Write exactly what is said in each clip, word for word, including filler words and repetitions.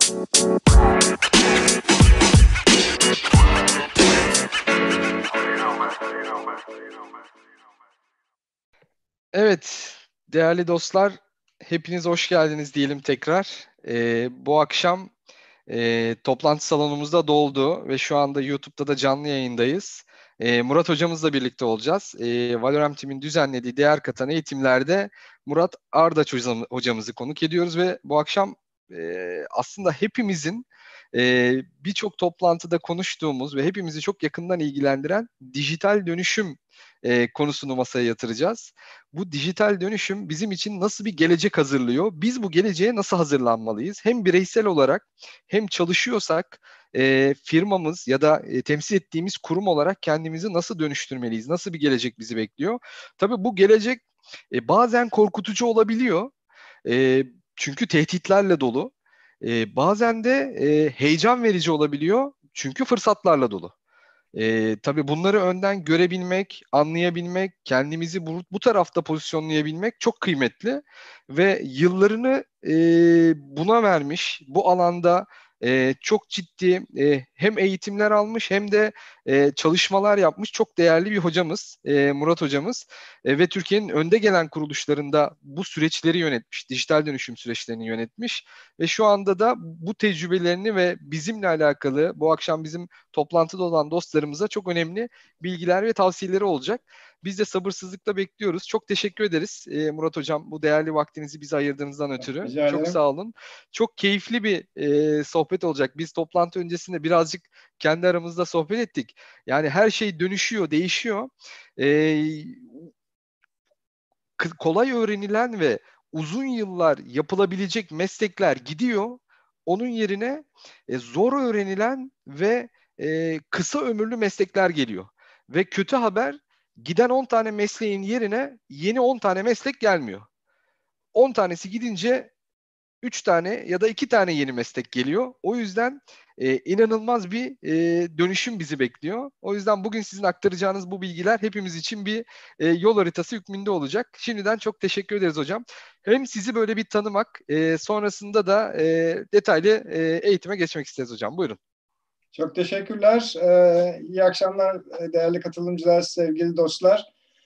Evet, değerli dostlar, hepiniz hoş geldiniz diyelim tekrar. Ee, bu akşam e, toplantı salonumuzda doldu ve şu anda YouTube'da da canlı yayındayız. Ee, Murat hocamızla birlikte olacağız. Ee, Valorem Team'in düzenlediği değer katan eğitimlerde Murat Ardaç hocam- hocamızı konuk ediyoruz ve bu akşam e, aslında hepimizin e, birçok toplantıda konuştuğumuz ve hepimizi çok yakından ilgilendiren dijital dönüşüm e, konusunu masaya yatıracağız. Bu dijital dönüşüm bizim için nasıl bir gelecek hazırlıyor? Biz bu geleceğe nasıl hazırlanmalıyız? Hem bireysel olarak hem çalışıyorsak e, firmamız ya da e, temsil ettiğimiz kurum olarak kendimizi nasıl dönüştürmeliyiz? Nasıl bir gelecek bizi bekliyor? Tabii bu gelecek e, bazen korkutucu olabiliyor. E, Çünkü tehditlerle dolu. E, bazen de e, heyecan verici olabiliyor. Çünkü fırsatlarla dolu. Ee, tabii bunları önden görebilmek, anlayabilmek, kendimizi bu, bu tarafta pozisyonlayabilmek çok kıymetli ve yıllarını e, buna vermiş, bu alanda e, çok ciddi e, hem eğitimler almış hem de e, çalışmalar yapmış çok değerli bir hocamız, e, Murat hocamız. E, ve Türkiye'nin önde gelen kuruluşlarında bu süreçleri yönetmiş, dijital dönüşüm süreçlerini yönetmiş ve şu anda da bu tecrübelerini ve bizimle alakalı bu akşam bizim toplantıda olan dostlarımıza çok önemli bilgiler ve tavsiyeleri olacak. Biz de sabırsızlıkla bekliyoruz. Çok teşekkür ederiz e, Murat Hocam bu değerli vaktinizi bize ayırdığınızdan ötürü. Rica Çok ederim. sağ olun. Çok keyifli bir e, sohbet olacak. Biz toplantı öncesinde birazcık kendi aramızda sohbet ettik. Yani her şey dönüşüyor, değişiyor. E, Kolay öğrenilen ve uzun yıllar yapılabilecek meslekler gidiyor. Onun yerine e, zor öğrenilen ve e, kısa ömürlü meslekler geliyor. Ve kötü haber giden on tane mesleğin yerine yeni on tane meslek gelmiyor. on tanesi gidince üç tane ya da iki tane yeni meslek geliyor. O yüzden e, inanılmaz bir e, dönüşüm bizi bekliyor. O yüzden bugün sizin aktaracağınız bu bilgiler hepimiz için bir e, yol haritası hükmünde olacak. Şimdiden çok teşekkür ederiz hocam. Hem sizi böyle bir tanımak, e, sonrasında da e, detaylı e, eğitime geçmek isteriz hocam. Buyurun. Çok teşekkürler. Ee, iyi akşamlar değerli katılımcılar, sevgili dostlar.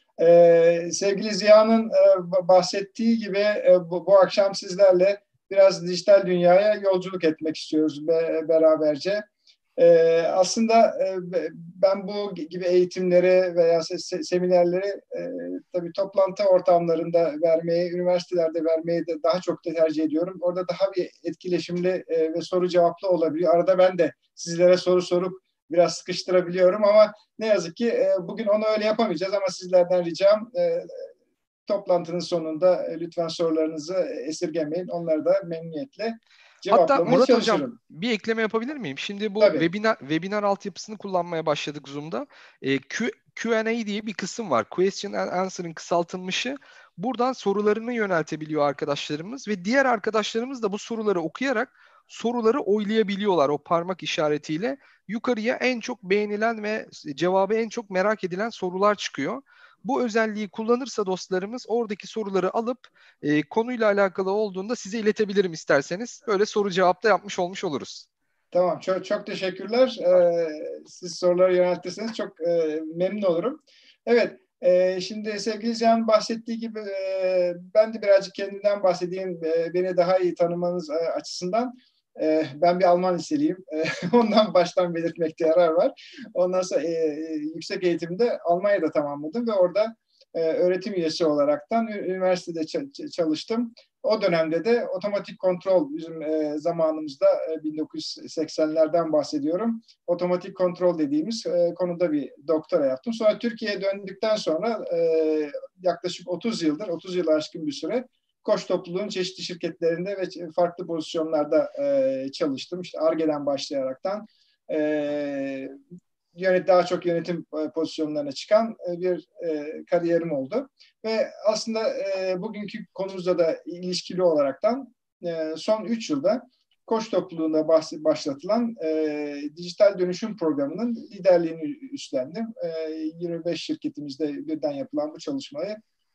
Ee, sevgili Ziya'nın e, bahsettiği gibi e, bu, bu akşam sizlerle biraz dijital dünyaya yolculuk etmek istiyoruz be, beraberce. Ee, aslında e, ben bu gibi eğitimleri veya se seminerleri e, tabii toplantı ortamlarında vermeyi, üniversitelerde vermeyi de daha çok da tercih ediyorum. Orada daha bir etkileşimli e, ve soru cevaplı olabiliyor. Arada ben de sizlere soru sorup biraz sıkıştırabiliyorum ama ne yazık ki e, bugün onu öyle yapamayacağız ama sizlerden ricam e, toplantının sonunda e, lütfen sorularınızı esirgemeyin. Onları da memnuniyetle Hatta cevaplamaya Murat Hocam çalışırım. bir ekleme yapabilir miyim? Şimdi bu Tabii. webinar, webinar altyapısını kullanmaya başladık Zoom'da. E, Q, Q and A diye bir kısım var. Question and Answer'ın kısaltılmışı. Buradan sorularını yöneltebiliyor arkadaşlarımız ve diğer arkadaşlarımız da bu soruları okuyarak soruları oylayabiliyorlar o parmak işaretiyle. Yukarıya en çok beğenilen ve cevabı en çok merak edilen sorular çıkıyor. Bu özelliği kullanırsa dostlarımız oradaki soruları alıp e, konuyla alakalı olduğunda size iletebilirim isterseniz. Böyle soru cevap da yapmış olmuş oluruz. Tamam, çok, çok teşekkürler. Ee, siz soruları yöneltirseniz çok e, memnun olurum. Evet, e, şimdi sevgili Cihan bahsettiği gibi e, ben de birazcık kendimden bahsedeyim. E, beni daha iyi tanımanız e, açısından. E, ben bir Alman liseliyim. E, ondan baştan belirtmekte yarar var. Ondan sonra e, e, yüksek eğitimde Almanya'da tamamladım ve orada e, öğretim üyesi olaraktan üniversitede ç- çalıştım. O dönemde de otomatik kontrol bizim e, zamanımızda e, bin dokuz yüz seksenlerden bahsediyorum. Otomatik kontrol dediğimiz e, konuda bir doktora yaptım. Sonra Türkiye'ye döndükten sonra e, yaklaşık otuz yıldır, otuz yılı aşkın bir süre Koç topluluğun çeşitli şirketlerinde ve farklı pozisyonlarda e, çalıştım. İşte Ar-Ge'den başlayaraktan e, yönet daha çok yönetim pozisyonlarına çıkan bir e, kariyerim oldu. Ve aslında e, bugünkü konumuzda da ilişkili olaraktan e, son üç yılda Koç topluluğunda başlatılan e, dijital dönüşüm programının liderliğini üstlendim. E, yirmi beş şirketimizde birden yapılan bu çalışmayı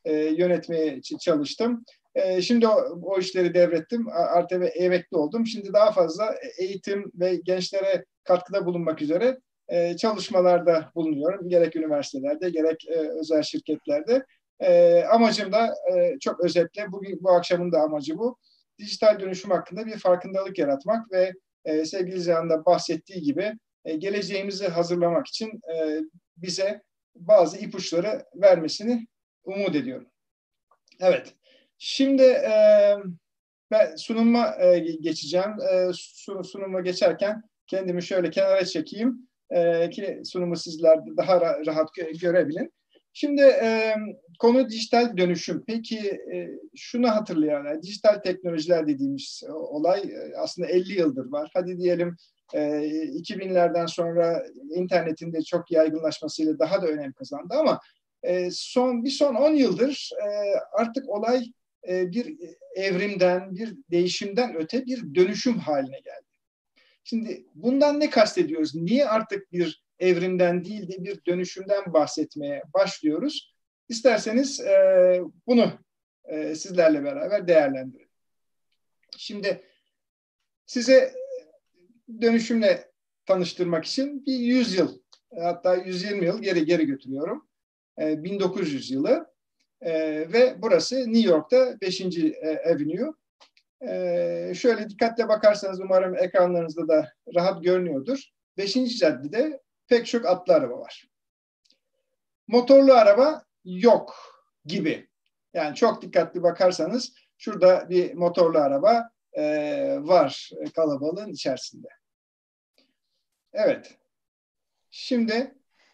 e, yönetmeye çalıştım. E, şimdi o, o işleri devrettim. Artık emekli oldum. Şimdi daha fazla eğitim ve gençlere katkıda bulunmak üzere e, çalışmalarda bulunuyorum. Gerek üniversitelerde, gerek e, özel şirketlerde. E, amacım da e, çok özetle, bugün bu akşamın da amacı bu. Dijital dönüşüm hakkında bir farkındalık yaratmak ve e, sevgili Ziyan'ın da bahsettiği gibi e, geleceğimizi hazırlamak için e, bize bazı ipuçları vermesini umut ediyorum. Evet, şimdi e, ben sunuma e, geçeceğim. E, sunuma geçerken kendimi şöyle kenara çekeyim e, ki sunumu sizler daha rahat görebilin. Şimdi e, konu dijital dönüşüm. Peki e, şunu hatırlayalım. Dijital teknolojiler dediğimiz olay e, aslında elli yıldır var. Hadi diyelim e, iki binlerden sonra internetin de çok yaygınlaşmasıyla daha da önem kazandı ama e, son bir son on yıldır e, artık olay e, bir evrimden, bir değişimden öte bir dönüşüm haline geldi. Şimdi bundan ne kastediyoruz? Niye artık bir evrimden değil de bir dönüşümden bahsetmeye başlıyoruz? İsterseniz e, bunu e, sizlerle beraber değerlendirelim. Şimdi size dönüşümle tanıştırmak için bir yüz yıl, hatta yüz yirmi yıl geri geri götürüyorum. E, bin dokuz yüz yılı e, ve burası New York'ta beşinci Avenue. Ee, şöyle dikkatle bakarsanız umarım ekranlarınızda da rahat görünüyordur. beşinci caddede pek çok atlı araba var. Motorlu araba yok gibi. Yani çok dikkatli bakarsanız şurada bir motorlu araba e, var kalabalığın içerisinde. Evet. Şimdi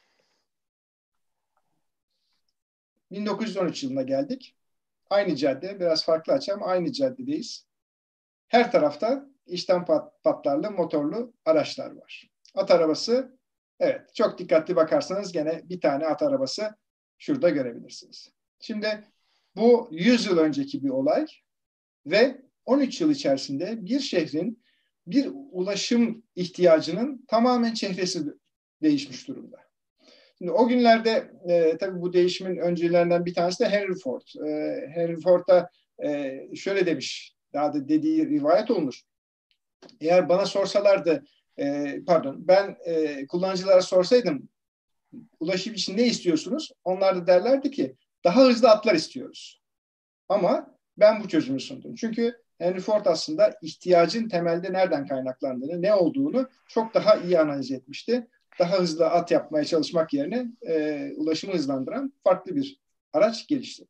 bin dokuz yüz on üç yılına geldik. Aynı cadde, biraz farklı açı ama aynı caddedeyiz. Her tarafta içten pat, patlarlı motorlu araçlar var. At arabası, evet çok dikkatli bakarsanız gene bir tane at arabası şurada görebilirsiniz. Şimdi bu yüz yıl önceki bir olay ve on üç yıl içerisinde bir şehrin bir ulaşım ihtiyacının tamamen çehresi değişmiş durumda. Şimdi o günlerde e, tabii bu değişimin öncülerinden bir tanesi de Henry Ford. E, Henry Ford da e, şöyle demiş, daha da dediği rivayet olunur. Eğer bana sorsalardı, e, pardon, ben e, kullanıcılara sorsaydım, ulaşım için ne istiyorsunuz? Onlar da derlerdi ki, daha hızlı atlar istiyoruz. Ama ben bu çözümü sundum. Çünkü Henry Ford aslında ihtiyacın temelde nereden kaynaklandığını, ne olduğunu çok daha iyi analiz etmişti. Daha hızlı at yapmaya çalışmak yerine e, ulaşımı hızlandıran farklı bir araç geliştirdi.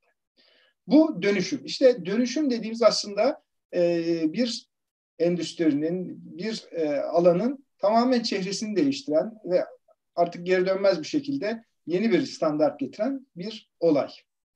Bu dönüşüm. İşte dönüşüm dediğimiz aslında e, bir endüstrinin, bir e, alanın tamamen çehresini değiştiren ve artık geri dönmez bir şekilde yeni bir standart getiren bir olay.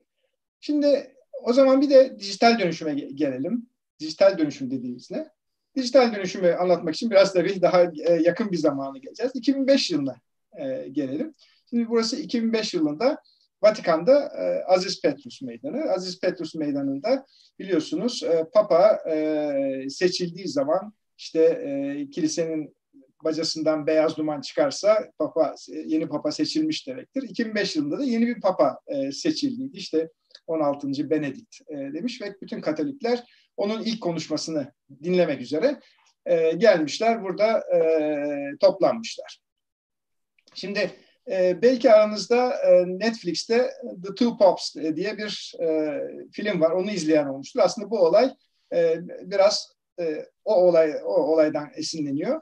Şimdi o zaman bir de dijital dönüşüme gelelim. Dijital dönüşüm dediğimiz ne? Dijital dönüşümü anlatmak için biraz tabii daha yakın bir zamana geleceğiz. iki bin beş yılına e, gelelim. Şimdi burası iki bin beş yılında Vatikan'da e, Aziz Petrus Meydanı. Aziz Petrus Meydanı'nda biliyorsunuz e, Papa e, seçildiği zaman işte e, kilisenin bacasından beyaz duman çıkarsa Papa, yeni Papa seçilmiş demektir. iki bin beş yılında da yeni bir Papa e, seçildiydi. İşte on altıncı Benedikt e, demiş ve bütün Katolikler onun ilk konuşmasını dinlemek üzere e, gelmişler. Burada e, toplanmışlar. Şimdi e, belki aranızda e, Netflix'te The Two Popes diye bir e, film var. Onu izleyen olmuştur. Aslında bu olay e, biraz e, o olay o olaydan esinleniyor.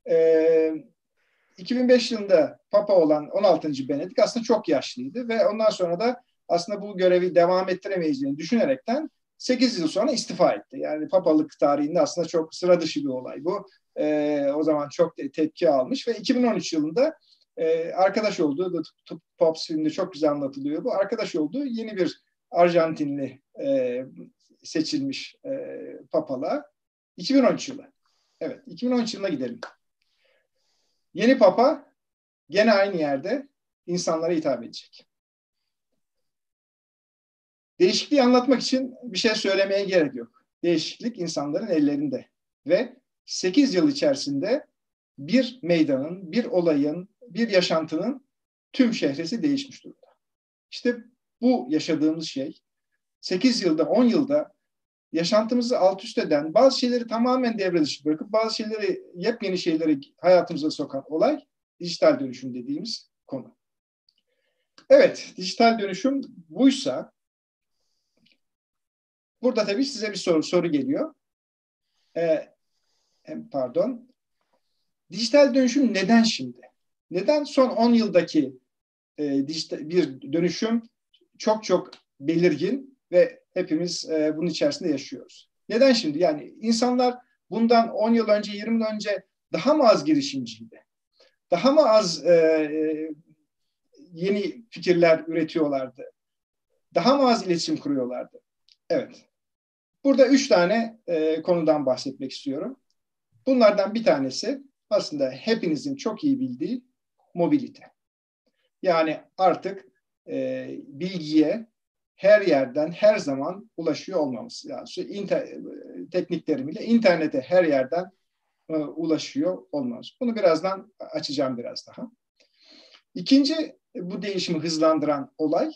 E, iki bin beş yılında Papa olan on altıncı Benedikt aslında çok yaşlıydı ve ondan sonra da aslında bu görevi devam ettiremeyeceğini düşünerekten sekiz yıl sonra istifa etti. Yani papalık tarihinde aslında çok sıra dışı bir olay bu. E, o zaman çok tepki almış ve iki bin on üç yılında e, arkadaş olduğu, The Two Popes filminde çok güzel anlatılıyor bu. Arkadaş olduğu yeni bir Arjantinli e, seçilmiş e, papalığa. iki bin on üç yılı. Evet, iki bin on üç yılına gidelim. Yeni papa gene aynı yerde insanlara hitap edecek. Değişikliği anlatmak için bir şey söylemeye gerek yok. Değişiklik insanların ellerinde. Ve sekiz yıl içerisinde bir meydanın, bir olayın, bir yaşantının tüm şehresi değişmiş durumda. İşte bu yaşadığımız şey, sekiz yılda, on yılda yaşantımızı alt üst eden, bazı şeyleri tamamen devre dışı bırakıp bazı şeyleri, yepyeni şeyleri hayatımıza sokan olay dijital dönüşüm dediğimiz konu. Evet, dijital dönüşüm buysa burada tabii size bir soru, soru geliyor. Ee, pardon. Dijital dönüşüm neden şimdi? Neden son on yıldaki e, dijital, bir dönüşüm çok çok belirgin ve hepimiz e, bunun içerisinde yaşıyoruz? Neden şimdi? Yani insanlar bundan on yıl önce, yirmi yıl önce daha mı az girişimciydi? Daha mı az e, yeni fikirler üretiyorlardı? Daha mı az iletişim kuruyorlardı? Evet. Burada üç tane e, konudan bahsetmek istiyorum. Bunlardan bir tanesi aslında hepinizin çok iyi bildiği mobilite. Yani artık e, bilgiye her yerden, her zaman ulaşıyor olmamız. Yani şu inter, teknik terimiyle internete her yerden e, ulaşıyor olmamız. Bunu birazdan açacağım biraz daha. İkinci bu değişimi hızlandıran olay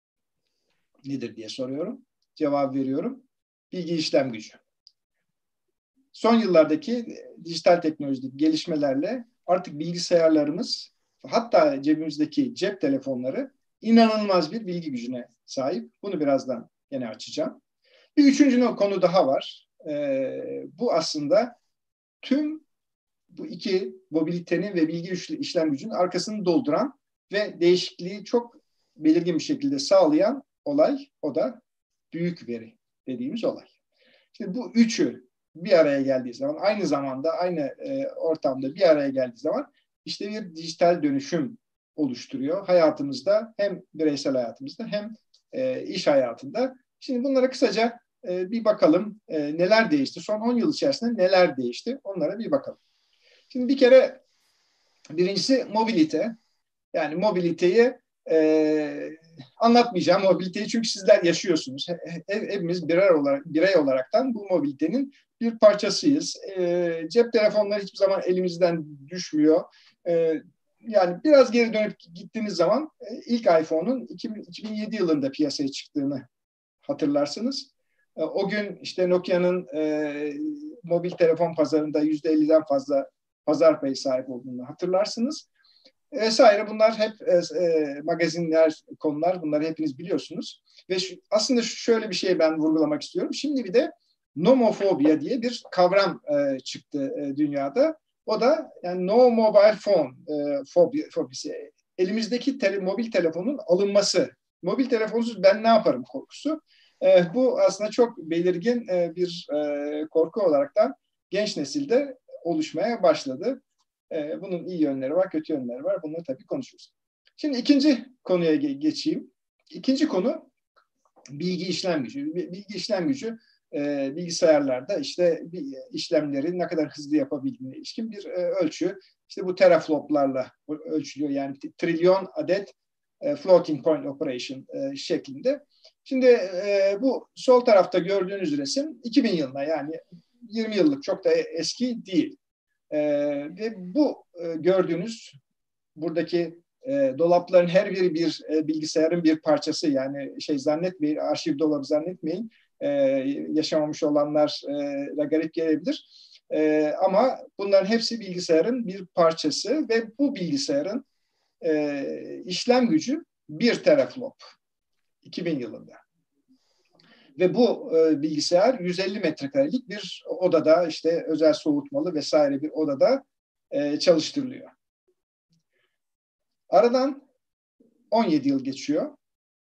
nedir diye soruyorum. Cevap veriyorum. Bilgi işlem gücü. Son yıllardaki dijital teknolojideki gelişmelerle artık bilgisayarlarımız, hatta cebimizdeki cep telefonları inanılmaz bir bilgi gücüne sahip. Bunu birazdan yine açacağım. Bir üçüncü konu daha var. Ee, bu aslında tüm bu iki mobilitenin ve bilgi işlem gücünün arkasını dolduran ve değişikliği çok belirgin bir şekilde sağlayan olay, o da büyük veri dediğimiz olay. Şimdi bu üçü bir araya geldiği zaman, aynı zamanda, aynı e, ortamda bir araya geldiği zaman işte bir dijital dönüşüm oluşturuyor hayatımızda, hem bireysel hayatımızda hem e, iş hayatında. Şimdi bunlara kısaca e, bir bakalım e, neler değişti, son on yıl içerisinde neler değişti, onlara bir bakalım. Şimdi bir kere birincisi mobilite. Yani mobiliteyi e, anlatmayacağım mobiliteyi çünkü sizler yaşıyorsunuz. He, hepimiz birer olarak, birey olaraktan bu mobilitenin bir parçasıyız. E, cep telefonları hiçbir zaman elimizden düşmüyor. E, yani biraz geri dönüp gittiğiniz zaman e, ilk iPhone'un iki bin yedi yılında piyasaya çıktığını hatırlarsınız. E, o gün işte Nokia'nın e, mobil telefon pazarında yüzde elliden fazla pazar payı sahip olduğunu hatırlarsınız. Vesaire, bunlar hep e, e, magazinler, konular, bunları hepiniz biliyorsunuz. Ve şu, aslında şöyle bir şey ben vurgulamak istiyorum. Şimdi bir de nomofobia diye bir kavram e, çıktı e, dünyada. O da yani no mobile phone e, fobi, fobisi. Elimizdeki tele, mobil telefonun alınması. Mobil telefonsuz ben ne yaparım korkusu. E, bu aslında çok belirgin e, bir e, korku olaraktan genç nesilde oluşmaya başladı. Bunun iyi yönleri var, kötü yönleri var. Bunları tabii konuşuruz. Şimdi ikinci konuya geçeyim. İkinci konu bilgi işlem gücü. Bilgi işlem gücü bilgisayarlarda işte işlemleri ne kadar hızlı yapabildiğine ilişkin bir ölçü. İşte bu terafloplarla ölçülüyor. Yani trilyon adet floating point operation şeklinde. Şimdi bu sol tarafta gördüğünüz resim iki bin yılında, yani yirmi yıllık, çok da eski değil. Ee, ve bu e, gördüğünüz buradaki e, dolapların her biri bir e, bilgisayarın bir parçası. Yani şey zannetmeyin, arşiv dolabı zannetmeyin. E, yaşamamış olanlar e, garip gelebilir. E, ama bunların hepsi bilgisayarın bir parçası ve bu bilgisayarın e, işlem gücü bir teraflop iki bin yılında. Ve bu e, bilgisayar yüz elli metrekarelik bir odada, işte özel soğutmalı vesaire bir odada e, çalıştırılıyor. Aradan on yedi yıl geçiyor.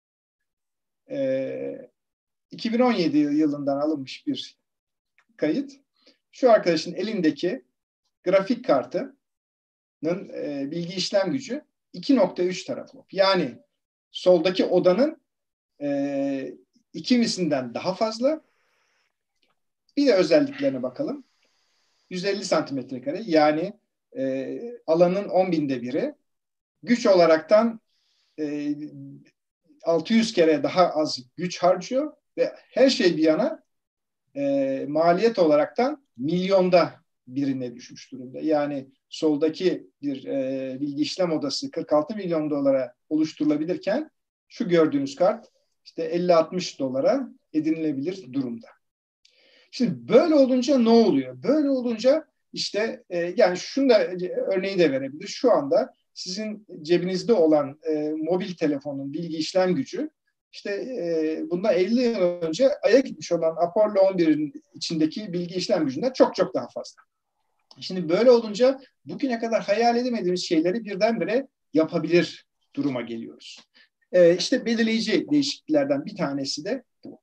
E, iki bin on yedi yılından alınmış bir kayıt. Şu arkadaşın elindeki grafik kartının e, bilgi işlem gücü iki nokta üç teraflop. Yani soldaki odanın e, iki mislinden daha fazla. Bir de özelliklerine bakalım. yüz elli santimetre kare, yani e, alanın on binde biri. Güç olaraktan e, altı yüz kere daha az güç harcıyor ve her şey bir yana e, maliyet olaraktan milyonda birine düşmüş durumda. Yani soldaki bir e, bilgi işlem odası kırk altı milyon dolara oluşturulabilirken şu gördüğünüz kart işte elli altmış dolara edinilebilir durumda. Şimdi böyle olunca ne oluyor? Böyle olunca işte e, yani şunu da örneği de verebilir. Şu anda sizin cebinizde olan e, mobil telefonun bilgi işlem gücü işte e, bundan elli yıl önce Ay'a gitmiş olan Apollo on birin içindeki bilgi işlem gücünden çok çok daha fazla. Şimdi böyle olunca bugüne kadar hayal edemediğimiz şeyleri birdenbire yapabilir duruma geliyoruz. E, işte belirleyici değişikliklerden bir tanesi de bu.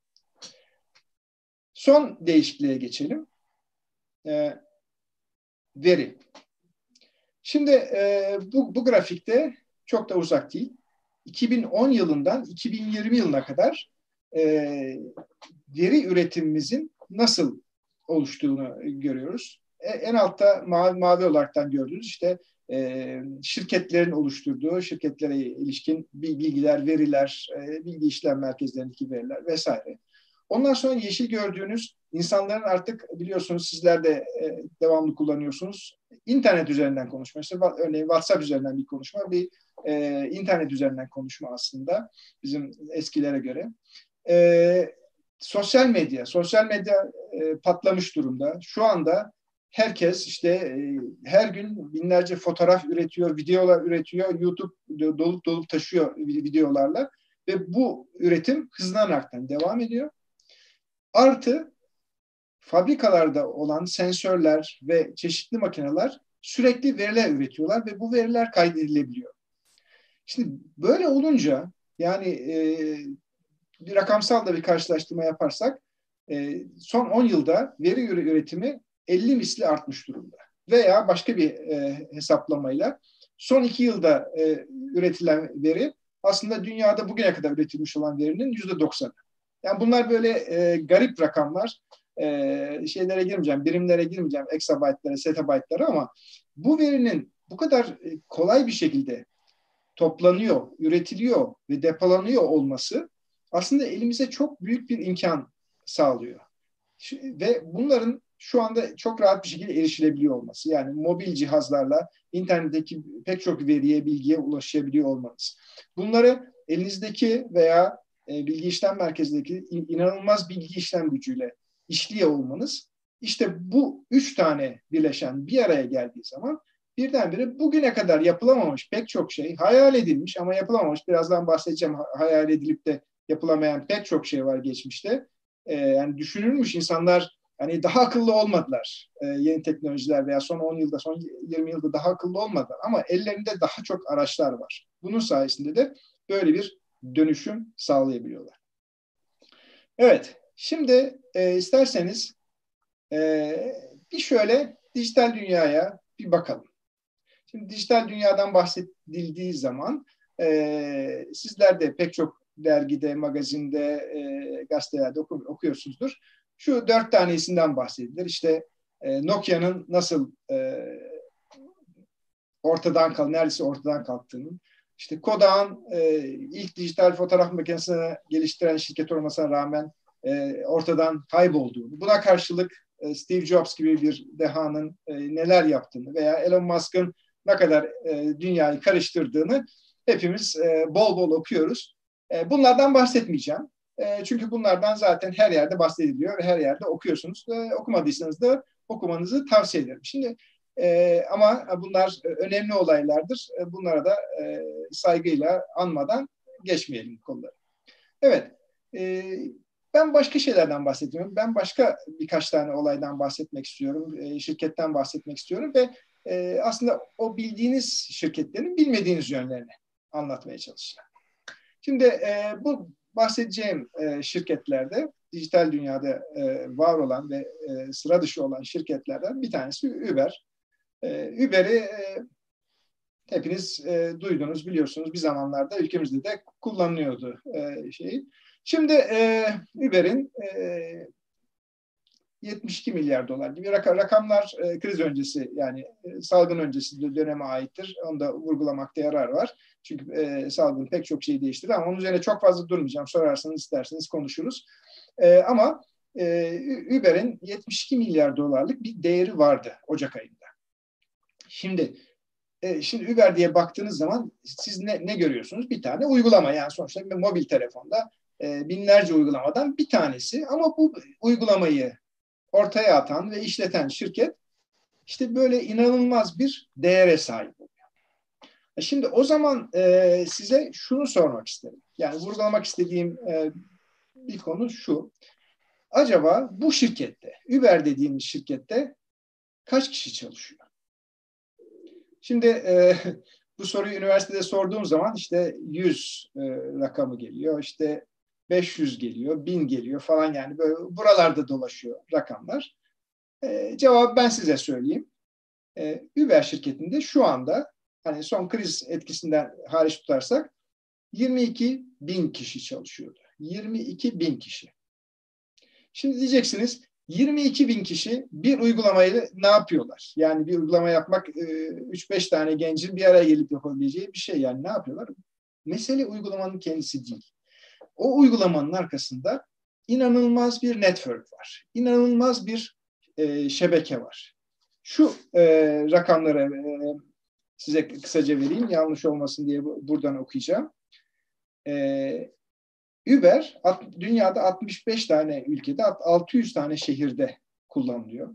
Son değişikliğe geçelim. E, veri. Şimdi e, bu, bu grafikte çok da uzak değil. iki bin on yılından iki bin yirmi yılına kadar e, veri üretimimizin nasıl oluştuğunu görüyoruz. E, en altta mavi, mavi olaraktan gördüğünüz işte e, şirketlerin oluşturduğu, şirketlere ilişkin bilgiler, veriler, e, bilgi işlem merkezlerindeki veriler vesaire. Ondan sonra yeşil gördüğünüz insanların artık biliyorsunuz sizler de e, devamlı kullanıyorsunuz. İnternet üzerinden konuşma. İşte, örneğin WhatsApp üzerinden bir konuşma, bir e, internet üzerinden konuşma aslında bizim eskilere göre. E, sosyal medya, sosyal medya e, patlamış durumda. Şu anda herkes işte e, her gün binlerce fotoğraf üretiyor, videolar üretiyor, YouTube dolup dolup taşıyor videolarla ve bu üretim hızlanaraktan devam ediyor. Artı fabrikalarda olan sensörler ve çeşitli makineler sürekli veriler üretiyorlar ve bu veriler kaydedilebiliyor. Şimdi böyle olunca yani e, bir rakamsal da bir karşılaştırma yaparsak e, son on yılda veri üretimi elli misli artmış durumda. Veya başka bir e, hesaplamayla son iki yılda e, üretilen veri aslında dünyada bugüne kadar üretilmiş olan verinin yüzde doksanı. Yani bunlar böyle e, garip rakamlar. E, şeylere girmeyeceğim, birimlere girmeyeceğim, exabyte'lara, zettabyte'lara ama bu verinin bu kadar e, kolay bir şekilde toplanıyor, üretiliyor ve depolanıyor olması aslında elimize çok büyük bir imkan sağlıyor. Ve bunların şu anda çok rahat bir şekilde erişilebiliyor olması. Yani mobil cihazlarla internetteki pek çok veriye, bilgiye ulaşabiliyor olmanız. Bunları elinizdeki veya e, bilgi işlem merkezindeki inanılmaz bilgi işlem gücüyle işliyor olmanız, işte bu üç tane birleşen bir araya geldiği zaman birdenbire bugüne kadar yapılamamış pek çok şey, hayal edilmiş ama yapılamamış, birazdan bahsedeceğim, hayal edilip de yapılamayan pek çok şey var geçmişte. Ee, yani düşünülmüş, insanlar hani daha akıllı olmadılar. Ee, yeni teknolojiler veya son on yılda, son yirmi yılda daha akıllı olmadılar ama ellerinde daha çok araçlar var. Bunun sayesinde de böyle bir dönüşüm sağlayabiliyorlar. Evet, şimdi e, isterseniz e, bir şöyle dijital dünyaya bir bakalım. Şimdi dijital dünyadan bahsedildiği zaman e, sizler de pek çok dergide, magazinde, e, gazetelerde oku, okuyorsunuzdur. Şu dört tanesinden bahsedilir. İşte e, Nokia'nın nasıl e, ortadan kal, neredeyse ortadan kalktığının, işte Kodak'ın e, ilk dijital fotoğraf makinesini geliştiren şirket olmasına rağmen e, ortadan kaybolduğunu, buna karşılık e, Steve Jobs gibi bir dehanın e, neler yaptığını veya Elon Musk'ın ne kadar e, dünyayı karıştırdığını hepimiz e, bol bol okuyoruz. E, bunlardan bahsetmeyeceğim. E, çünkü bunlardan zaten her yerde bahsediliyor ve her yerde okuyorsunuz. E, okumadıysanız da okumanızı tavsiye ederim. Şimdi e, ama bunlar önemli olaylardır. E, bunlara da e, saygıyla anmadan geçmeyelim bu konuları. Evet. E, ben başka şeylerden bahsediyorum. Ben başka birkaç tane olaydan bahsetmek istiyorum. E, şirketten bahsetmek istiyorum ve e, aslında o bildiğiniz şirketlerin bilmediğiniz yönlerini anlatmaya çalışacağım. Şimdi e, bu bahsedeceğim e, şirketlerde dijital dünyada e, var olan ve e, sıra dışı olan şirketlerden bir tanesi Uber. E, Uber'i e, hepiniz e, duydunuz, biliyorsunuz. Bir zamanlarda ülkemizde de kullanılıyordu e, şeyi. Şimdi e, Uber'in e, yetmiş iki milyar dolar gibi rakamlar e, kriz öncesi, yani e, salgın öncesi döneme aittir. Onu da vurgulamakta yarar var. Çünkü e, salgın pek çok şeyi değiştirdi ama onun üzerine çok fazla durmayacağım. Sorarsanız, isterseniz konuşuruz. E, ama e, Uber'in yetmiş iki milyar dolarlık bir değeri vardı Ocak ayında. Şimdi e, şimdi Uber diye baktığınız zaman siz ne, ne görüyorsunuz? Bir tane uygulama, yani sonuçta bir mobil telefonda e, binlerce uygulamadan bir tanesi. Ama bu uygulamayı ortaya atan ve işleten şirket işte böyle inanılmaz bir değere sahip oluyor. Şimdi o zaman e, size şunu sormak isterim. Yani vurgulamak istediğim e, bir konu şu. Acaba bu şirkette, Uber dediğimiz şirkette kaç kişi çalışıyor? Şimdi e, bu soruyu üniversitede sorduğum zaman işte yüz e, rakamı geliyor, işte beş yüz geliyor, bin geliyor falan, yani böyle buralarda dolaşıyor rakamlar. E, cevabı ben size söyleyeyim. E, Uber şirketinde şu anda, hani son kriz etkisinden hariç tutarsak, yirmi iki bin kişi çalışıyordu. yirmi iki bin kişi. Şimdi diyeceksiniz, yirmi iki bin kişi bir uygulamayı ne yapıyorlar? Yani bir uygulama yapmak üç beş tane gencin bir araya gelip yapabileceği bir şey. Yani ne yapıyorlar? Mesele uygulamanın kendisi değil. O uygulamanın arkasında inanılmaz bir network var. İnanılmaz bir e, şebeke var. Şu e, rakamları e, size kısaca vereyim. Yanlış olmasın diye buradan okuyacağım. E, Uber dünyada altmış beş tane ülkede, altı yüz tane şehirde kullanılıyor.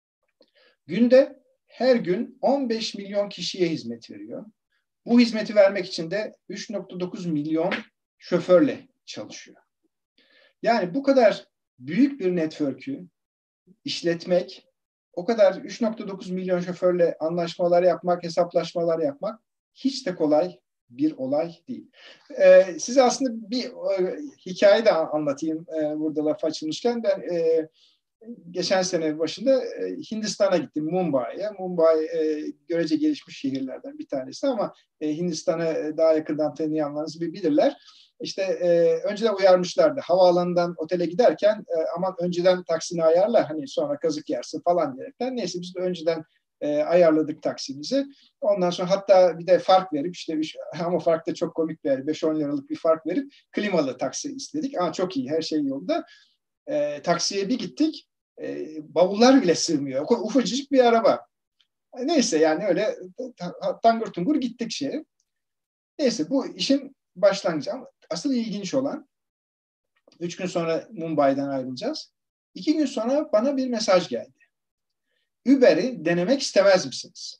Günde her gün on beş milyon kişiye hizmet veriyor. Bu hizmeti vermek için de üç nokta dokuz milyon şoförle çalışıyor. Yani bu kadar büyük bir network'ü işletmek, o kadar üç nokta dokuz milyon şoförle anlaşmalar yapmak, hesaplaşmalar yapmak hiç de kolay bir olay değil. Ee, size aslında bir e, hikaye de anlatayım e, burada laf açılmışken. Ben e, geçen sene başında e, Hindistan'a gittim, Mumbai'ye. Mumbai e, görece gelişmiş şehirlerden bir tanesi ama e, Hindistan'ı daha yakından tanıyanlarınız bilirler. İşte e, önceden uyarmışlardı. Havaalanından otele giderken e, aman önceden taksini ayarla, hani sonra kazık yersin falan diyerekten. Neyse biz de önceden e, ayarladık taksimizi. Ondan sonra hatta bir de fark verip, işte ama fark da çok komik bir beş on liralık bir fark verip klimalı taksi istedik. Ama çok iyi, her şey yolunda. E, taksiye bir gittik. E, bavullar bile sığmıyor. Ufacık bir araba. Neyse yani öyle tangır tungur gittik şeye. Neyse bu işin başlangıcı. Ama asıl ilginç olan, üç gün sonra Mumbai'den ayrılacağız. İki gün sonra bana bir mesaj geldi. Uber'i denemek istemez misiniz?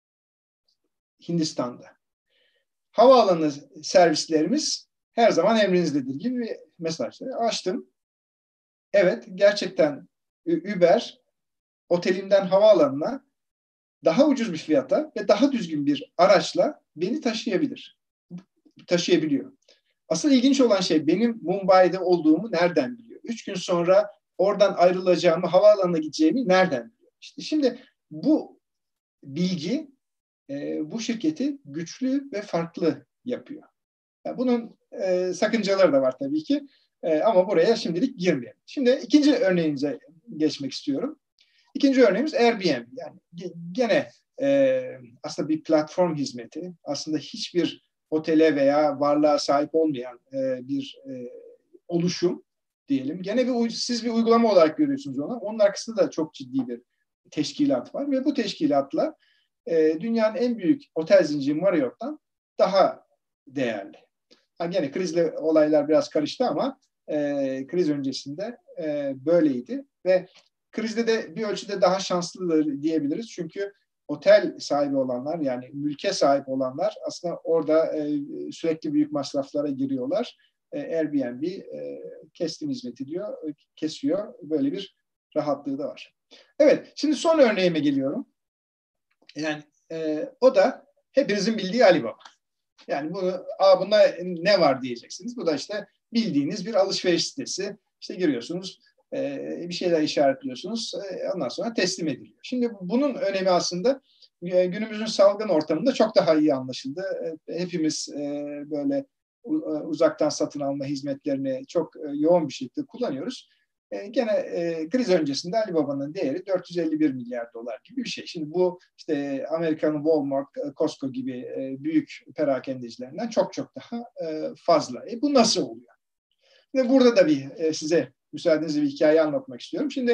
Hindistan'da. Havaalanı servislerimiz her zaman emrinizdedir gibi bir mesajları açtım. Evet, gerçekten Uber otelimden havaalanına daha ucuz bir fiyata ve daha düzgün bir araçla beni taşıyabilir. Taşıyabiliyor. Asıl ilginç olan şey, benim Mumbai'de olduğumu nereden biliyor? Üç gün sonra oradan ayrılacağımı, havaalanına gideceğimi nereden biliyor? İşte şimdi bu bilgi e, bu şirketi güçlü ve farklı yapıyor. Yani bunun e, sakıncaları da var tabii ki. E, ama buraya şimdilik girmeyelim. Şimdi ikinci örneğimize geçmek istiyorum. İkinci örneğimiz Airbnb. Yani gene e, aslında bir platform hizmeti. Aslında hiçbir otele veya varlığa sahip olmayan e, bir e, oluşum diyelim. Gene bir, siz bir uygulama olarak görüyorsunuz onu. Onun arkasında da çok ciddi bir teşkilat var ve bu teşkilatla e, dünyanın en büyük otel zinciri Marriott'tan daha değerli. Ha, gene krizle olaylar biraz karıştı ama e, kriz öncesinde e, böyleydi ve krizde de bir ölçüde daha şanslıdır diyebiliriz. Çünkü otel sahibi olanlar, yani mülke sahip olanlar aslında orada e, sürekli büyük masraflara giriyorlar. E, Airbnb e, kestim hizmeti diyor, kesiyor. Böyle bir rahatlığı da var. Evet, şimdi son örneğime geliyorum. Yani e, o da hepinizin bildiği Alibaba. Yani bunu, aa bunda ne var diyeceksiniz. Bu da işte bildiğiniz bir alışveriş sitesi. İşte giriyorsunuz, bir şeyler işaretliyorsunuz, ondan sonra teslim ediliyor. Şimdi bunun önemi aslında günümüzün salgın ortamında çok daha iyi anlaşıldı. Hepimiz böyle uzaktan satın alma hizmetlerini çok yoğun bir şekilde kullanıyoruz. Gene kriz öncesinde Alibaba'nın değeri dört yüz elli bir milyar dolar gibi bir şey. Şimdi bu işte Amerika'nın Walmart, Costco gibi büyük perakendecilerinden çok çok daha fazla. E bu nasıl oluyor? Ve burada da bir size müsaadenizle bir hikaye anlatmak istiyorum. Şimdi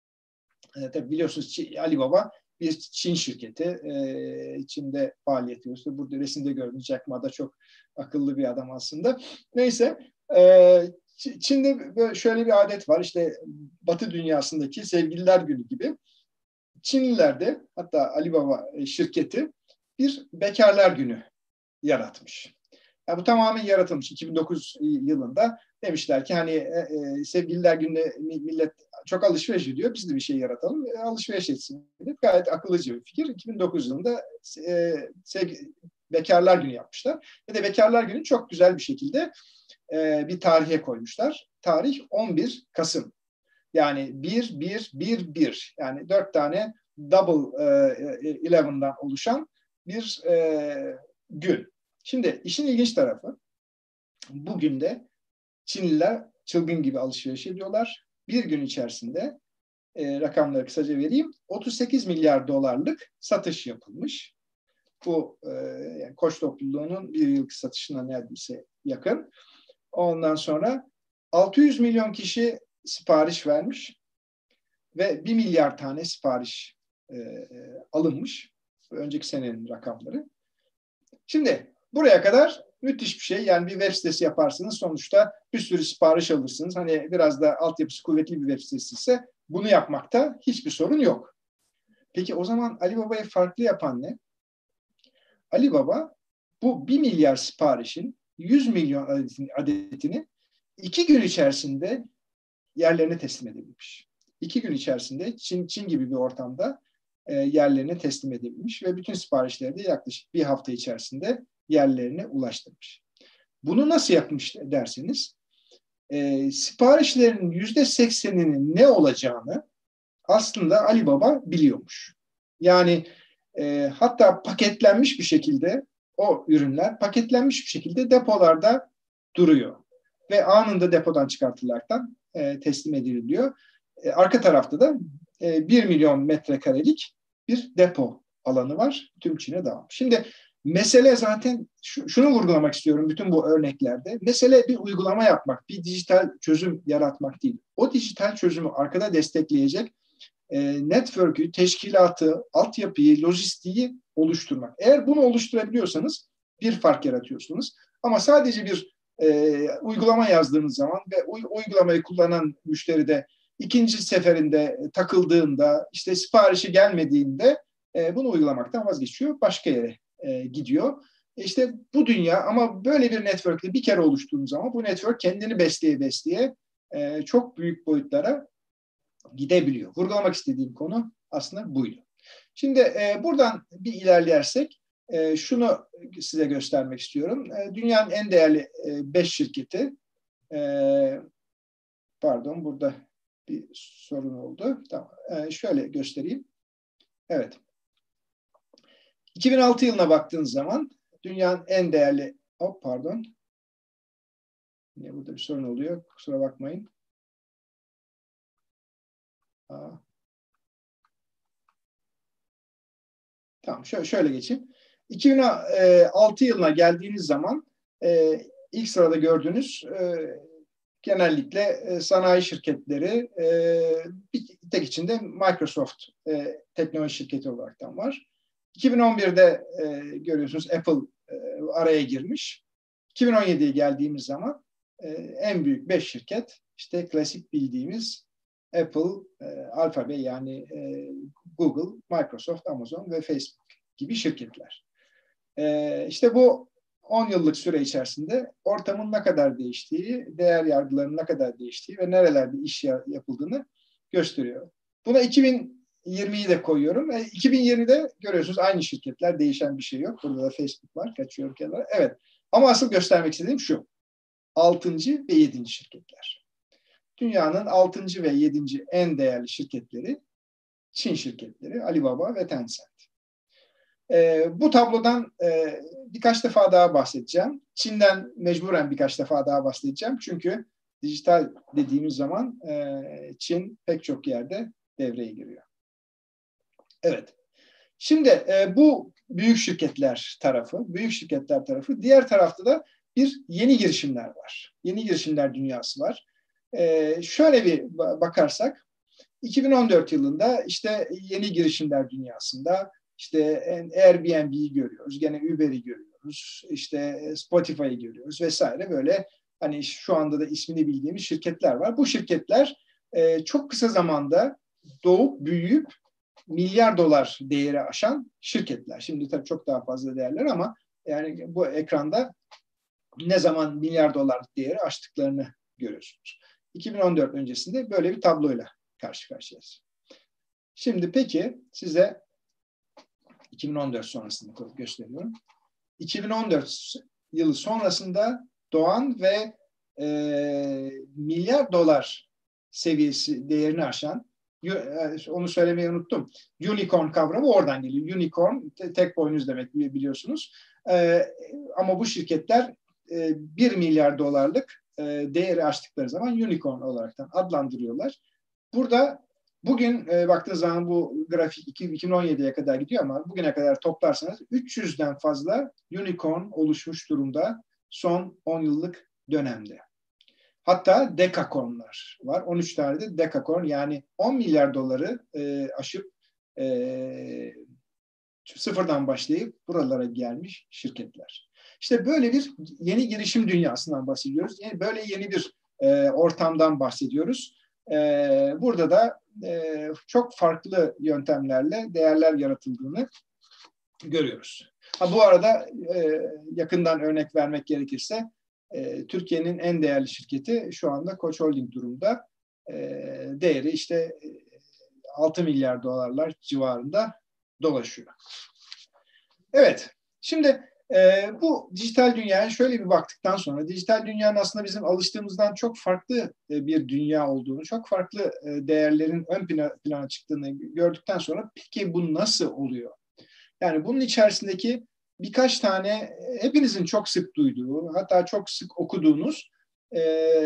e, tabii biliyorsunuz Alibaba bir Çin şirketi. E, Çin'de faaliyet gösteriyor. Burada resimde gördüğünüz Jack Ma da çok akıllı bir adam aslında. Neyse, e, Çin'de böyle şöyle bir adet var. İşte Batı dünyasındaki Sevgililer Günü gibi. Çinliler de, hatta Alibaba şirketi bir Bekarlar Günü yaratmış. Yani bu tamamen yaratılmış. iki bin dokuz yılında demişler ki hani e, e, Sevgililer Günü'nde millet çok alışveriş ediyor. Biz de bir şey yaratalım. E, alışveriş etsin. Gayet akıllıca bir fikir. iki bin dokuz yılında e, sevgi, Bekarlar Günü yapmışlar. Ve de Bekarlar Günü çok güzel bir şekilde e, bir tarihe koymuşlar. Tarih on bir Kasım. Yani bir, bir, bir, bir. Yani dört tane double eleven'dan oluşan bir e, gün. Şimdi işin ilginç tarafı, bugün de Çinliler çılgın gibi alışveriş ediyorlar. Bir gün içerisinde, e, rakamları kısaca vereyim, otuz sekiz milyar dolarlık satış yapılmış. Bu e, yani Koç topluluğunun bir yıllık satışına neredeyse yakın. Ondan sonra altı yüz milyon kişi sipariş vermiş ve bir milyar tane sipariş e, alınmış. Önceki senenin rakamları. Şimdi buraya kadar müthiş bir şey. Yani bir web sitesi yaparsınız. Sonuçta bir sürü sipariş alırsınız. Hani biraz da altyapısı kuvvetli bir web sitesi ise bunu yapmakta hiçbir sorun yok. Peki o zaman Alibaba'yı farklı yapan ne? Alibaba bu bir milyar siparişin yüz milyon adetini iki gün içerisinde yerlerine teslim edebilmiş. İki gün içerisinde Çin, Çin gibi bir ortamda e, yerlerine teslim edebilmiş ve bütün siparişleri de yaklaşık bir hafta içerisinde yerlerine ulaştırmış. Bunu nasıl yapmış derseniz, e, siparişlerin yüzde sekseninin ne olacağını aslında Alibaba biliyormuş. Yani e, hatta paketlenmiş bir şekilde o ürünler paketlenmiş bir şekilde depolarda duruyor ve anında depodan çıkartılaraktan e, teslim ediliyor. E, arka tarafta da e, bir milyon metrekarelik bir depo alanı var. Tüm Çin'e dağılmış. Şimdi mesele zaten şu, şunu vurgulamak istiyorum bütün bu örneklerde. Mesele bir uygulama yapmak, bir dijital çözüm yaratmak değil. O dijital çözümü arkada destekleyecek e, network'ü, teşkilatı, altyapıyı, lojistiği oluşturmak. Eğer bunu oluşturabiliyorsanız bir fark yaratıyorsunuz. Ama sadece bir e, uygulama yazdığınız zaman ve o uygulamayı kullanan müşteri de ikinci seferinde takıldığında, işte siparişi gelmediğinde e, bunu uygulamaktan vazgeçiyor, başka yere e, gidiyor. İşte bu dünya, ama böyle bir network'le bir kere oluştuğunuz zaman bu network kendini besleye besleye e, çok büyük boyutlara gidebiliyor. Vurgulamak istediğim konu aslında buydu. Şimdi e, buradan bir ilerleyersek e, şunu size göstermek istiyorum. E, dünyanın en değerli e, beş şirketi, e, pardon burada bir sorun oldu. Tamam. E, şöyle göstereyim. Evet. iki bin altı yılına baktığınız zaman dünyanın en değerli, hop pardon. Yine burada bir sorun oluyor. Kusura bakmayın. Aa. Tamam, şöyle, şöyle geçeyim. iki bin altı yılına geldiğiniz zaman e, ilk sırada gördüğünüz e, genellikle e, sanayi şirketleri, e, bir tek içinde Microsoft e, teknoloji şirketi olaraktan var. iki bin on birde e, görüyorsunuz Apple e, araya girmiş. iki bin on yediye geldiğimiz zaman e, en büyük beş şirket, işte klasik bildiğimiz Apple, e, Alphabet yani e, Google, Microsoft, Amazon ve Facebook gibi şirketler. E, işte bu on yıllık süre içerisinde ortamın ne kadar değiştiği, değer yargılarının ne kadar değiştiği ve nerelerde iş yapıldığını gösteriyor. Buna iki bin yirmiyi de koyuyorum. E, iki bin yirmide görüyorsunuz aynı şirketler, değişen bir şey yok. Burada da Facebook var, kaçıyorum kenara. Evet. Ama asıl göstermek istediğim şu. altıncı ve yedinci şirketler. Dünyanın altıncı ve yedinci en değerli şirketleri Çin şirketleri, Alibaba ve Tencent. E, bu tablodan e, birkaç defa daha bahsedeceğim. Çin'den mecburen birkaç defa daha bahsedeceğim. Çünkü dijital dediğimiz zaman e, Çin pek çok yerde devreye giriyor. Evet. Şimdi e, bu büyük şirketler tarafı, büyük şirketler tarafı. Diğer tarafta da bir yeni girişimler var. Yeni girişimler dünyası var. E, şöyle bir bakarsak, iki bin on dört yılında işte yeni girişimler dünyasında işte Airbnb'yi görüyoruz, gene Uber'i görüyoruz, işte Spotify'ı görüyoruz vesaire, böyle hani şu anda da ismini bildiğimiz şirketler var. Bu şirketler e, çok kısa zamanda doğup büyüyüp milyar dolar değeri aşan şirketler. Şimdi tabii çok daha fazla değerler ama yani bu ekranda ne zaman milyar dolar değeri aştıklarını görüyorsunuz. iki bin on dört öncesinde böyle bir tabloyla karşı karşıyayız. Şimdi peki size iki bin on dört sonrasını gösteriyorum. iki bin on dört yılı sonrasında doğan ve e, milyar dolar seviyesi değerini aşan, onu söylemeyi unuttum. Unicorn kavramı oradan geliyor. Unicorn tek boynuz demek biliyorsunuz. E, ama bu şirketler e, bir milyar dolarlık e, değeri aştıkları zaman unicorn olaraktan adlandırıyorlar. Burada bugün e, baktığınız zaman bu grafik iki bin on yediye kadar gidiyor ama bugüne kadar toplarsanız üç yüzden fazla unicorn oluşmuş durumda son on yıllık dönemde. Hatta dekakornlar var. on üç tane de dekakorn, yani on milyar doları e, aşıp e, sıfırdan başlayıp buralara gelmiş şirketler. İşte böyle bir yeni girişim dünyasından bahsediyoruz. Yani böyle yeni bir e, ortamdan bahsediyoruz. E, burada da e, çok farklı yöntemlerle değerler yaratıldığını görüyoruz. Ha, bu arada e, yakından örnek vermek gerekirse e, Türkiye'nin en değerli şirketi şu anda Koç Holding durumda. E, değeri işte e, altı milyar dolarlar civarında dolaşıyor. Evet, şimdi e, bu dijital dünyaya şöyle bir baktıktan sonra, dijital dünyanın aslında bizim alıştığımızdan çok farklı e, bir dünya olduğunu, çok farklı e, değerlerin ön plana, plana çıktığını gördükten sonra peki bu nasıl oluyor? Yani bunun içerisindeki birkaç tane hepinizin çok sık duyduğu, hatta çok sık okuduğunuz e,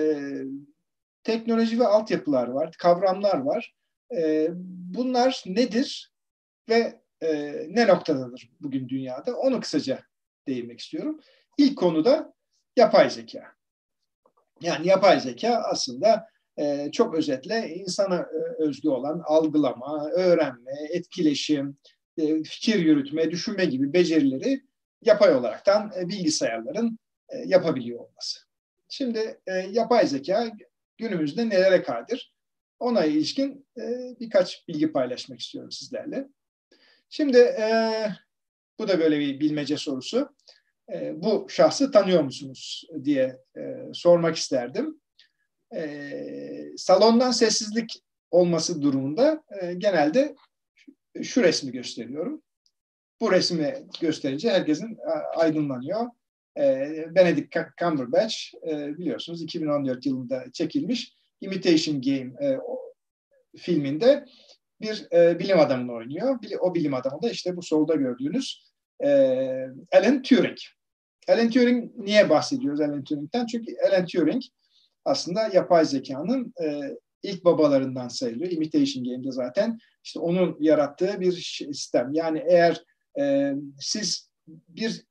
teknoloji ve altyapılar var, kavramlar var. E, bunlar nedir ve e, ne noktadadır bugün dünyada? Onu kısaca değinmek istiyorum. İlk konu da yapay zeka. Yani yapay zeka aslında e, çok özetle insana özgü olan algılama, öğrenme, etkileşim, e, fikir yürütme, düşünme gibi becerileri yapay olaraktan e, bilgisayarların e, yapabiliyor olması. Şimdi e, yapay zeka günümüzde nelere kadir? Ona ilişkin e, birkaç bilgi paylaşmak istiyorum sizlerle. Şimdi e, bu da böyle bir bilmece sorusu. E, bu şahsı tanıyor musunuz diye e, sormak isterdim. E, salondan sessizlik olması durumunda e, genelde şu resmi gösteriyorum. Bu resmi gösterince herkesin aydınlanıyor. E, Benedict Cumberbatch e, biliyorsunuz iki bin on dört yılında çekilmiş Imitation Game e, filminde bir e, bilim adamını oynuyor. O bilim adamı da işte bu solda gördüğünüz e, Alan Turing. Alan Turing niye bahsediyoruz Alan Turing'den? Çünkü Alan Turing aslında yapay zekanın e, ilk babalarından sayılıyor. Imitation Game'de zaten işte onun yarattığı bir sistem. Yani eğer e, siz bir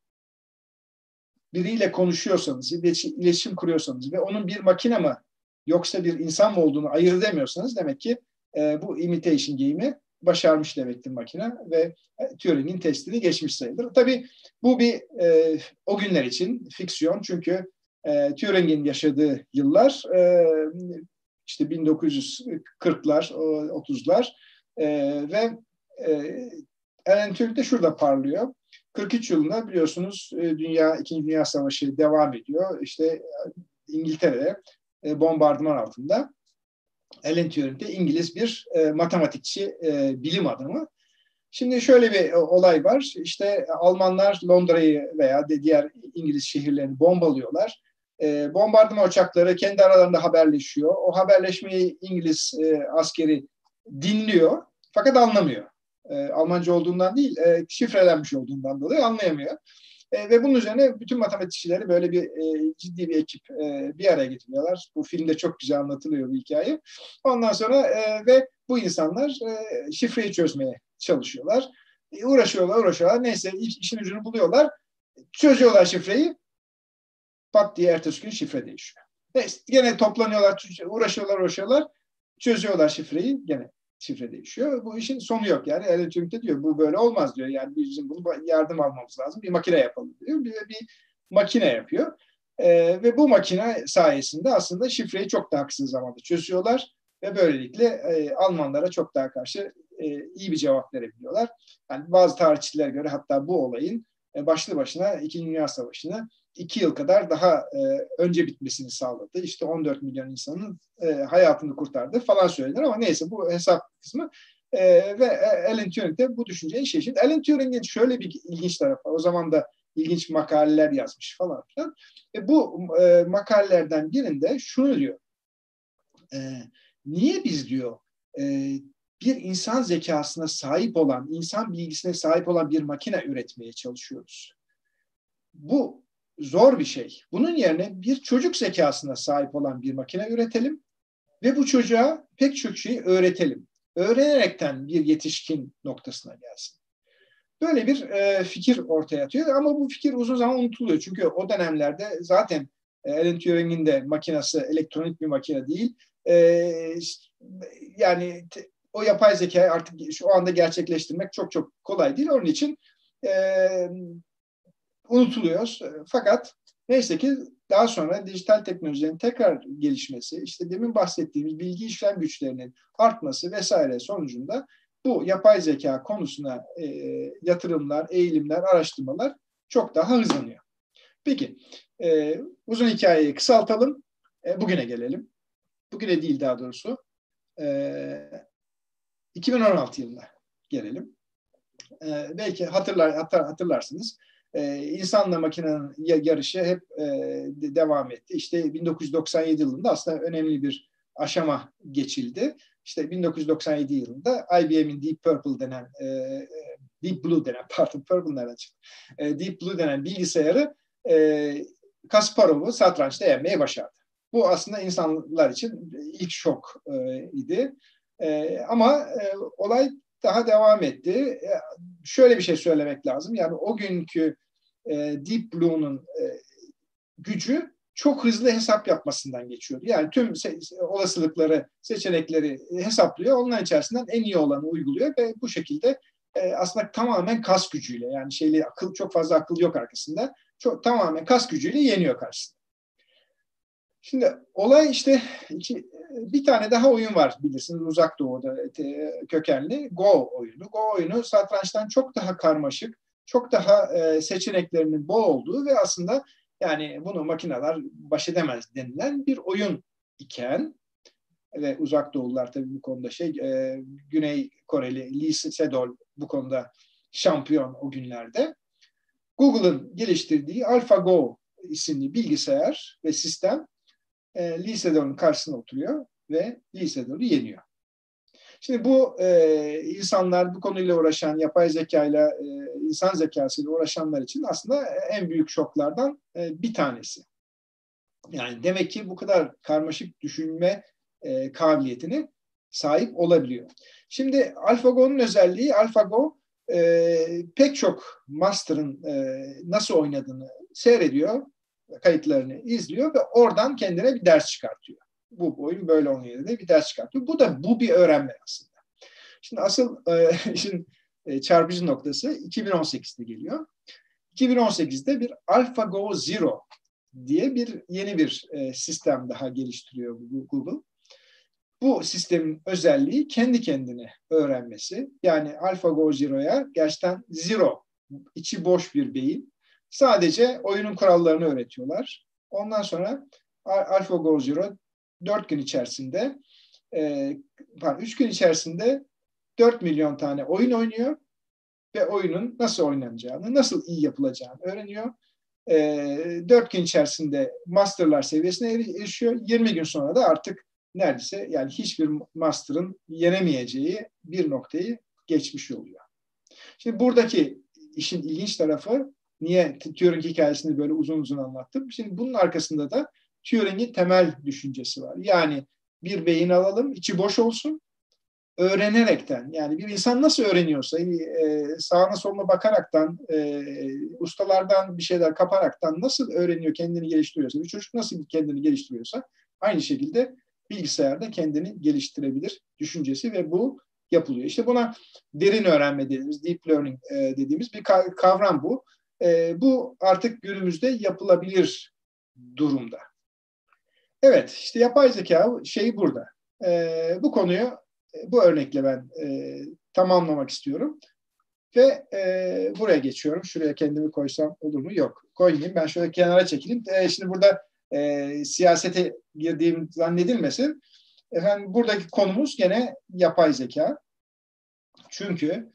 biriyle konuşuyorsanız, iletişim kuruyorsanız ve onun bir makine mi yoksa bir insan mı olduğunu ayırt edemiyorsanız demek ki e, bu Imitation Game'i başarmış demektir makine ve e, Turing'in testini geçmiş sayılır. Tabii bu bir e, o günler için fiksiyon, çünkü e, Turing'in yaşadığı yıllar e, işte bin dokuz yüz kırklar, otuzlar e, ve e, Alan Turing de şurada parlıyor. kırk üç yılında biliyorsunuz dünya İkinci Dünya Savaşı devam ediyor. İşte İngiltere'de e, bombardıman altında. Alan Turing de İngiliz bir e, matematikçi, e, bilim adamı. Şimdi şöyle bir olay var. İşte Almanlar Londra'yı veya de diğer İngiliz şehirlerini bombalıyorlar. E, bombardıman uçakları kendi aralarında haberleşiyor. O haberleşmeyi İngiliz e, askeri dinliyor fakat anlamıyor. E, Almanca olduğundan değil, e, şifrelenmiş olduğundan dolayı anlayamıyor. E, ve bunun üzerine bütün matematikçileri böyle bir e, ciddi bir ekip e, bir araya getiriyorlar. Bu filmde çok güzel anlatılıyor bu hikaye. Ondan sonra e, ve bu insanlar e, şifreyi çözmeye çalışıyorlar. E, uğraşıyorlar, uğraşıyorlar. Neyse işin ucunu buluyorlar. Çözüyorlar şifreyi. Pat diye ertesi gün şifre değişiyor. Neyse, gene toplanıyorlar, uğraşıyorlar, uğraşıyorlar. Çözüyorlar şifreyi, gene şifre değişiyor. Bu işin sonu yok yani. Alan Turing de diyor bu böyle olmaz diyor. Yani bizim bunu yardım almamız lazım. Bir makine yapalım diyor. Bir, bir makine yapıyor. E, ve bu makine sayesinde aslında şifreyi çok daha kısa zamanda çözüyorlar ve böylelikle e, Almanlara çok daha karşı e, iyi bir cevap verebiliyorlar. Yani bazı tarihçilere göre hatta bu olayın e, başlı başına İkinci Dünya Savaşı'nı iki yıl kadar daha e, önce bitmesini sağladı. İşte on dört milyon insanın e, hayatını kurtardı falan söylenir ama neyse bu hesap kısmı. E, ve Alan Turing de bu düşünceyi şey için. Alan Turing'in şöyle bir ilginç tarafı var. O zaman da ilginç makaleler yazmış falan filan. E, bu e, makalelerden birinde şunu diyor. E, niye biz diyor e, bir insan zekasına sahip olan, insan bilgisine sahip olan bir makine üretmeye çalışıyoruz? Bu zor bir şey. Bunun yerine bir çocuk zekasına sahip olan bir makine üretelim ve bu çocuğa pek çok şeyi öğretelim. Öğrenerekten bir yetişkin noktasına gelsin. Böyle bir e, fikir ortaya atıyor ama bu fikir uzun zaman unutuluyor. Çünkü o dönemlerde zaten e, Alan Turing'in de makinesi elektronik bir makine değil. E, yani te, o yapay zekayı artık şu anda gerçekleştirmek çok çok kolay değil. Onun için e, unutuluyor. Fakat neyse ki daha sonra dijital teknolojilerin tekrar gelişmesi, işte demin bahsettiğimiz bilgi işlem güçlerinin artması vesaire sonucunda bu yapay zeka konusuna e, yatırımlar, eğilimler, araştırmalar çok daha hızlanıyor. Peki, e, uzun hikayeyi kısaltalım, e, bugüne gelelim. Bugüne değil daha doğrusu. E, iki bin on altı yılına gelelim. E, belki hatırlar, hatırlarsınız. Ee, insanla makinenin yarışı hep e, devam etti. İşte bin dokuz yüz doksan yedi yılında aslında önemli bir aşama geçildi. İşte bin dokuz yüz doksan yedi yılında I B M'in Deep Purple denen, e, Deep Blue denen, pardon Purple nereden çıktı? E, Deep Blue denen bilgisayarı e, Kasparov'u satrançta yenmeyi başardı. Bu aslında insanlar için ilk şok e, idi. E, ama e, olay daha devam etti. E, şöyle bir şey söylemek lazım. Yani o günkü e, Deep Blue'nun e, gücü çok hızlı hesap yapmasından geçiyordu. Yani tüm se- olasılıkları, seçenekleri hesaplıyor. Onların içerisinden en iyi olanı uyguluyor ve bu şekilde e, aslında tamamen kas gücüyle, yani şeyle akıl, çok fazla akıl yok arkasında. Çok tamamen kas gücüyle yeniyor karşısında. Şimdi olay işte iki, bir tane daha oyun var bilirsiniz Uzak Doğu'da kökenli Go oyunu. Go oyunu satrançtan çok daha karmaşık, çok daha e, seçeneklerinin bol olduğu ve aslında yani bunu makineler baş edemez denilen bir oyun iken ve Uzak Doğulular tabii bu konuda şey e, Güney Koreli Lee Sedol bu konuda şampiyon o günlerde. Google'ın geliştirdiği AlphaGo isimli bilgisayar ve sistem e, Lee Sedol'un karşısına oturuyor ve Lee Sedol'u yeniyor. Şimdi bu e, insanlar, bu konuyla uğraşan, yapay zekayla, e, insan zekasıyla uğraşanlar için aslında en büyük şoklardan e, bir tanesi. Yani demek ki bu kadar karmaşık düşünme e, kabiliyetine sahip olabiliyor. Şimdi AlphaGo'nun özelliği, AlphaGo e, pek çok master'ın e, nasıl oynadığını seyrediyor, kayıtlarını izliyor ve oradan kendine bir ders çıkartıyor. Bu oyun böyle oynuyor diye bir ders çıkartıyor. Bu da bu bir öğrenme aslında. Şimdi asıl e, işin e, çarpıcı noktası iki bin on sekizde geliyor. iki bin on sekizde bir AlphaGo Zero diye bir yeni bir e, sistem daha geliştiriyor Google. Bu sistemin özelliği kendi kendine öğrenmesi. Yani AlphaGo Zero'ya gerçekten zero, içi boş bir beyin. Sadece oyunun kurallarını öğretiyorlar. Ondan sonra AlphaGo Zero dört gün içerisinde, e, pardon, üç gün içerisinde dört milyon tane oyun oynuyor ve oyunun nasıl oynanacağını, nasıl iyi yapılacağını öğreniyor. E, dört gün içerisinde masterlar seviyesine erişiyor. yirmi gün sonra da artık neredeyse yani hiçbir master'ın yenemeyeceği bir noktayı geçmiş oluyor. Şimdi buradaki işin ilginç tarafı, niye Turing hikayesini böyle uzun uzun anlattım? Şimdi bunun arkasında da Turing'in temel düşüncesi var. Yani bir beyin alalım, içi boş olsun, öğrenerekten, yani bir insan nasıl öğreniyorsa, e, sağına soluna bakaraktan, e, ustalardan bir şeyler kaparaktan nasıl öğreniyor, kendini geliştiriyorsa, bir çocuk nasıl kendini geliştiriyorsa, aynı şekilde bilgisayarda kendini geliştirebilir düşüncesi ve bu yapılıyor. İşte buna derin öğrenme dediğimiz, deep learning e, dediğimiz bir kavram bu. E, bu artık günümüzde yapılabilir durumda. Evet, işte yapay zeka şey burada. E, bu konuyu bu örnekle ben e, tamamlamak istiyorum. Ve e, buraya geçiyorum. Şuraya kendimi koysam olur mu? Yok. Koymayayım. Ben şöyle kenara çekileyim. E, şimdi burada e, siyasete girdiğim zannedilmesin. Efendim buradaki konumuz gene yapay zeka. Çünkü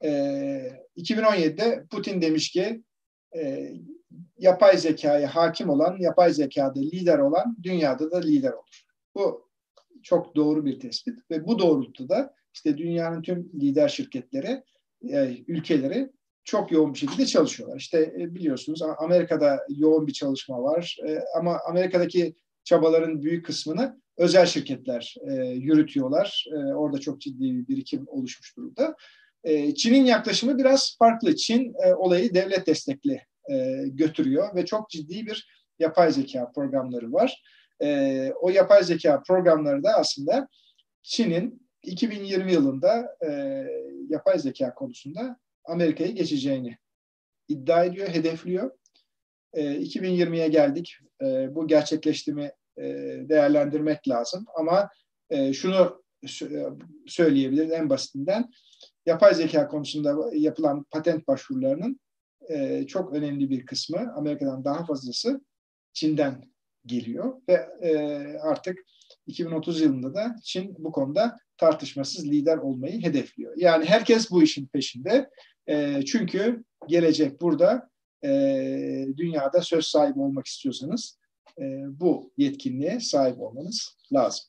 e, iki bin on yedide Putin demiş ki e, yapay zekaya hakim olan, yapay zekada lider olan dünyada da lider olur. Bu çok doğru bir tespit ve bu doğrultuda işte dünyanın tüm lider şirketleri, e, ülkeleri çok yoğun bir şekilde çalışıyorlar. İşte e, biliyorsunuz Amerika'da yoğun bir çalışma var e, ama Amerika'daki çabaların büyük kısmını özel şirketler e, yürütüyorlar. E, orada çok ciddi bir birikim oluşmuş durumda. E, Çin'in yaklaşımı biraz farklı. Çin e, olayı devlet destekli e, götürüyor ve çok ciddi bir yapay zeka programları var. E, o yapay zeka programları da aslında Çin'in iki bin yirmi yılında e, yapay zeka konusunda Amerika'yı geçeceğini iddia ediyor, hedefliyor. E, iki bin yirmiye geldik. E, bu gerçekleşti mi e, değerlendirmek lazım. Ama e, şunu söyleyebiliriz en basitinden. Yapay zeka konusunda yapılan patent başvurularının e, çok önemli bir kısmı, Amerika'dan daha fazlası Çin'den geliyor ve e, artık iki bin otuz yılında da Çin bu konuda tartışmasız lider olmayı hedefliyor. Yani herkes bu işin peşinde. E, çünkü gelecek burada. E, dünyada söz sahibi olmak istiyorsanız e, bu yetkinliğe sahip olmanız lazım.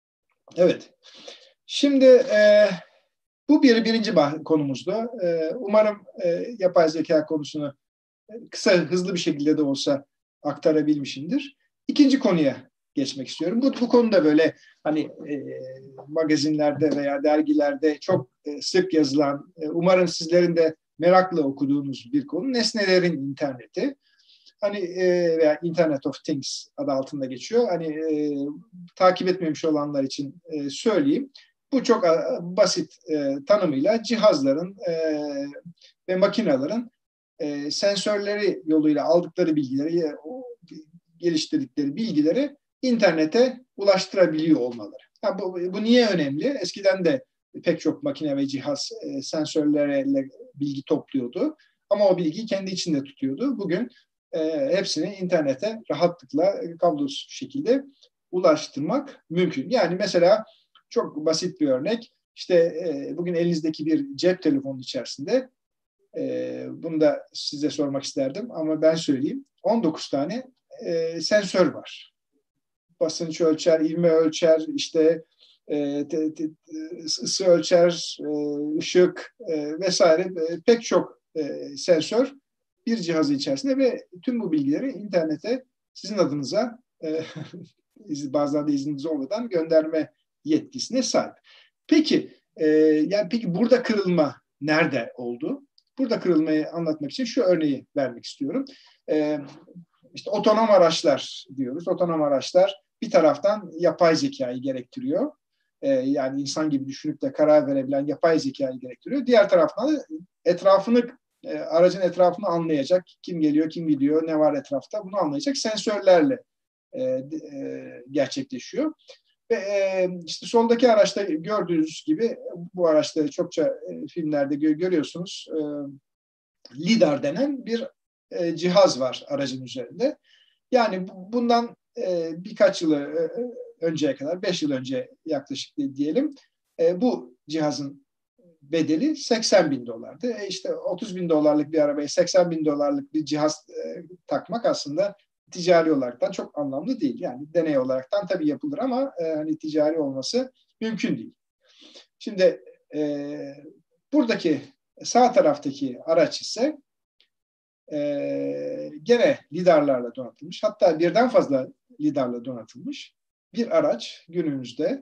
Evet. Şimdi e, bu bir birinci konumuzdu. E, umarım e, yapay zeka konusunu kısa, hızlı bir şekilde de olsa aktarabilmişimdir. İkinci konuya geçmek istiyorum. Bu, bu konuda böyle hani e, magazinlerde veya dergilerde çok e, sık yazılan, e, umarım sizlerin de merakla okuduğunuz bir konu. Nesnelerin interneti. Hani e, veya Internet of Things adı altında geçiyor. Hani e, takip etmemiş olanlar için e, söyleyeyim. Bu çok a, basit e, tanımıyla cihazların e, ve makinelerin e, sensörleri yoluyla aldıkları bilgileri, o, geliştirdikleri bilgileri internete ulaştırabiliyor olmaları. Ha, bu, bu niye önemli? Eskiden de pek çok makine ve cihaz e, sensörlerle bilgi topluyordu. Ama o bilgiyi kendi içinde tutuyordu. Bugün e, hepsini internete rahatlıkla kablosuz şekilde ulaştırmak mümkün. Yani mesela çok basit bir örnek. İşte e, bugün elinizdeki bir cep telefonu içerisinde e, bunu da size sormak isterdim ama ben söyleyeyim. on dokuz tane e, sensör var. Basınç ölçer, ivme ölçer, işte e, te, te, ısı ölçer, e, ışık e, vesaire e, pek çok e, sensör bir cihazı içerisinde ve tüm bu bilgileri internete sizin adınıza e, bazen de izniniz olmadan gönderme yetkisine sahip. Peki, e, yani peki burada kırılma nerede oldu? Burada kırılmayı anlatmak için şu örneği vermek istiyorum. E, işte otonom araçlar diyoruz. Otonom araçlar bir taraftan yapay zekayı gerektiriyor. E, yani insan gibi düşünüp de karar verebilen yapay zekayı gerektiriyor. Diğer taraftan da etrafını, e, aracın etrafını anlayacak, kim geliyor, kim gidiyor, ne var etrafta bunu anlayacak sensörlerle e, e, gerçekleşiyor. Ve e, işte soldaki araçta gördüğünüz gibi bu araçta çokça e, filmlerde gö- görüyorsunuz. E, lidar denen bir e, cihaz var aracın üzerinde. Yani bu, bundan e, birkaç yıl e, önceye kadar, beş yıl önce yaklaşık diyelim, e, bu cihazın bedeli seksen bin dolardı. E işte otuz bin dolarlık bir arabaya seksen bin dolarlık bir cihaz e, takmak aslında ticari olaraktan çok anlamlı değil. Yani deney olaraktan tabii yapılır ama e, hani ticari olması mümkün değil. Şimdi e, buradaki sağ taraftaki araç ise e, gene lidarlarla donatılmış. Hatta birden fazla lidarla donatılmış bir araç günümüzde.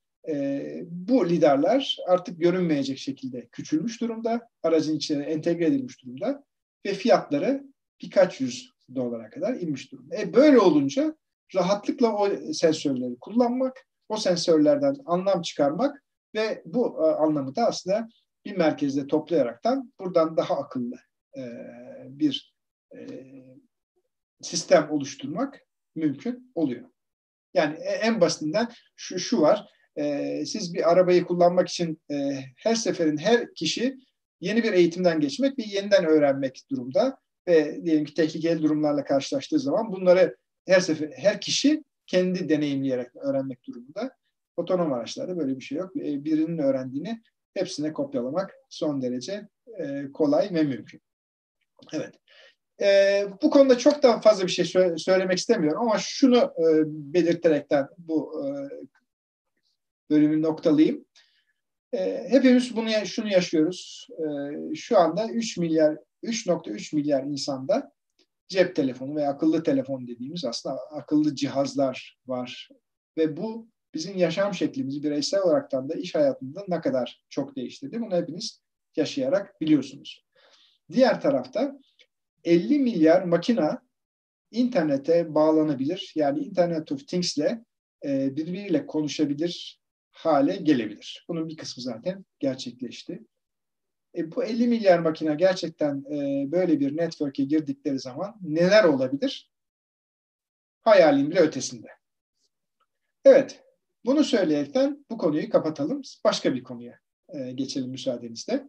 E, bu lidarlar artık görünmeyecek şekilde küçülmüş durumda. Aracın içine entegre edilmiş durumda. Ve fiyatları birkaç yüz dolara kadar inmiş durumda. E, böyle olunca rahatlıkla o sensörleri kullanmak, o sensörlerden anlam çıkarmak ve bu e, anlamı da aslında bir merkezde toplayaraktan buradan daha akıllı e, bir e, sistem oluşturmak mümkün oluyor. Yani en basitinden şu, şu var, e, siz bir arabayı kullanmak için e, her seferin her kişi yeni bir eğitimden geçmek ve yeniden öğrenmek durumda ve diyelim ki tehlikeli durumlarla karşılaştığı zaman bunları her sefer her kişi kendi deneyimleyerek öğrenmek durumunda. Otonom araçlarda böyle bir şey yok. E, birinin öğrendiğini hepsine kopyalamak son derece e, kolay ve mümkün. Evet. E, bu konuda çok daha fazla bir şey sö- söylemek istemiyorum ama şunu e, belirterekten bu e, bölümü noktalayayım. E, hepimiz bunu şunu yaşıyoruz. E, şu anda üç milyar üç nokta üç milyar insanda cep telefonu veya akıllı telefon dediğimiz aslında akıllı cihazlar var ve bu bizim yaşam şeklimizi bireysel olaraktan da iş hayatında ne kadar çok değiştirdi. Bunu hepiniz yaşayarak biliyorsunuz. Diğer tarafta elli milyar makina internete bağlanabilir. Yani Internet of Things ile e, birbiriyle konuşabilir hale gelebilir. Bunun bir kısmı zaten gerçekleşti. E, bu elli milyar makine gerçekten e, böyle bir network'e girdikleri zaman neler olabilir? Hayalin bile ötesinde. Evet, bunu söyleyerekten bu konuyu kapatalım. Başka bir konuya e, geçelim müsaadenizle.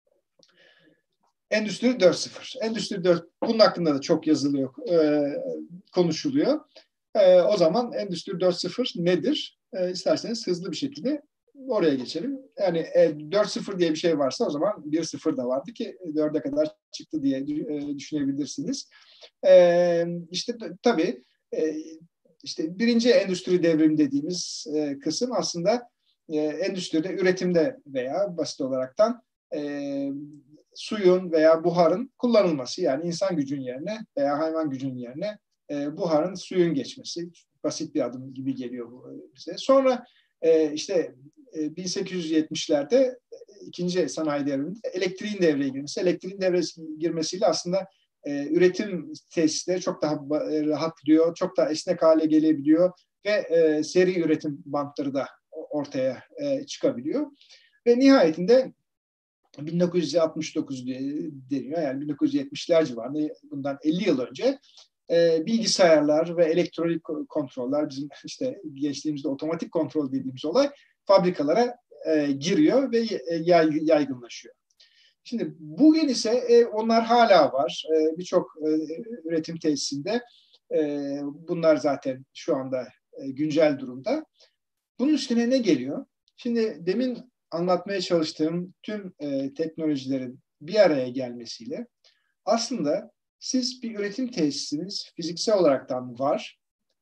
Endüstri dört nokta sıfır. Endüstri dört, bunun hakkında da çok yazılıyor, e, konuşuluyor. E, o zaman Endüstri dört nokta sıfır nedir? E, isterseniz hızlı bir şekilde oraya geçelim. Yani e, dört nokta sıfır diye bir şey varsa o zaman bir nokta sıfır da vardı ki dörde kadar çıktı diye e, düşünebilirsiniz. E, işte tabii e, işte birinci endüstri devrimi dediğimiz e, kısım aslında e, endüstride, üretimde veya basit olaraktan e, suyun veya buharın kullanılması, yani insan gücün yerine veya hayvan gücün yerine e, buharın, suyun geçmesi basit bir adım gibi geliyor bize. Sonra e, işte e, bin sekiz yüz yetmişlerde ikinci sanayi devriminde elektriğin devreye girmesi, elektriğin devreye girmesiyle aslında e, üretim tesisleri çok daha rahatlıyor, çok daha esnek hale gelebiliyor ve e, seri üretim bantları da ortaya e, çıkabiliyor. Ve nihayetinde bin dokuz yüz altmış dokuz deniyor. Yani bin dokuz yüz yetmişler civarında, bundan elli yıl önce e, bilgisayarlar ve elektronik kontroller, bizim işte geçtiğimizde otomatik kontrol dediğimiz olay fabrikalara e, giriyor ve yay, yaygınlaşıyor. Şimdi bugün ise e, onlar hala var. E, Birçok e, üretim tesisinde e, bunlar zaten şu anda e, güncel durumda. Bunun üstüne ne geliyor? Şimdi demin anlatmaya çalıştığım tüm e, teknolojilerin bir araya gelmesiyle aslında siz bir üretim tesisiniz fiziksel olaraktan var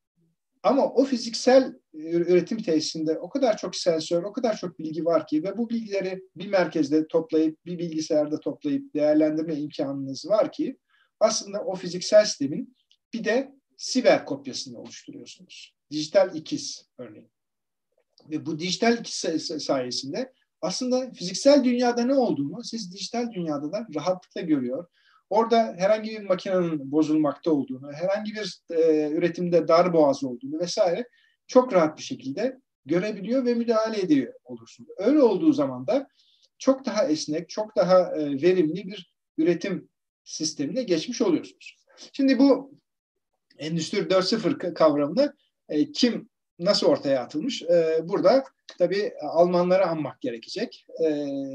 ama o fiziksel üretim tesisinde o kadar çok sensör, o kadar çok bilgi var ki ve bu bilgileri bir merkezde toplayıp bir bilgisayarda toplayıp değerlendirme imkanınız var ki aslında o fiziksel sistemin bir de siber kopyasını oluşturuyorsunuz. Dijital ikiz örneğin. Ve bu dijital ikiz sayesinde aslında fiziksel dünyada ne olduğunu siz dijital dünyada da rahatlıkla görüyor. Orada herhangi bir makinenin bozulmakta olduğunu, herhangi bir e, üretimde darboğaz olduğunu vesaire çok rahat bir şekilde görebiliyor ve müdahale ediyor olursunuz. Öyle olduğu zaman da çok daha esnek, çok daha e, verimli bir üretim sistemine geçmiş oluyorsunuz. Şimdi bu Endüstri dört nokta sıfır kavramını e, kim nasıl ortaya atılmış? E, burada tabii Almanları anmak gerekecek. E,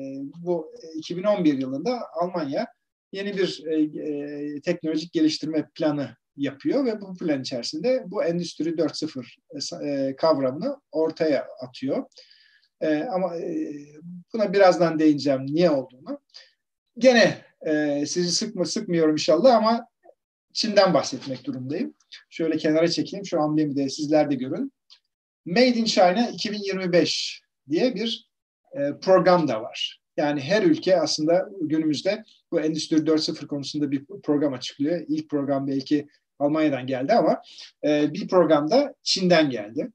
bu iki bin on bir yılında Almanya yeni bir e, e, teknolojik geliştirme planı yapıyor ve bu plan içerisinde bu Endüstri dört nokta sıfır e, kavramını ortaya atıyor. E, ama e, buna birazdan değineceğim niye olduğunu. Gene e, sizi sıkma, sıkmıyorum inşallah ama Çin'den bahsetmek durumdayım. Şöyle kenara çekeyim, şu amblemi de sizler de görün. Made in China iki bin yirmi beş diye bir e, program da var. Yani her ülke aslında günümüzde bu Endüstri dört nokta sıfır konusunda bir program açıklıyor. İlk program belki Almanya'dan geldi ama e, bir program da Çin'den geldi.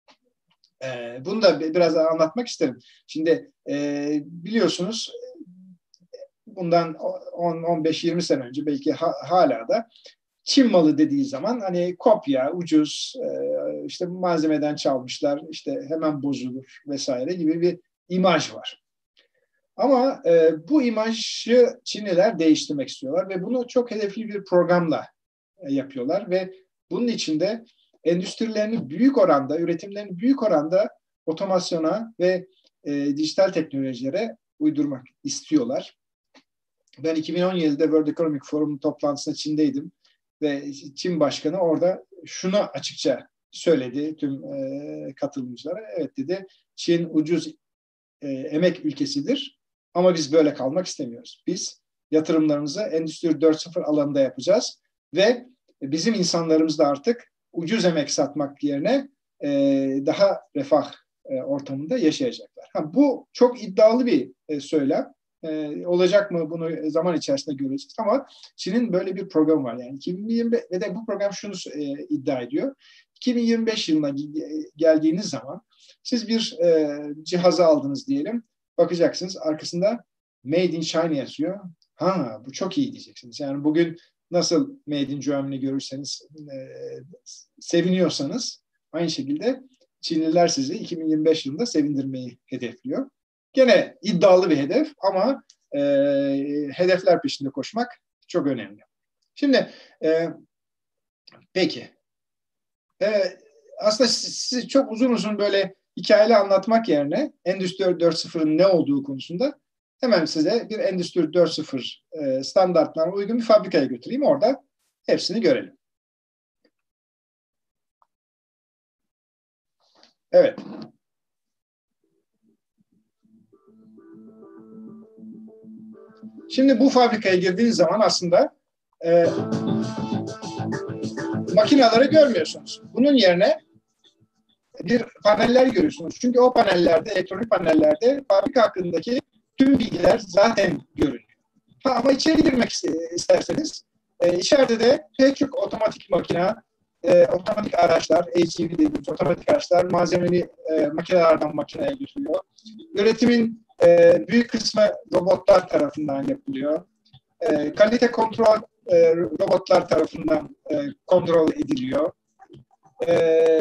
E, bunu da biraz anlatmak isterim. Şimdi e, biliyorsunuz bundan on on beş yirmi sene önce belki ha, hala da Çin malı dediği zaman hani kopya, ucuz, işte malzemeden çalmışlar, işte hemen bozulur vesaire gibi bir imaj var. Ama e, bu imajı Çinliler değiştirmek istiyorlar ve bunu çok hedefli bir programla e, yapıyorlar ve Bunun için de endüstrilerini büyük oranda, üretimlerini büyük oranda otomasyona ve e, dijital teknolojilere uydurmak istiyorlar. Ben iki bin on yedide World Economic Forum toplantısında Çin'deydim ve Çin Başkanı orada şunu açıkça söyledi tüm e, katılımcılara. Evet dedi, Çin ucuz e, emek ülkesidir ama biz böyle kalmak istemiyoruz. Biz yatırımlarımızı Endüstri dört nokta sıfır alanında yapacağız ve bizim insanlarımız da artık ucuz emek satmak yerine e, daha refah e, ortamında yaşayacaklar. Ha, bu çok iddialı bir e, söylem. E, olacak mı bunu zaman içerisinde göreceğiz ama Çin'in böyle bir programı var. Yani iki bin yirmi beş ve de bu program şunu e, iddia ediyor. iki bin yirmi beş yılına geldiğiniz zaman siz bir e, cihazı aldınız diyelim. Bakacaksınız arkasında Made in China yazıyor. Ha, bu çok iyi diyeceksiniz. Yani bugün nasıl Made in Germany görürseniz e, seviniyorsanız aynı şekilde Çinliler sizi iki bin yirmi beş yılında sevindirmeyi hedefliyor. Gene iddialı bir hedef ama e, hedefler peşinde koşmak çok önemli. Şimdi e, peki e, aslında sizi çok uzun uzun böyle hikayeli anlatmak yerine Endüstri dört nokta sıfırın ne olduğu konusunda hemen size bir Endüstri dört nokta sıfır e, standartlarına uygun bir fabrikaya götüreyim. Orada hepsini görelim. Evet. Şimdi bu fabrikaya girdiğiniz zaman aslında e, makineleri görmüyorsunuz. Bunun yerine bir paneller görüyorsunuz. Çünkü o panellerde, elektronik panellerde fabrika hakkındaki tüm bilgiler zaten görünüyor. Ha, ama içeri girmek isterseniz e, içeride de pek çok otomatik makine, e, otomatik araçlar, H G V dediğimiz otomatik araçlar malzemeni e, makinelerden makineye götürüyor. Üretimin e, büyük kısmı robotlar tarafından yapılıyor. E, kalite kontrol e, robotlar tarafından e, kontrol ediliyor. E,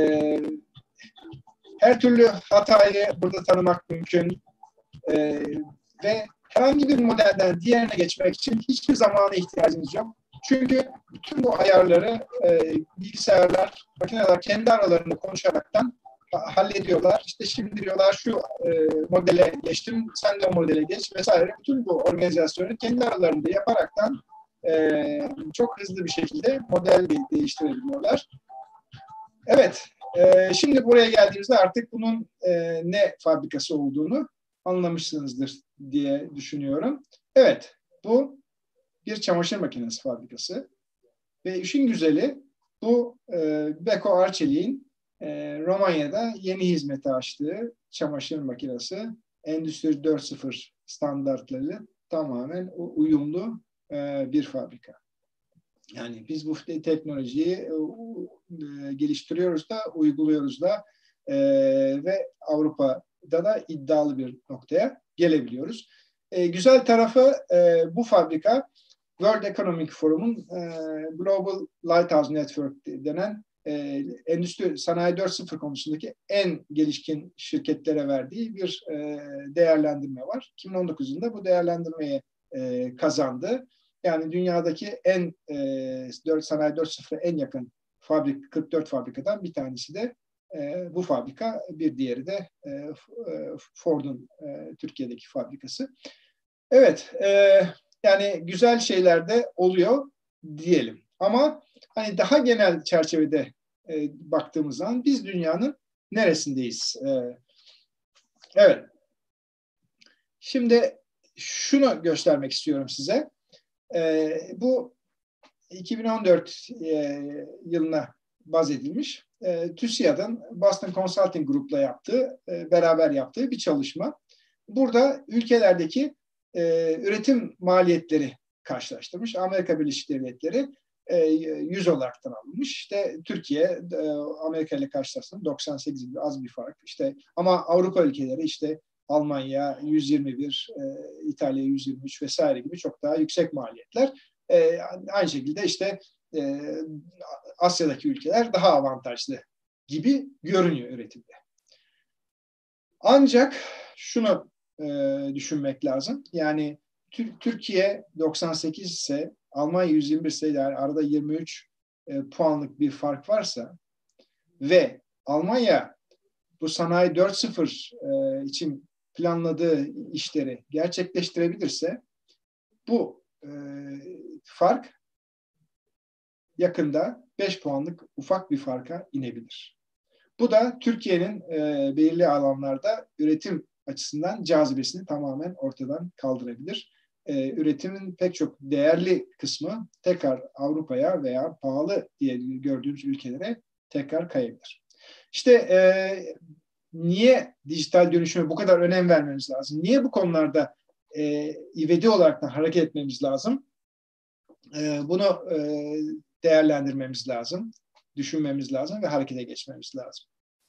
her türlü hatayı burada tanımak mümkün. E, ve herhangi bir modelden diğerine geçmek için hiçbir zamana ihtiyacınız yok. Çünkü bütün bu ayarları e, bilgisayarlar, makineler kendi aralarında konuşaraktan ha, hallediyorlar. İşte şimdi diyorlar şu e, modele geçtim, sen de o modele geç vesaire. Bütün bu organizasyonu kendi aralarında yaparaktan e, çok hızlı bir şekilde model değiştirebiliyorlar. Evet, e, şimdi buraya geldiğimizde artık bunun e, ne fabrikası olduğunu anlamışsınızdır diye düşünüyorum. Evet, bu bir çamaşır makinesi fabrikası. Ve işin güzeli bu e, Beko Arçelik'in e, Romanya'da yeni hizmete açtığı çamaşır makinesi Endüstri dört nokta sıfır standartları tamamen uyumlu e, bir fabrika. Yani biz bu teknolojiyi e, geliştiriyoruz da, uyguluyoruz da e, ve Avrupa'da da iddialı bir noktaya gelebiliyoruz. E, güzel tarafı e, bu fabrika World Economic Forum'un e, Global Lighthouse Network denen e, endüstri sanayi dört nokta sıfır konusundaki en gelişkin şirketlere verdiği bir e, değerlendirme var. iki bin on dokuz yılında bu değerlendirmeyi e, kazandı. Yani dünyadaki en e, sanayi dört nokta sıfıra en yakın fabrik, kırk dört fabrikadan bir tanesi de e, bu fabrika, bir diğeri de e, Ford'un e, Türkiye'deki fabrikası. Evet, e, yani güzel şeyler de oluyor diyelim. Ama hani daha genel çerçevede e, baktığımız zaman biz dünyanın neresindeyiz? E, evet. Şimdi şunu göstermek istiyorum size. E, bu iki bin on dört e, yılına baz edilmiş. E, TÜSİAD'ın Boston Consulting Group'la yaptığı, e, beraber yaptığı bir çalışma. Burada ülkelerdeki e, üretim maliyetleri karşılaştırmış. Amerika Birleşik Devletleri e, yüz olaraktan alınmış. İşte Türkiye e, Amerika ile karşılaştırılmış doksan sekiz gibi az bir fark. İşte ama Avrupa ülkeleri işte Almanya yüz yirmi bir, e, İtalya yüz yirmi üç vesaire gibi çok daha yüksek maliyetler. E, aynı şekilde işte e, Asya'daki ülkeler daha avantajlı gibi görünüyor üretimde. Ancak şunu e, düşünmek lazım. Yani Türkiye doksan sekiz ise Almanya yüz yirmi bir ise yani arada yirmi üç e, puanlık bir fark varsa ve Almanya bu sanayi dört nokta sıfır e, için planladığı işleri gerçekleştirebilirse bu e, fark yakında beş puanlık ufak bir farka inebilir. Bu da Türkiye'nin e, belirli alanlarda üretim açısından cazibesini tamamen ortadan kaldırabilir. E, üretimin pek çok değerli kısmı tekrar Avrupa'ya veya pahalı diye gördüğümüz ülkelere tekrar kayabilir. İşte e, niye dijital dönüşüme bu kadar önem vermemiz lazım? Niye bu konularda e, ivedi olarak da hareket etmemiz lazım? E, bunu e, değerlendirmemiz lazım, düşünmemiz lazım ve harekete geçmemiz lazım.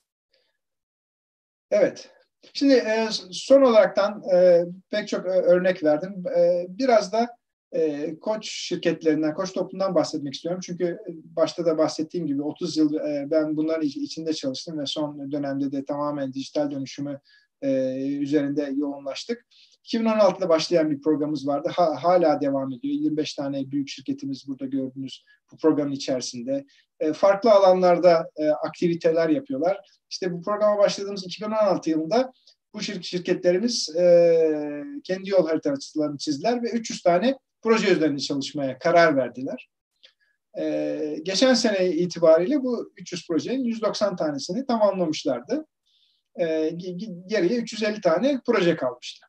Evet. Şimdi e, son olaraktan e, pek çok e, örnek verdim. E, biraz da e, Koç şirketlerinden, Koç toplumundan bahsetmek istiyorum. Çünkü başta da bahsettiğim gibi otuz yıl e, ben bunların içinde çalıştım ve son dönemde de tamamen dijital dönüşümü e, üzerinde yoğunlaştık. iki bin on altıda başlayan bir programımız vardı. Ha, hala devam ediyor. yirmi beş tane büyük şirketimiz burada gördüğünüz bu programın içerisinde. E, farklı alanlarda e, aktiviteler yapıyorlar. İşte bu programa başladığımız iki bin on altı yılında bu şir- şirketlerimiz e, kendi yol haritalarını çizdiler ve üç yüz tane proje üzerinde çalışmaya karar verdiler. E, geçen sene itibariyle bu üç yüz projenin yüz doksan tanesini tamamlamışlardı. E, geriye üç yüz elli tane proje kalmıştı.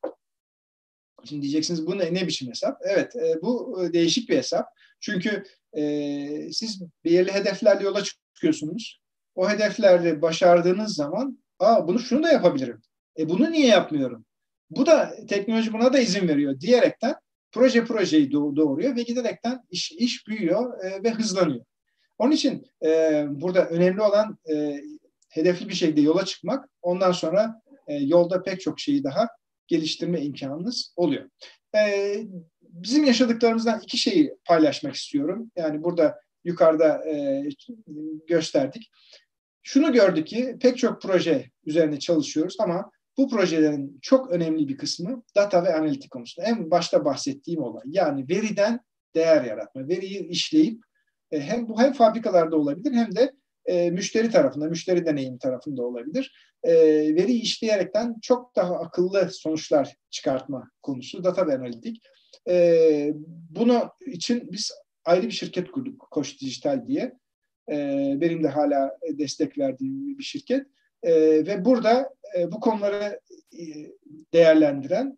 Şimdi diyeceksiniz bu ne, ne biçim hesap? Evet, e, bu e, değişik bir hesap. Çünkü e, siz belirli hedeflerle yola çıkıyorsunuz. O hedeflerle başardığınız zaman, aa bunu şunu da yapabilirim. E bunu niye yapmıyorum? Bu da teknoloji buna da izin veriyor diyerekten proje projeyi doğ- doğuruyor ve giderekten iş, iş büyüyor e, ve hızlanıyor. Onun için e, burada önemli olan e, hedefli bir şekilde yola çıkmak. Ondan sonra e, yolda pek çok şeyi daha geliştirme imkanınız oluyor. Ee, bizim yaşadıklarımızdan iki şeyi paylaşmak istiyorum. Yani burada yukarıda e, gösterdik. Şunu gördük ki pek çok proje üzerine çalışıyoruz ama bu projelerin çok önemli bir kısmı data ve analitik konusunda. En başta bahsettiğim olay. Yani veriden değer yaratma, veriyi işleyip e, hem bu hem fabrikalarda olabilir hem de e, müşteri tarafında, müşteri deneyim tarafında olabilir. E, veri işleyerekten çok daha akıllı sonuçlar çıkartma konusu data ve analitik. E, bunu için biz ayrı bir şirket kurduk, Koç Dijital diye. E, benim de hala destek verdiğim bir şirket. E, ve burada e, bu konuları e, değerlendiren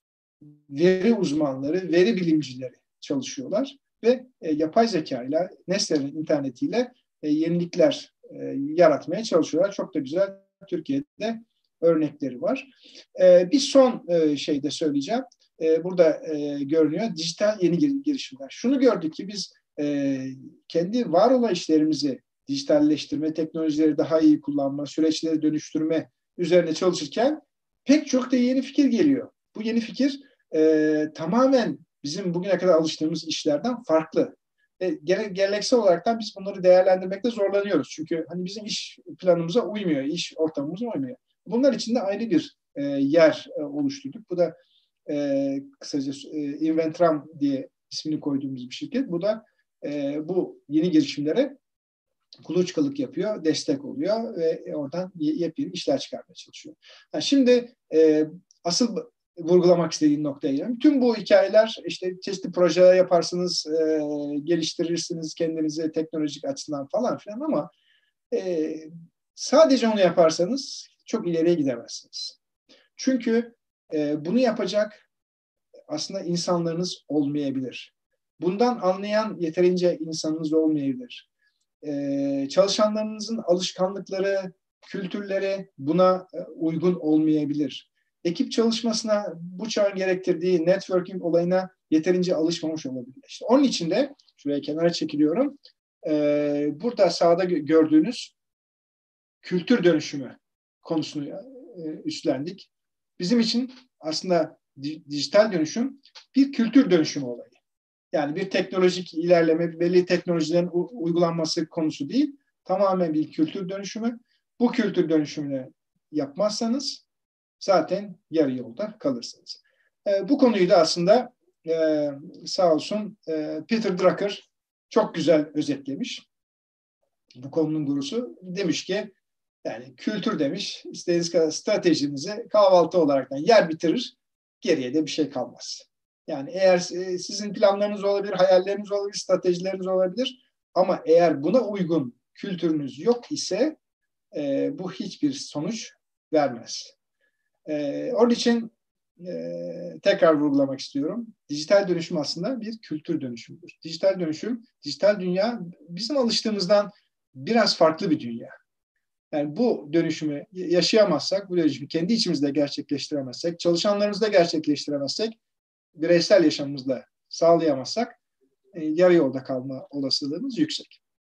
veri uzmanları, veri bilimcileri çalışıyorlar ve e, yapay zeka ile, nesnelerin internetiyle e, yenilikler e, yaratmaya çalışıyorlar. Çok da güzel Türkiye'de örnekleri var. E, bir son e, şey de söyleyeceğim. E, burada e, görünüyor dijital yeni girişimler. Şunu gördük ki biz e, kendi var olan işlerimizi dijitalleştirme, teknolojileri daha iyi kullanma, süreçleri dönüştürme üzerine çalışırken pek çok da yeni fikir geliyor. Bu yeni fikir e, tamamen bizim bugüne kadar alıştığımız işlerden farklı. E, gele, geleneksel olarak biz bunları değerlendirmekte zorlanıyoruz. Çünkü hani bizim iş planımıza uymuyor, iş ortamımıza uymuyor. Bunlar için de ayrı bir e, yer e, oluşturduk. Bu da e, kısaca e, Inventram diye ismini koyduğumuz bir şirket. Bu da e, bu yeni girişimlere kuluçkalık yapıyor, destek oluyor ve oradan yepyeni işler çıkarmaya çalışıyor. Ha, şimdi e, asıl vurgulamak istediğim noktaya gelelim. Tüm bu hikayeler işte çeşitli projeler yaparsınız, e, geliştirirsiniz kendinizi teknolojik açıdan falan filan ama e, sadece onu yaparsanız çok ileriye gidemezsiniz. Çünkü e, bunu yapacak aslında insanlarınız olmayabilir. Bundan anlayan yeterince insanınız olmayabilir. Ee, çalışanlarınızın alışkanlıkları, kültürleri buna uygun olmayabilir. Ekip çalışmasına bu çağın gerektirdiği networking olayına yeterince alışmamış olabilir. İşte onun için de şuraya kenara çekiliyorum. Ee, burada sağda gördüğünüz kültür dönüşümü konusunu e, üstlendik. Bizim için aslında dijital dönüşüm bir kültür dönüşümü olayı. Yani bir teknolojik ilerleme, belli teknolojilerin uygulanması konusu değil, tamamen bir kültür dönüşümü. Bu kültür dönüşümünü yapmazsanız zaten yarı yolda kalırsınız. E, bu konuyu da aslında e, sağ olsun e, Peter Drucker çok güzel özetlemiş. bu konunun gurusu demiş ki yani kültür demiş, istediğiniz kadar stratejinizi kahvaltı olaraktan yer bitirir, geriye de bir şey kalmaz. Yani eğer sizin planlarınız olabilir, hayalleriniz olabilir, stratejileriniz olabilir ama eğer buna uygun kültürünüz yok ise e, bu hiçbir sonuç vermez. E, onun için e, tekrar vurgulamak istiyorum. Dijital dönüşüm aslında bir kültür dönüşümüdür. Dijital dönüşüm, dijital dünya bizim alıştığımızdan biraz farklı bir dünya. Yani bu dönüşümü yaşayamazsak, bu dönüşümü kendi içimizde gerçekleştiremezsek, çalışanlarımızda gerçekleştiremezsek, bireysel yaşamımızda sağlayamazsak e, yarı yolda kalma olasılığımız yüksek.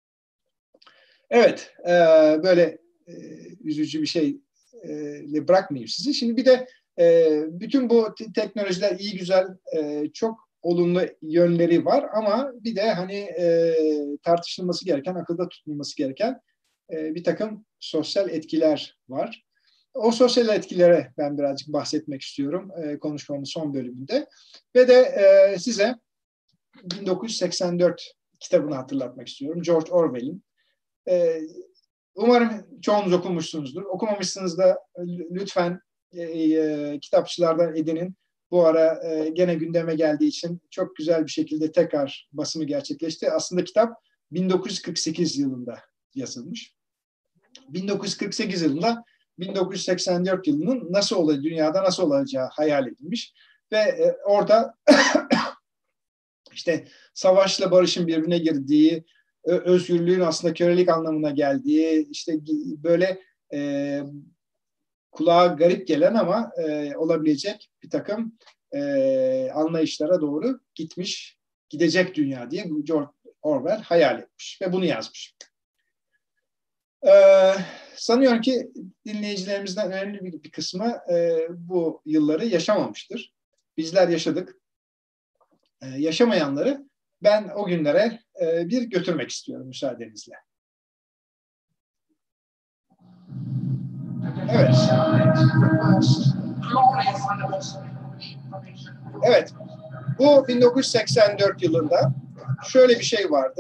Evet, e, böyle e, üzücü bir şeyle bırakmayayım sizi. Şimdi bir de e, bütün bu teknolojiler iyi güzel, e, çok olumlu yönleri var ama bir de hani e, tartışılması gereken, akılda tutulması gereken e, bir takım sosyal etkiler var. O sosyal etkilere ben birazcık bahsetmek istiyorum e, konuşmamın son bölümünde. Ve de e, size bin dokuz yüz seksen dört kitabını hatırlatmak istiyorum. George Orwell'in. E, umarım çoğunuz okumuşsunuzdur. Okumamışsınız da lütfen e, e, kitapçılardan edinin. Bu ara e, gene gündeme geldiği için çok güzel bir şekilde tekrar basımı gerçekleşti. Aslında kitap bin dokuz yüz kırk sekiz yılında yazılmış. bin dokuz yüz kırk sekiz yılında bin dokuz yüz seksen dört yılının nasıl olacağı, dünyada nasıl olacağı hayal edilmiş. Ve e, orada işte savaşla barışın birbirine girdiği, özgürlüğün aslında kölelik anlamına geldiği, işte böyle e, kulağa garip gelen ama e, olabilecek bir takım e, anlayışlara doğru gitmiş, gidecek dünya diye George Orwell hayal etmiş ve bunu yazmış. Ee, sanıyorum ki dinleyicilerimizden önemli bir, bir kısmı e, bu yılları yaşamamıştır. Bizler yaşadık. Ee, yaşamayanları ben o günlere e, bir götürmek istiyorum müsaadenizle. Evet. Evet. Bu bin dokuz yüz seksen dört yılında şöyle bir şey vardı.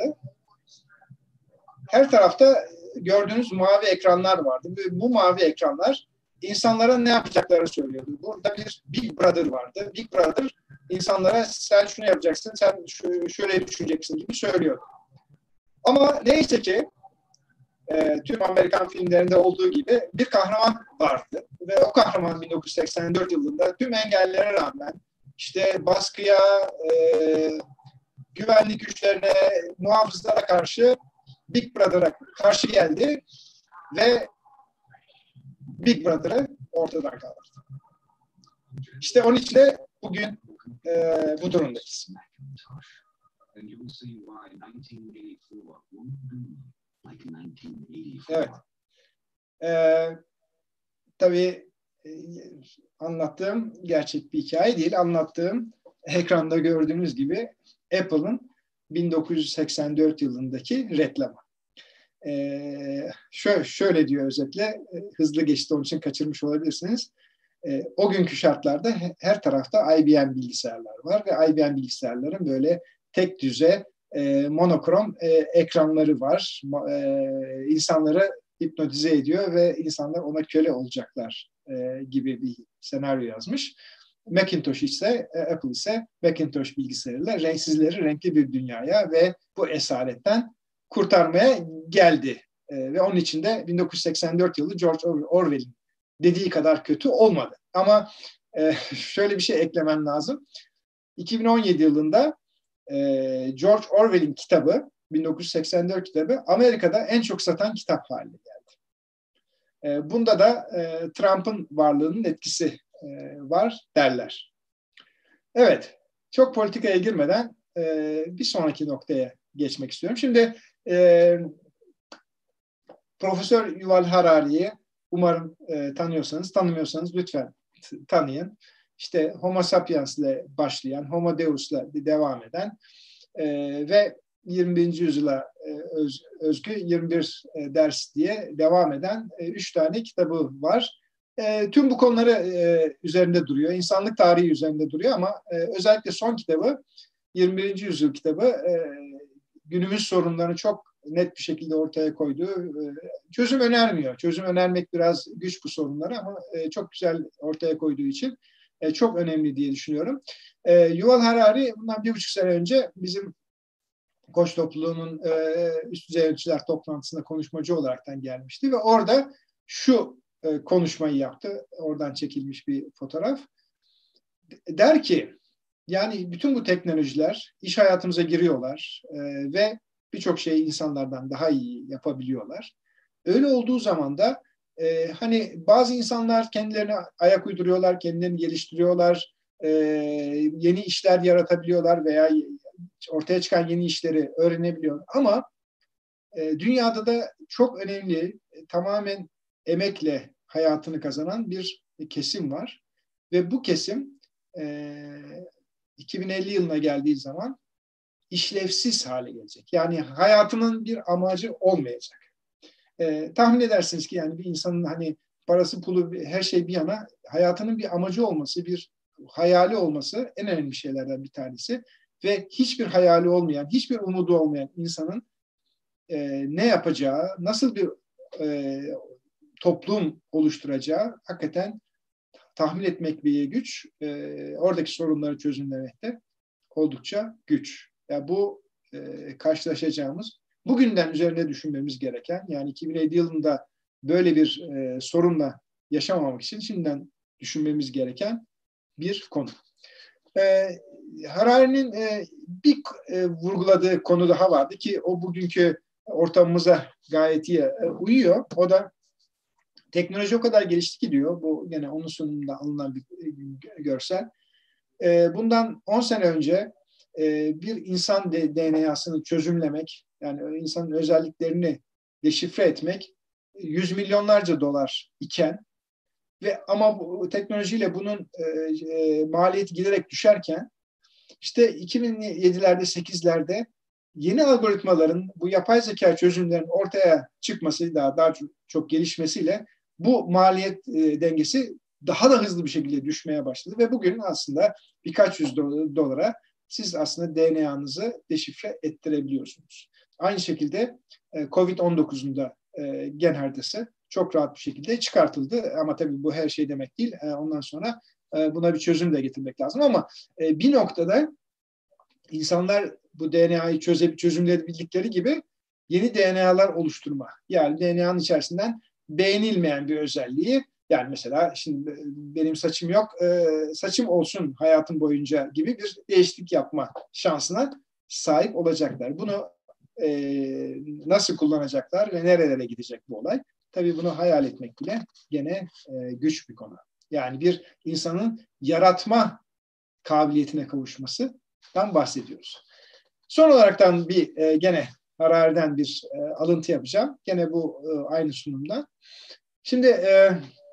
Her tarafta gördüğünüz mavi ekranlar vardı. Bu mavi ekranlar insanlara ne yapacaklarını söylüyordu. Burada bir Big Brother vardı. Big Brother insanlara sen şunu yapacaksın, sen şöyle düşüneceksin gibi söylüyordu. Ama neyse ki e, tüm Amerikan filmlerinde olduğu gibi bir kahraman vardı. Ve o kahraman bin dokuz yüz seksen dört yılında tüm engellere rağmen işte baskıya, e, güvenlik güçlerine, muhafızlara karşı Big Brother'a karşı geldi ve Big Brother'ı ortadan kaldırdı. İşte onun için de bugün e, bu durumdayız. Evet. E, tabii e, anlattığım gerçek bir hikaye değil. Anlattığım ekranda gördüğünüz gibi Apple'ın bin dokuz yüz seksen dört yılındaki reklamı. Ee, şöyle, şöyle diyor özetle, e, hızlı geçti onun için kaçırmış olabilirsiniz. E, o günkü şartlarda her tarafta I B M bilgisayarlar var ve I B M bilgisayarların böyle tek düze e, monokrom e, ekranları var. E, insanları hipnotize ediyor ve insanlar ona köle olacaklar e, gibi bir senaryo yazmış. Macintosh ise, Apple ise Macintosh bilgisayarıyla renksizleri renkli bir dünyaya ve bu esaretten kurtarmaya geldi. E, ve onun için de bin dokuz yüz seksen dört yılı George Orwell'in dediği kadar kötü olmadı. Ama e, şöyle bir şey eklemem lazım. iki bin on yedi yılında e, George Orwell'in kitabı, bin dokuz yüz seksen dört kitabı Amerika'da en çok satan kitap haline geldi. E, bunda da e, Trump'ın varlığının etkisi e, var derler. Evet, çok politikaya girmeden e, bir sonraki noktaya geçmek istiyorum. Şimdi e, Profesör Yuval Harari'yi umarım e, tanıyorsanız, tanımıyorsanız lütfen t- tanıyın. İşte Homo sapiens ile başlayan, Homo Deus ile devam eden e, ve yirmi birinci yüzyıla e, öz, özgü yirmi bir e, ders diye devam eden e, üç tane kitabı var. E, tüm bu konuları e, üzerinde duruyor. İnsanlık tarihi üzerinde duruyor ama e, özellikle son kitabı, yirmi birinci yüzyıl kitabı e, günümüz sorunlarını çok net bir şekilde ortaya koydu. Çözüm önermiyor. Çözüm önermek biraz güç bu sorunlara ama çok güzel ortaya koyduğu için çok önemli diye düşünüyorum. Yuval Harari bundan bir buçuk sene önce bizim Koç topluluğunun üst düzey yöneticiler toplantısında konuşmacı olaraktan gelmişti ve orada şu konuşmayı yaptı. Oradan çekilmiş bir fotoğraf. Der ki, yani bütün bu teknolojiler iş hayatımıza giriyorlar e, ve birçok şeyi insanlardan daha iyi yapabiliyorlar. Öyle olduğu zaman da e, hani bazı insanlar kendilerine ayak uyduruyorlar, kendilerini geliştiriyorlar, e, yeni işler yaratabiliyorlar veya ortaya çıkan yeni işleri öğrenebiliyorlar. Ama e, dünyada da çok önemli, e, tamamen emekle hayatını kazanan bir kesim var. Ve bu kesim e, iki bin elli yılına geldiği zaman işlevsiz hale gelecek. Yani hayatının bir amacı olmayacak. E, tahmin edersiniz ki yani bir insanın hani parası pulu her şey bir yana hayatının bir amacı olması, bir hayali olması en önemli şeylerden bir tanesi. Ve hiçbir hayali olmayan, hiçbir umudu olmayan insanın e, ne yapacağı, nasıl bir e, toplum oluşturacağı hakikaten tahmin etmek bir güç, e, oradaki sorunları çözümlemekte oldukça güç. Yani bu e, karşılaşacağımız, bugünden üzerinde düşünmemiz gereken, yani iki bin elli yılında böyle bir e, sorunla yaşamamak için şimdiden düşünmemiz gereken bir konu. E, Harari'nin e, bir e, vurguladığı konu daha vardı ki o bugünkü ortamımıza gayet iyi e, uyuyor. O da teknoloji o kadar gelişti ki diyor, bu gene onun sunumunda alınan bir görsel. E, bundan on sene önce e, bir insan D N A'sını çözümlemek, yani insanın özelliklerini deşifre etmek yüz milyonlarca dolar iken ve ama bu teknolojiyle bunun e, e, maliyeti giderek düşerken işte iki bin yedilerde sekizlerde yeni algoritmaların, bu yapay zeka çözümlerinin ortaya çıkması, daha daha çok, çok gelişmesiyle bu maliyet e, dengesi daha da hızlı bir şekilde düşmeye başladı ve bugün aslında birkaç yüz dolara siz aslında D N A'nızı deşifre ettirebiliyorsunuz. Aynı şekilde e, kovid on dokuzun da e, gen haritası çok rahat bir şekilde çıkartıldı. Ama tabii bu her şey demek değil. E, ondan sonra e, buna bir çözüm de getirmek lazım. Ama e, bir noktada insanlar bu D N A'yı çözüp çözümledikleri gibi yeni D N A'lar oluşturma. Yani D N A'nın içerisinden beğenilmeyen bir özelliği, yani mesela şimdi benim saçım yok, e, saçım olsun hayatım boyunca gibi bir değişiklik yapma şansına sahip olacaklar. Bunu e, nasıl kullanacaklar ve nerelere gidecek bu olay? Tabii bunu hayal etmek bile gene e, güç bir konu. Yani bir insanın yaratma kabiliyetine kavuşmasından bahsediyoruz. Son olaraktan bir e, gene Harari'den bir e, alıntı yapacağım. Gene bu e, aynı sunumda. Şimdi e,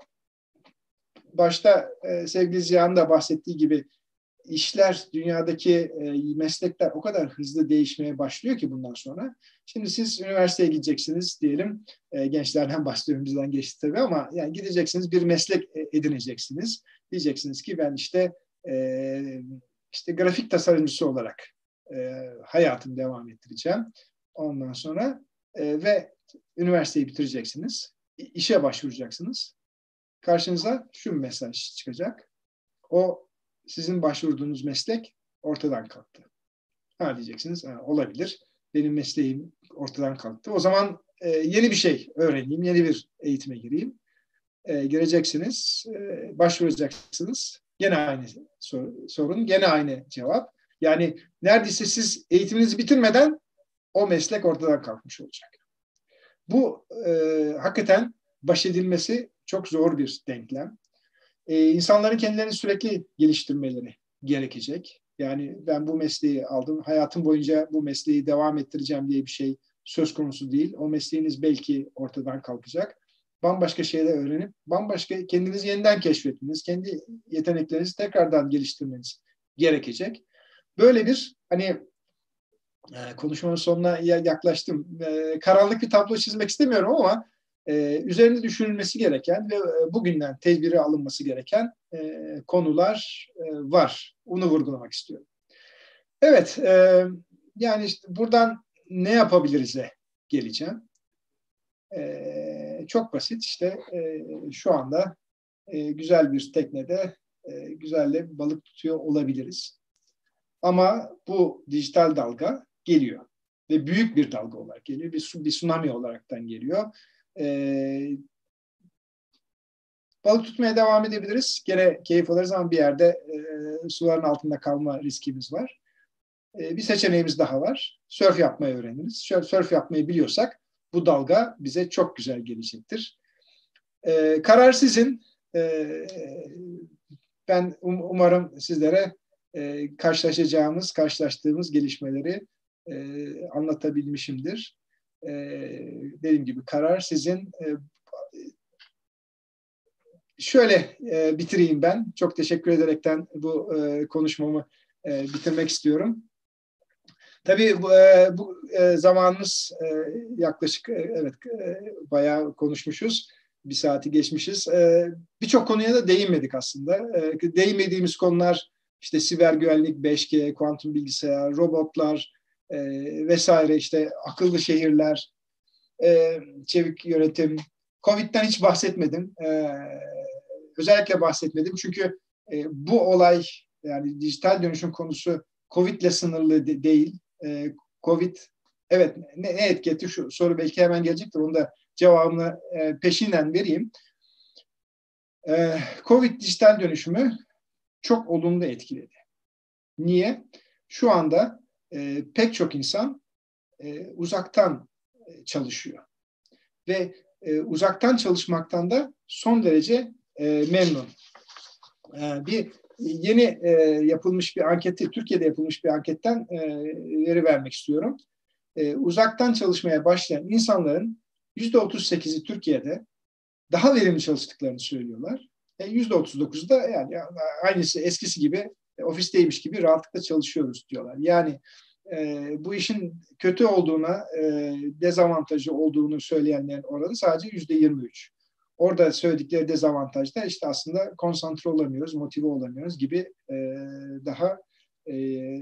başta e, sevgili Ziya'nın da bahsettiği gibi işler, dünyadaki e, meslekler o kadar hızlı değişmeye başlıyor ki bundan sonra. Şimdi siz üniversiteye gideceksiniz diyelim. E, gençlerden bahsediyorum, bizden geçti tabii ama yani gideceksiniz, bir meslek edineceksiniz. Diyeceksiniz ki ben işte e, işte grafik tasarımcısı olarak e, hayatımı devam ettireceğim. Ondan sonra e, ve üniversiteyi bitireceksiniz. İşe başvuracaksınız. Karşınıza şu mesaj çıkacak. O sizin başvurduğunuz meslek ortadan kalktı. Ha diyeceksiniz, ha, olabilir. Benim mesleğim ortadan kalktı. O zaman e, yeni bir şey öğreneyim, yeni bir eğitime gireyim. E, gireceksiniz, e, başvuracaksınız. Gene aynı sor, sorun, gene aynı cevap. Yani neredeyse siz eğitiminizi bitirmeden o meslek ortadan kalkmış olacak. Bu e, hakikaten baş edilmesi çok zor bir denklem. Ee, insanların kendilerini sürekli geliştirmeleri gerekecek. Yani ben bu mesleği aldım, hayatım boyunca bu mesleği devam ettireceğim diye bir şey söz konusu değil. O mesleğiniz belki ortadan kalkacak. Bambaşka şeyler öğrenip, bambaşka kendinizi yeniden keşfetmeniz, kendi yeteneklerinizi tekrardan geliştirmeniz gerekecek. Böyle bir hani e, konuşmamın sonuna yaklaştım. E, karanlık bir tablo çizmek istemiyorum ama Ee, üzerinde düşünülmesi gereken ve e, bugünden tedbiri alınması gereken e, konular e, var. Onu vurgulamak istiyorum. Evet, e, yani işte buradan ne yapabiliriz'e geleceğim. E, çok basit işte e, şu anda e, güzel bir teknede e, güzel balık tutuyor olabiliriz. Ama bu dijital dalga geliyor ve büyük bir dalga olarak geliyor. Bir, bir tsunami olaraktan geliyor. E, balık tutmaya devam edebiliriz. Gene keyif alırız ama bir yerde e, suların altında kalma riskimiz var. E, bir seçeneğimiz daha var. Sörf yapmayı öğreniriz. Sörf yapmayı biliyorsak bu dalga bize çok güzel gelecektir. E, karar sizin. E, ben um, umarım sizlere e, karşılaşacağımız, karşılaştığımız gelişmeleri e, anlatabilmişimdir. E, dediğim gibi karar sizin. E, şöyle e, bitireyim ben. Çok teşekkür ederekten bu e, konuşmamı e, bitirmek istiyorum. Tabii bu, e, bu e, zamanımız e, yaklaşık e, evet e, bayağı konuşmuşuz. Bir saati geçmişiz. E, birçok konuya da değinmedik aslında. E, değinmediğimiz konular işte siber güvenlik, beş G, kuantum bilgisayar, robotlar e, vesaire işte akıllı şehirler, e, çevik yönetim. Covid'den hiç bahsetmedim. E, özellikle bahsetmedim çünkü e, bu olay yani dijital dönüşüm konusu Covid'le sınırlı de, değil. E, Covid evet ne, ne etki etti? Şu soru belki hemen gelecektir. Onu da cevabını e, peşinden vereyim. E, Covid dijital dönüşümü çok olumlu etkiledi. Niye? Şu anda e, pek çok insan e, uzaktan e, çalışıyor. Ve e, uzaktan çalışmaktan da son derece e, memnun. E, bir yeni e, yapılmış bir anketi, Türkiye'de yapılmış bir anketten e, veri vermek istiyorum. E, uzaktan çalışmaya başlayan insanların yüzde otuz sekizi Türkiye'de daha verimli çalıştıklarını söylüyorlar. E, yüzde otuz dokuzu da yani aynısı eskisi gibi e, ofisteymiş gibi rahatlıkla çalışıyoruz diyorlar. Yani e, bu işin kötü olduğuna, e, dezavantajı olduğunu söyleyenlerin oranı sadece yüzde yirmi üç. Orada söyledikleri dezavantaj da işte aslında konsantre olamıyoruz, motive olamıyoruz gibi e, daha e,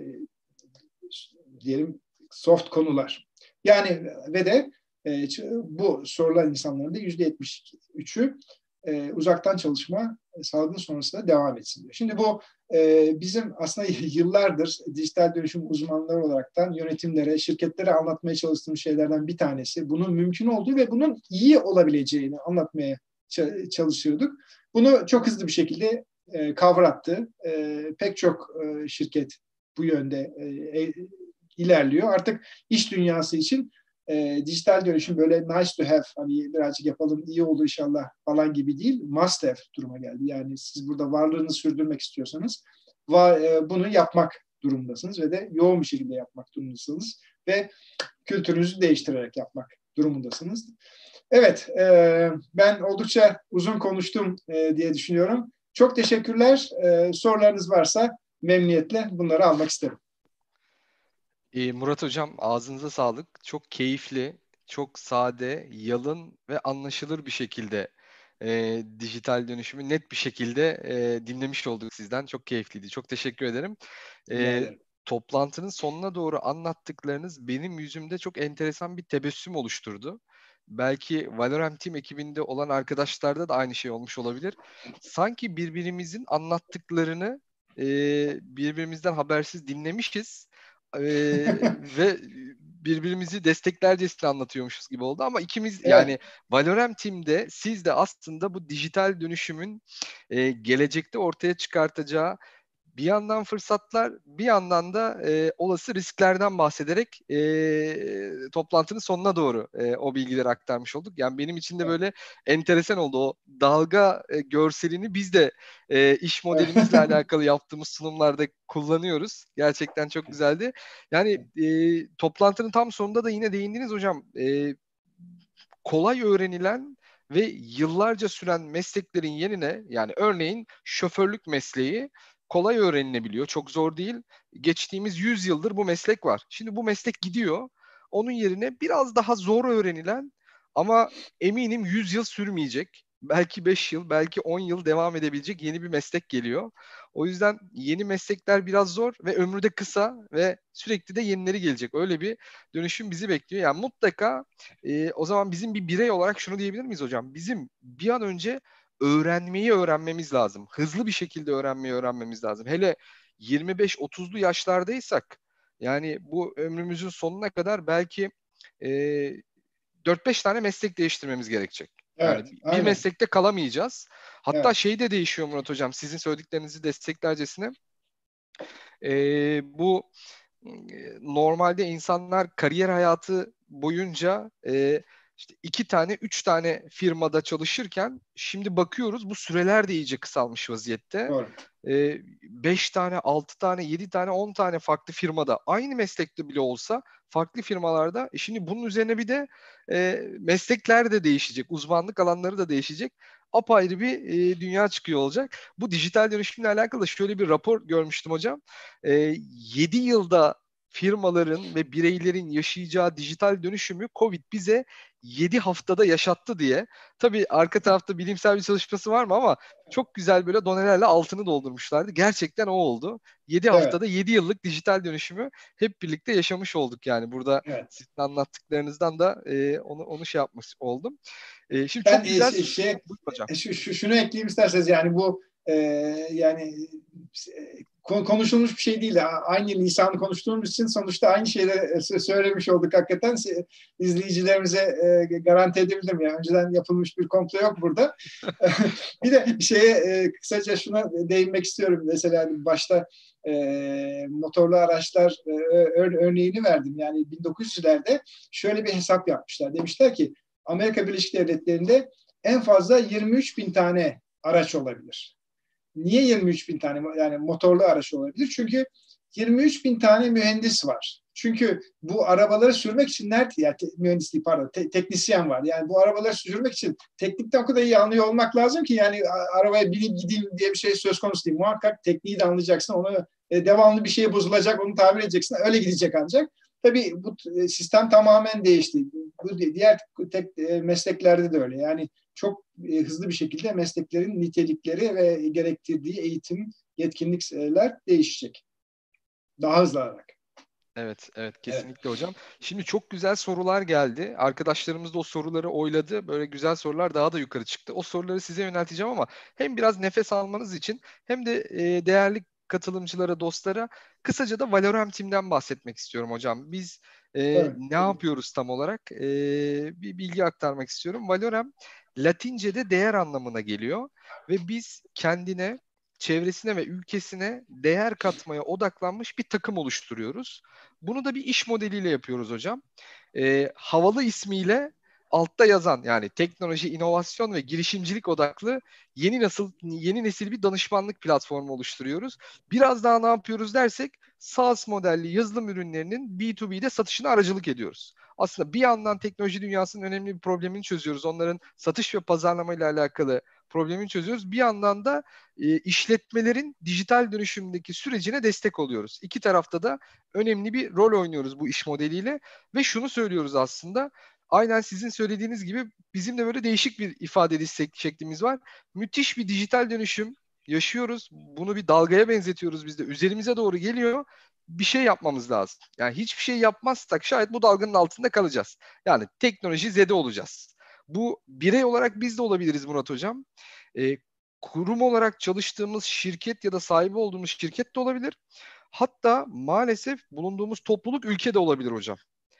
diyelim soft konular. Yani ve de e, bu sorulan insanların da yüzde yetmiş üçü e, uzaktan çalışma e, salgın sonrasında devam etsin diyor. Şimdi bu e, bizim aslında yıllardır dijital dönüşüm uzmanları olaraktan yönetimlere, şirketlere anlatmaya çalıştığımız şeylerden bir tanesi. Bunun mümkün olduğu ve bunun iyi olabileceğini anlatmaya çalışıyorduk. Bunu çok hızlı bir şekilde e, kavrattı. E, pek çok e, şirket bu yönde e, ilerliyor. Artık iş dünyası için e, dijital dönüşüm böyle nice to have, hani birazcık yapalım iyi olur inşallah falan gibi değil, must have duruma geldi. Yani siz burada varlığını sürdürmek istiyorsanız va, e, bunu yapmak durumundasınız ve de yoğun bir şekilde yapmak durumundasınız ve kültürünüzü değiştirerek yapmak durumundasınız. Evet, e, ben oldukça uzun konuştum e, diye düşünüyorum. Çok teşekkürler. E, sorularınız varsa memnuniyetle bunları almak isterim. E, Murat Hocam ağzınıza sağlık. Çok keyifli, çok sade, yalın ve anlaşılır bir şekilde e, dijital dönüşümü net bir şekilde e, dinlemiş olduk sizden. Çok keyifliydi. Çok teşekkür ederim. Rica E, ederim. toplantının sonuna doğru anlattıklarınız benim yüzümde çok enteresan bir tebessüm oluşturdu. Belki Valorant Team ekibinde olan arkadaşlarda da aynı şey olmuş olabilir. Sanki birbirimizin anlattıklarını e, birbirimizden habersiz dinlemişiz. Ee, ve birbirimizi desteklercesine anlatıyormuşuz gibi oldu ama ikimiz Evet. yani Valorem Team'de siz de aslında bu dijital dönüşümün e, gelecekte ortaya çıkartacağı bir yandan fırsatlar, bir yandan da e, olası risklerden bahsederek e, toplantının sonuna doğru e, o bilgileri aktarmış olduk. Yani benim için de Evet. böyle enteresan oldu. O dalga e, görselini biz de e, iş modelimizle alakalı yaptığımız sunumlarda kullanıyoruz. Gerçekten çok güzeldi. Yani e, toplantının tam sonunda da yine değindiniz hocam. E, kolay öğrenilen ve yıllarca süren mesleklerin yerine yani örneğin şoförlük mesleği kolay öğrenilebiliyor. Çok zor değil. Geçtiğimiz yüz yıldır bu meslek var. Şimdi bu meslek gidiyor. Onun yerine biraz daha zor öğrenilen ama eminim yüz yıl sürmeyecek belki beş yıl, belki on yıl devam edebilecek yeni bir meslek geliyor. O yüzden yeni meslekler biraz zor ve ömrü de kısa ve sürekli de yenileri gelecek. Öyle bir dönüşüm bizi bekliyor. Yani mutlaka e, o zaman bizim bir birey olarak şunu diyebilir miyiz hocam? Bizim bir an önce öğrenmeyi öğrenmemiz lazım. Hızlı bir şekilde öğrenmeyi öğrenmemiz lazım. Hele yirmi beş otuzlu yaşlardaysak, yani bu ömrümüzün sonuna kadar belki e, dört beş tane meslek değiştirmemiz gerekecek. Yani Evet, bir aynen. meslekte kalamayacağız. Hatta Evet, şey de değişiyor Murat Hocam. Sizin söylediklerinizi desteklercesine. E, bu e, normalde insanlar kariyer hayatı boyunca e, işte iki tane, üç tane firmada çalışırken şimdi bakıyoruz bu süreler de iyice kısalmış vaziyette. doğru. E, beş tane, altı tane, yedi tane, on tane farklı firmada aynı meslekte bile olsa farklı firmalarda. E şimdi bunun üzerine bir de e, meslekler de değişecek, uzmanlık alanları da değişecek. Apayrı bir e, dünya çıkıyor olacak. Bu dijital dönüşümle alakalı şöyle bir rapor görmüştüm hocam. E, yedi yılda firmaların ve bireylerin yaşayacağı dijital dönüşümü Covid bize yedi haftada yaşattı diye. Tabii arka tarafta bilimsel bir çalışması var mı ama çok güzel böyle donelerle altını doldurmuşlardı. Gerçekten o oldu. Yedi Evet, haftada yedi yıllık dijital dönüşümü hep birlikte yaşamış olduk yani. Burada evet. sizin anlattıklarınızdan da e, onu onu şey yapmış oldum. E, şimdi Ben çok e, güzel. şey, şey Buyurun hocam. e, şu, şu- şunu ekleyeyim isterseniz, yani bu e, yani e, kon- konuşulmuş bir şey değil. A- Aynı lisanı konuştuğumuz için sonuçta aynı şeyleri e, sö- söylemiş olduk hakikaten. Se- izleyicilerimize e, garanti edebilirim. Yani önceden yapılmış bir komplo yok burada. Bir de şeye e, kısaca şuna değinmek istiyorum. Mesela hani başta e, motorlu araçlar e, ör- örneğini verdim. Yani bin dokuz yüzlerde şöyle bir hesap yapmışlar. Demişler ki Amerika Birleşik Devletleri'nde en fazla yirmi üç bin tane araç olabilir. Niye yirmi üç bin tane yani motorlu araç olabilir? Çünkü yirmi üç bin tane mühendis var. Çünkü bu arabaları sürmek için nerede ya te, mühendisliği pardon te, teknisyen var. Yani bu arabaları sürmek için teknikten o kadar iyi anlıyor olmak lazım ki yani a, arabaya binip gideyim diye bir şey söz konusu değil. Muhakkak tekniği de anlayacaksın. Onu e, devamlı bir şey bozulacak, onu tamir edeceksin. Öyle gidecek ancak. Tabii bu e, sistem tamamen değişti. Bu diğer tek, e, mesleklerde de öyle. Yani çok e, hızlı bir şekilde mesleklerin nitelikleri ve gerektirdiği eğitim, yetkinlikler değişecek. Daha hızlı olarak. Evet, evet Evet. kesinlikle hocam. Şimdi çok güzel sorular geldi. Arkadaşlarımız da o soruları oyladı. Böyle güzel sorular daha da yukarı çıktı. O soruları size yönelteceğim ama hem biraz nefes almanız için hem de e, değerli katılımcılara, dostlara kısaca da Valorem Team'den bahsetmek istiyorum hocam. Biz e, Tabii. ne yapıyoruz tam olarak? E, bir bilgi aktarmak istiyorum. Valorem Latince'de değer anlamına geliyor ve biz kendine çevresine ve ülkesine değer katmaya odaklanmış bir takım oluşturuyoruz. Bunu da bir iş modeliyle yapıyoruz hocam. E, havalı ismiyle altta yazan yani teknoloji, inovasyon ve girişimcilik odaklı yeni nasıl yeni nesil bir danışmanlık platformu oluşturuyoruz. Biraz daha ne yapıyoruz dersek SaaS modelli yazılım ürünlerinin B iki B'de satışına aracılık ediyoruz. Aslında bir yandan teknoloji dünyasının önemli bir problemini çözüyoruz. Onların satış ve pazarlama ile alakalı problemini çözüyoruz. Bir yandan da e, işletmelerin dijital dönüşümdeki sürecine destek oluyoruz. İki tarafta da önemli bir rol oynuyoruz bu iş modeliyle ve şunu söylüyoruz aslında. Aynen sizin söylediğiniz gibi bizim de böyle değişik bir ifade ediş şeklimiz var. Müthiş bir dijital dönüşüm yaşıyoruz. Bunu bir dalgaya benzetiyoruz biz de. Üzerimize doğru geliyor. Bir şey yapmamız lazım. Yani hiçbir şey yapmazsak şayet bu dalganın altında kalacağız. Yani teknoloji zede olacağız. Bu birey olarak biz de olabiliriz Murat Hocam. E, kurum olarak çalıştığımız şirket ya da sahibi olduğumuz şirket de olabilir. Hatta maalesef bulunduğumuz topluluk ülke de olabilir hocam.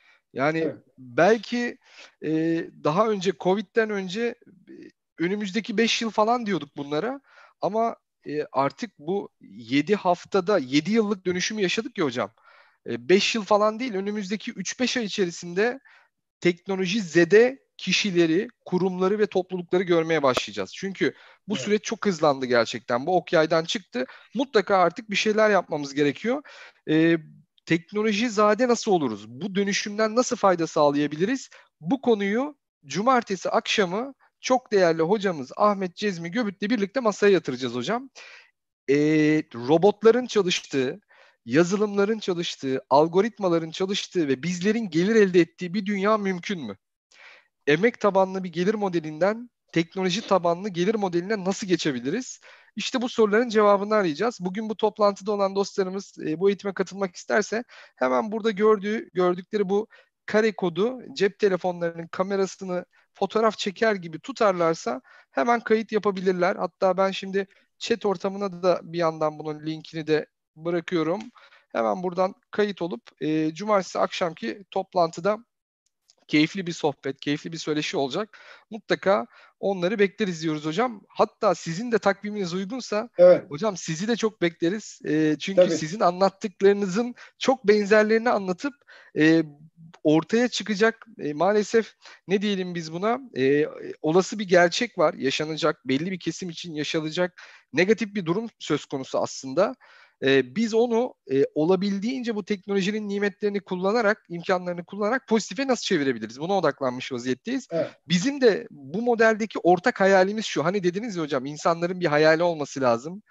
Yani Evet. belki e, daha önce Covid'den önce e, önümüzdeki beş yıl falan diyorduk bunlara. Ama e, artık bu yedi haftada yedi yıllık dönüşümü yaşadık ya hocam. E, beş yıl falan değil önümüzdeki üç beş ay içerisinde teknoloji zede kişileri, kurumları ve toplulukları görmeye başlayacağız. Çünkü bu Evet. süreç çok hızlandı gerçekten. Bu ok yaydan çıktı. Mutlaka artık bir şeyler yapmamız gerekiyor. Ee, teknoloji zade nasıl oluruz? Bu dönüşümden nasıl fayda sağlayabiliriz? Bu konuyu cumartesi akşamı çok değerli hocamız Ahmet Cezmi Göbüt'le birlikte masaya yatıracağız hocam. Ee, robotların çalıştığı, yazılımların çalıştığı, algoritmaların çalıştığı ve bizlerin gelir elde ettiği bir dünya mümkün mü? Emek tabanlı bir gelir modelinden teknoloji tabanlı gelir modeline nasıl geçebiliriz? İşte bu soruların cevabını arayacağız. Bugün bu toplantıda olan dostlarımız e, bu eğitime katılmak isterse hemen burada gördüğü gördükleri bu kare kodu cep telefonlarının kamerasını fotoğraf çeker gibi tutarlarsa hemen kayıt yapabilirler. Hatta ben şimdi chat ortamına da bir yandan bunun linkini de bırakıyorum. Hemen buradan kayıt olup e, cumartesi akşamki toplantıda keyifli bir sohbet, keyifli bir söyleşi olacak. Mutlaka onları bekleriz diyoruz hocam. Hatta sizin de takviminiz uygunsa Evet, hocam sizi de çok bekleriz. E, çünkü tabii. sizin anlattıklarınızın çok benzerlerini anlatıp e, ortaya çıkacak e, maalesef ne diyelim biz buna e, olası bir gerçek var. Yaşanacak belli bir kesim için yaşanacak negatif bir durum söz konusu aslında. E, biz onu e, olabildiğince bu teknolojinin nimetlerini kullanarak, imkanlarını kullanarak pozitife nasıl çevirebiliriz? Buna odaklanmış vaziyetteyiz. Evet, Bizim de bu modeldeki ortak hayalimiz şu. Hani dediniz ya hocam, insanların bir hayali olması lazım.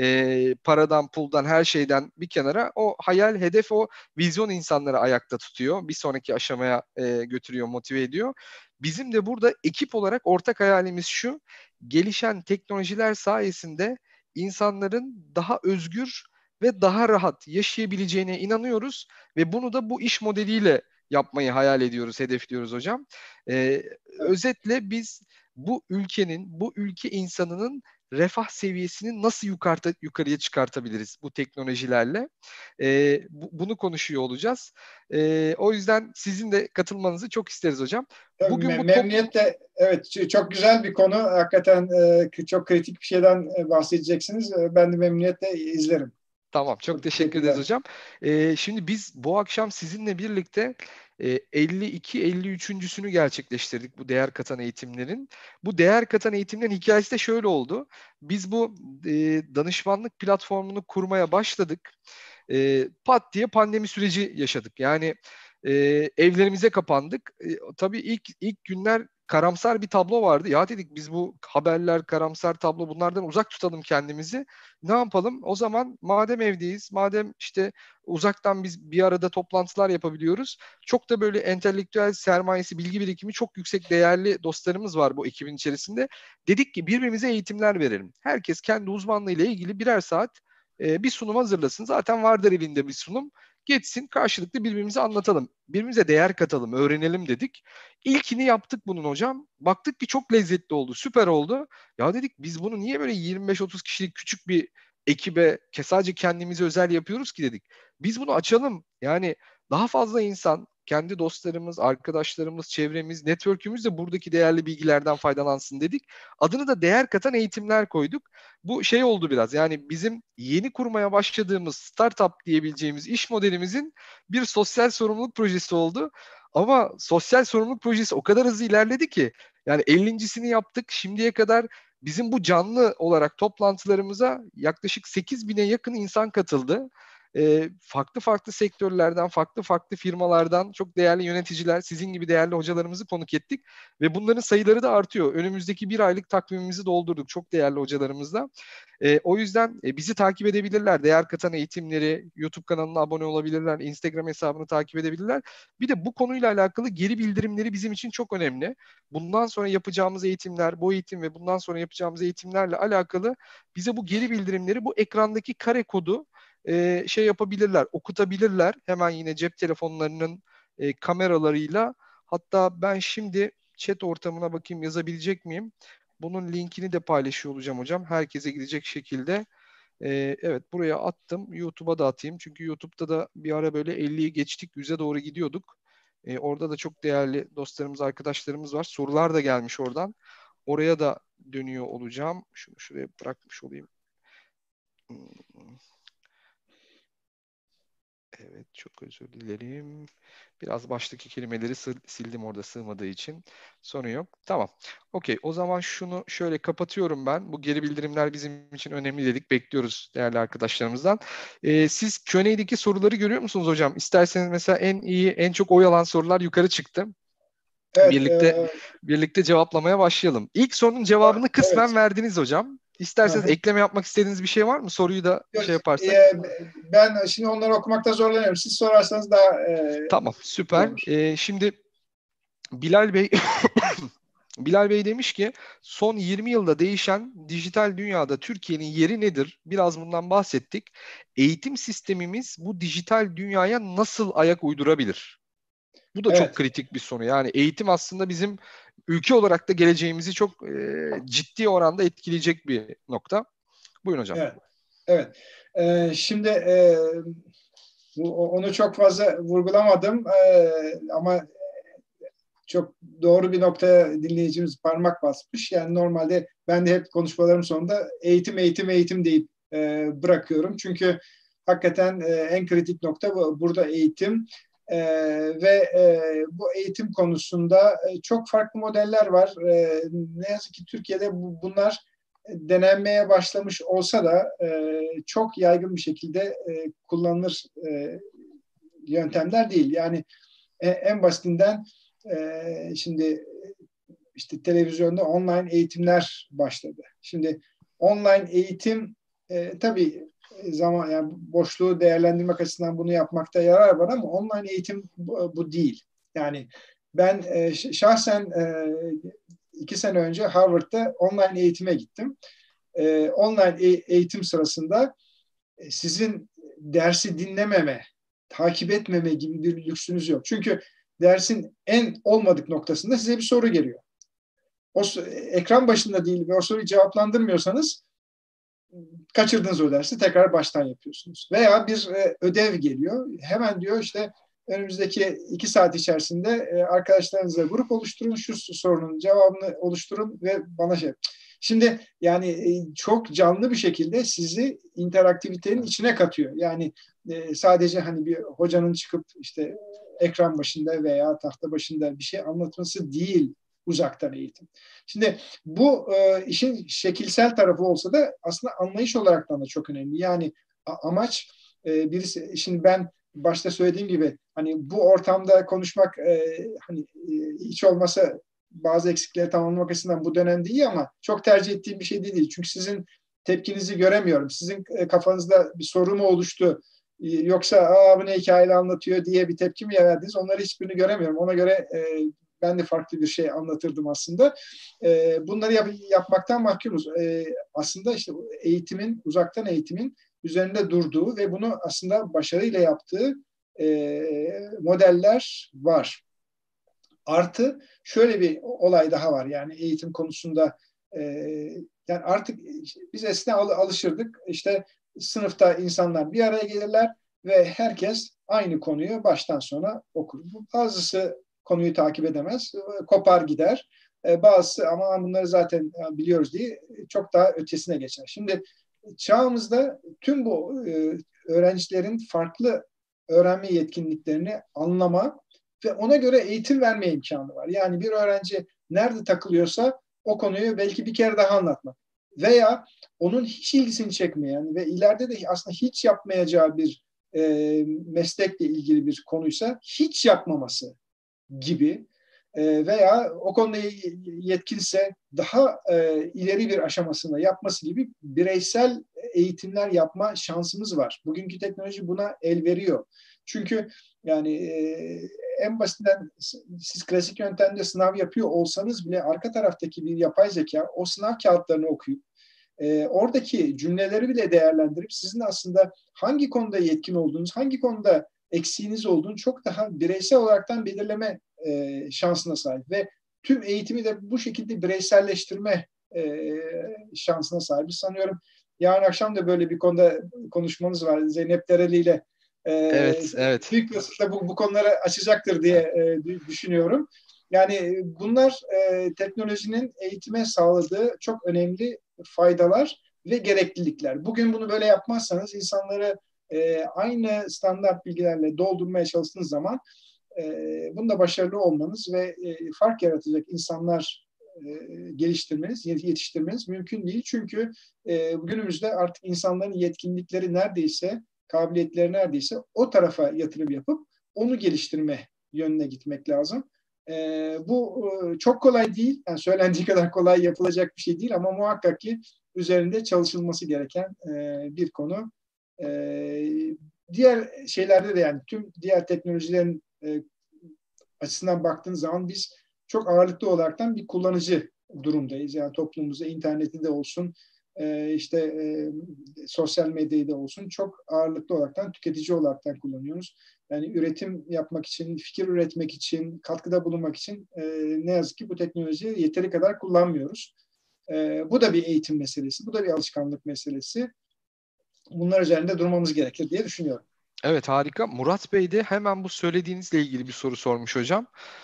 E, paradan, puldan, her şeyden bir kenara. O hayal, hedef, o vizyon insanları ayakta tutuyor. Bir sonraki aşamaya e, götürüyor, motive ediyor. Bizim de burada ekip olarak ortak hayalimiz şu. Gelişen teknolojiler sayesinde insanların daha özgür ve daha rahat yaşayabileceğine inanıyoruz ve bunu da bu iş modeliyle yapmayı hayal ediyoruz, hedefliyoruz hocam. Ee, evet. Özetle biz bu ülkenin, bu ülke insanının refah seviyesini nasıl yukarıda, yukarıya çıkartabiliriz bu teknolojilerle? Ee, bu, bunu konuşuyor olacağız. Ee, o yüzden sizin de katılmanızı çok isteriz hocam. Tabii Bugün me- bu top memnuniyetle, evet, ç- çok güzel bir konu. Hakikaten e, çok kritik bir şeyden e, bahsedeceksiniz. E, ben de memnuniyetle izlerim. Tamam, çok Çok teşekkür ederiz teşekkürler. hocam. Ee, şimdi biz bu akşam sizinle birlikte e, elli iki elli üçüncüsünü gerçekleştirdik bu değer katan eğitimlerin. Bu değer katan eğitimlerin hikayesi de şöyle oldu. Biz bu e, danışmanlık platformunu kurmaya başladık. E, pat diye pandemi süreci yaşadık. Yani e, evlerimize kapandık. E, tabii ilk ilk günler karamsar bir tablo vardı. Ya dedik biz bu haberler, karamsar tablo bunlardan uzak tutalım kendimizi. Ne yapalım? O zaman madem evdeyiz, madem işte uzaktan biz bir arada toplantılar yapabiliyoruz. Çok da böyle entelektüel sermayesi, bilgi birikimi çok yüksek değerli dostlarımız var bu ekibin içerisinde. Dedik ki birbirimize eğitimler verelim. Herkes kendi uzmanlığıyla ilgili birer saat e, bir sunum hazırlasın. Zaten vardır elinde bir sunum. Geçsin karşılıklı birbirimize anlatalım. Birbirimize değer katalım, öğrenelim dedik. İlkini yaptık bunun hocam. Baktık ki çok lezzetli oldu, süper oldu. Ya dedik biz bunu niye böyle yirmi beş otuz kişilik küçük bir ekibe sadece kendimize özel yapıyoruz ki dedik. Biz bunu açalım. Yani daha fazla insan, kendi dostlarımız, arkadaşlarımız, çevremiz, network'ümüz de buradaki değerli bilgilerden faydalansın dedik. Adını da değer katan eğitimler koyduk. Bu şey oldu biraz. Yani bizim yeni kurmaya başladığımız startup diyebileceğimiz iş modelimizin bir sosyal sorumluluk projesi oldu. Ama sosyal sorumluluk projesi o kadar hızlı ilerledi ki yani ellincisini yaptık. Şimdiye kadar bizim bu canlı olarak toplantılarımıza yaklaşık sekiz bine yakın insan katıldı. E, farklı farklı sektörlerden, farklı farklı firmalardan çok değerli yöneticiler, sizin gibi değerli hocalarımızı konuk ettik ve bunların sayıları da artıyor. Önümüzdeki bir aylık takvimimizi doldurduk çok değerli hocalarımızla. E, o yüzden e, bizi takip edebilirler. Değer katan eğitimleri, YouTube kanalına abone olabilirler, Instagram hesabını takip edebilirler. Bir de bu konuyla alakalı geri bildirimleri bizim için çok önemli. Bundan sonra yapacağımız eğitimler, bu eğitim ve bundan sonra yapacağımız eğitimlerle alakalı bize bu geri bildirimleri, bu ekrandaki kare kodu e, şey yapabilirler, okutabilirler. Hemen yine cep telefonlarının e, kameralarıyla. Hatta ben şimdi chat ortamına bakayım yazabilecek miyim? Bunun linkini de paylaşıyor olacağım hocam. Herkese gidecek şekilde. Ee, evet buraya attım. YouTube'a da atayım. Çünkü YouTube'da da bir ara böyle elliyi geçtik. yüze doğru gidiyorduk. Ee, orada da çok değerli dostlarımız, arkadaşlarımız var. Sorular da gelmiş oradan. Oraya da dönüyor olacağım. Şunu şuraya bırakmış olayım. Hmm, evet çok özür dilerim. Biraz baştaki kelimeleri sil- sildim orada sığmadığı için. Sorun yok. Tamam. Okey. O zaman şunu şöyle kapatıyorum ben. Bu geri bildirimler bizim için önemli dedik. Bekliyoruz değerli arkadaşlarımızdan. Ee, siz Q and A'deki soruları görüyor musunuz hocam? İsterseniz mesela en iyi, en çok oy alan sorular yukarı çıktı. Evet, Birlikte e, birlikte cevaplamaya başlayalım. İlk sorunun cevabını kısmen evet. verdiniz hocam. İsterseniz Aha. ekleme yapmak istediğiniz bir şey var mı? Soruyu da Yok, şey yaparsak. e, ben şimdi onları okumakta zorlanıyorum. Siz sorarsanız daha e, Tamam, iyi süper. olur. Ee, şimdi Bilal Bey Bilal Bey demiş ki son yirmi yılda değişen dijital dünyada Türkiye'nin yeri nedir? Biraz bundan bahsettik. Eğitim sistemimiz bu dijital dünyaya nasıl ayak uydurabilir? Bu da çok Evet, kritik bir soru. Yani eğitim aslında bizim ülke olarak da geleceğimizi çok e, ciddi oranda etkileyecek bir nokta. Buyurun hocam. evet, evet. Ee, şimdi e, bu, onu çok fazla vurgulamadım ee, ama çok doğru bir noktaya dinleyicimiz parmak basmış. Yani normalde ben de hep konuşmalarım sonunda eğitim, eğitim, eğitim deyip e, bırakıyorum. Çünkü hakikaten e, en kritik nokta bu, burada eğitim. E, ve e, bu eğitim konusunda e, çok farklı modeller var. E, ne yazık ki Türkiye'de bu, bunlar denenmeye başlamış olsa da e, çok yaygın bir şekilde e, kullanılır e, yöntemler değil. Yani e, en basitinden e, şimdi işte televizyonda online eğitimler başladı. Şimdi online eğitim e, tabii zaman yani boşluğu değerlendirmek açısından bunu yapmakta yarar var ama online eğitim bu, bu değil. Yani ben e, şahsen e, iki sene önce Harvard'da online eğitime gittim. E, online e- eğitim sırasında e, sizin dersi dinlememe, takip etmeme gibi bir lüksünüz yok. Çünkü dersin en olmadık noktasında size bir soru geliyor. O ekran başında değil ve o soruyu cevaplandırmıyorsanız kaçırdığınız o dersi tekrar baştan yapıyorsunuz. Veya bir e, ödev geliyor. Hemen diyor işte önümüzdeki iki saat içerisinde e, arkadaşlarınızla grup oluşturun, şu sorunun cevabını oluşturun ve bana şey. Şimdi yani e, çok canlı bir şekilde sizi interaktivitenin içine katıyor. Yani e, sadece hani bir hocanın çıkıp işte ekran başında veya tahta başında bir şey anlatması değil uzaktan eğitim. Şimdi bu e, işin şekilsel tarafı olsa da aslında anlayış olarak da çok önemli. Yani a- amaç e, birisi, şimdi ben başta söylediğim gibi hani bu ortamda konuşmak e, hani e, hiç olmasa bazı eksikleri tamamlamak açısından bu dönemde iyi ama çok tercih ettiğim bir şey değil. Çünkü sizin tepkinizi göremiyorum. Sizin e, kafanızda bir soru mu oluştu? E, Yoksa Aa, bu ne hikayeyle anlatıyor diye bir tepki mi verdiniz? Onları hiçbirini göremiyorum. Ona göre e, ben de farklı bir şey anlatırdım aslında. E, bunları yap, yapmaktan mahkumuz. E, aslında işte eğitimin, uzaktan eğitimin üzerinde durduğu ve bunu aslında başarıyla yaptığı e, modeller var. Artı şöyle bir olay daha var. Yani eğitim konusunda e, yani artık biz eskiden alışırdık. İşte sınıfta insanlar bir araya gelirler ve herkes aynı konuyu baştan sona okur. Bazısı konuyu takip edemez, kopar gider. E, bazısı ama bunları zaten biliyoruz diye çok daha ötesine geçer. Şimdi çağımızda tüm bu e, öğrencilerin farklı öğrenme yetkinliklerini anlama ve ona göre eğitim verme imkanı var. Yani bir öğrenci nerede takılıyorsa o konuyu belki bir kere daha anlatmak veya onun hiç ilgisini çekmeyen ve ileride de aslında hiç yapmayacağı bir e, meslekle ilgili bir konuysa hiç yapmaması gibi e, veya o konuda yetkinse daha e, ileri bir aşamasında yapması gibi bireysel eğitimler yapma şansımız var. Bugünkü teknoloji buna el veriyor. Çünkü yani e, en basitinden siz klasik yöntemde sınav yapıyor olsanız bile arka taraftaki bir yapay zeka o sınav kağıtlarını okuyup e, oradaki cümleleri bile değerlendirip sizin aslında hangi konuda yetkin olduğunuz, hangi konuda eksiğiniz olduğunu çok daha bireysel olaraktan belirleme e, şansına sahip ve tüm eğitimi de bu şekilde bireyselleştirme e, şansına sahibiz. Sanıyorum yarın akşam da böyle bir konuda konuşmamız var. Zeynep Dereli ile e, Evet, evet. büyük bir ıslıkla bu, bu konuları açacaktır diye e, düşünüyorum. Yani bunlar e, teknolojinin eğitime sağladığı çok önemli faydalar ve gereklilikler. Bugün bunu böyle yapmazsanız insanları e, aynı standart bilgilerle doldurmaya çalıştığınız zaman e, bunda başarılı olmanız ve e, fark yaratacak insanlar e, geliştirmeniz, yetiştirmeniz mümkün değil. Çünkü e, günümüzde artık insanların yetkinlikleri neredeyse, kabiliyetleri neredeyse o tarafa yatırım yapıp onu geliştirme yönüne gitmek lazım. E, bu e, çok kolay değil. Yani söylendiği kadar kolay yapılacak bir şey değil ama muhakkak ki üzerinde çalışılması gereken e, bir konu. E, diğer şeylerde de yani tüm diğer teknolojilerin e, açısından baktığınız zaman biz çok ağırlıklı olaraktan bir kullanıcı durumdayız. Yani toplumumuzda interneti de olsun, e, işte e, sosyal medyayı da olsun çok ağırlıklı olaraktan tüketici olaraktan kullanıyoruz. Yani üretim yapmak için, fikir üretmek için, katkıda bulunmak için e, ne yazık ki bu teknolojiyi yeteri kadar kullanmıyoruz. E, bu da bir eğitim meselesi, bu da bir alışkanlık meselesi. Bunlar üzerinde durmamız gerekir diye düşünüyorum. Evet, harika. Murat Bey de hemen bu söylediğinizle ilgili bir soru sormuş hocam.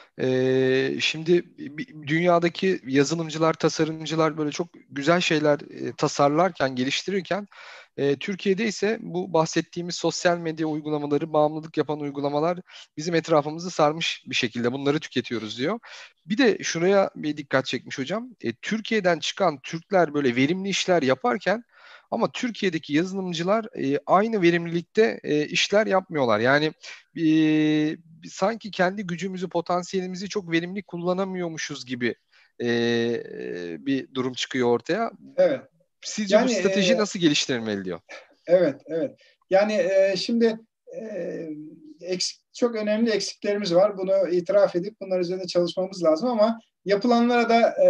Ee, şimdi bi- dünyadaki yazılımcılar, tasarımcılar böyle çok güzel şeyler e, tasarlarken, geliştirirken e, Türkiye'de ise bu bahsettiğimiz sosyal medya uygulamaları, bağımlılık yapan uygulamalar bizim etrafımızı sarmış bir şekilde bunları tüketiyoruz diyor. Bir de şuraya bir dikkat çekmiş hocam. E, Türkiye'den çıkan Türkler böyle verimli işler yaparken ama Türkiye'deki yazılımcılar e, aynı verimlilikte e, işler yapmıyorlar. Yani e, sanki kendi gücümüzü, potansiyelimizi çok verimli kullanamıyormuşuz gibi e, bir durum çıkıyor ortaya. Evet. Sizce bu Yani strateji e, nasıl geliştirilmeli diyor. evet, evet. Yani e, şimdi e, eksik, çok önemli eksiklerimiz var. Bunu itiraf edip bunlar üzerinde çalışmamız lazım ama yapılanlara da e,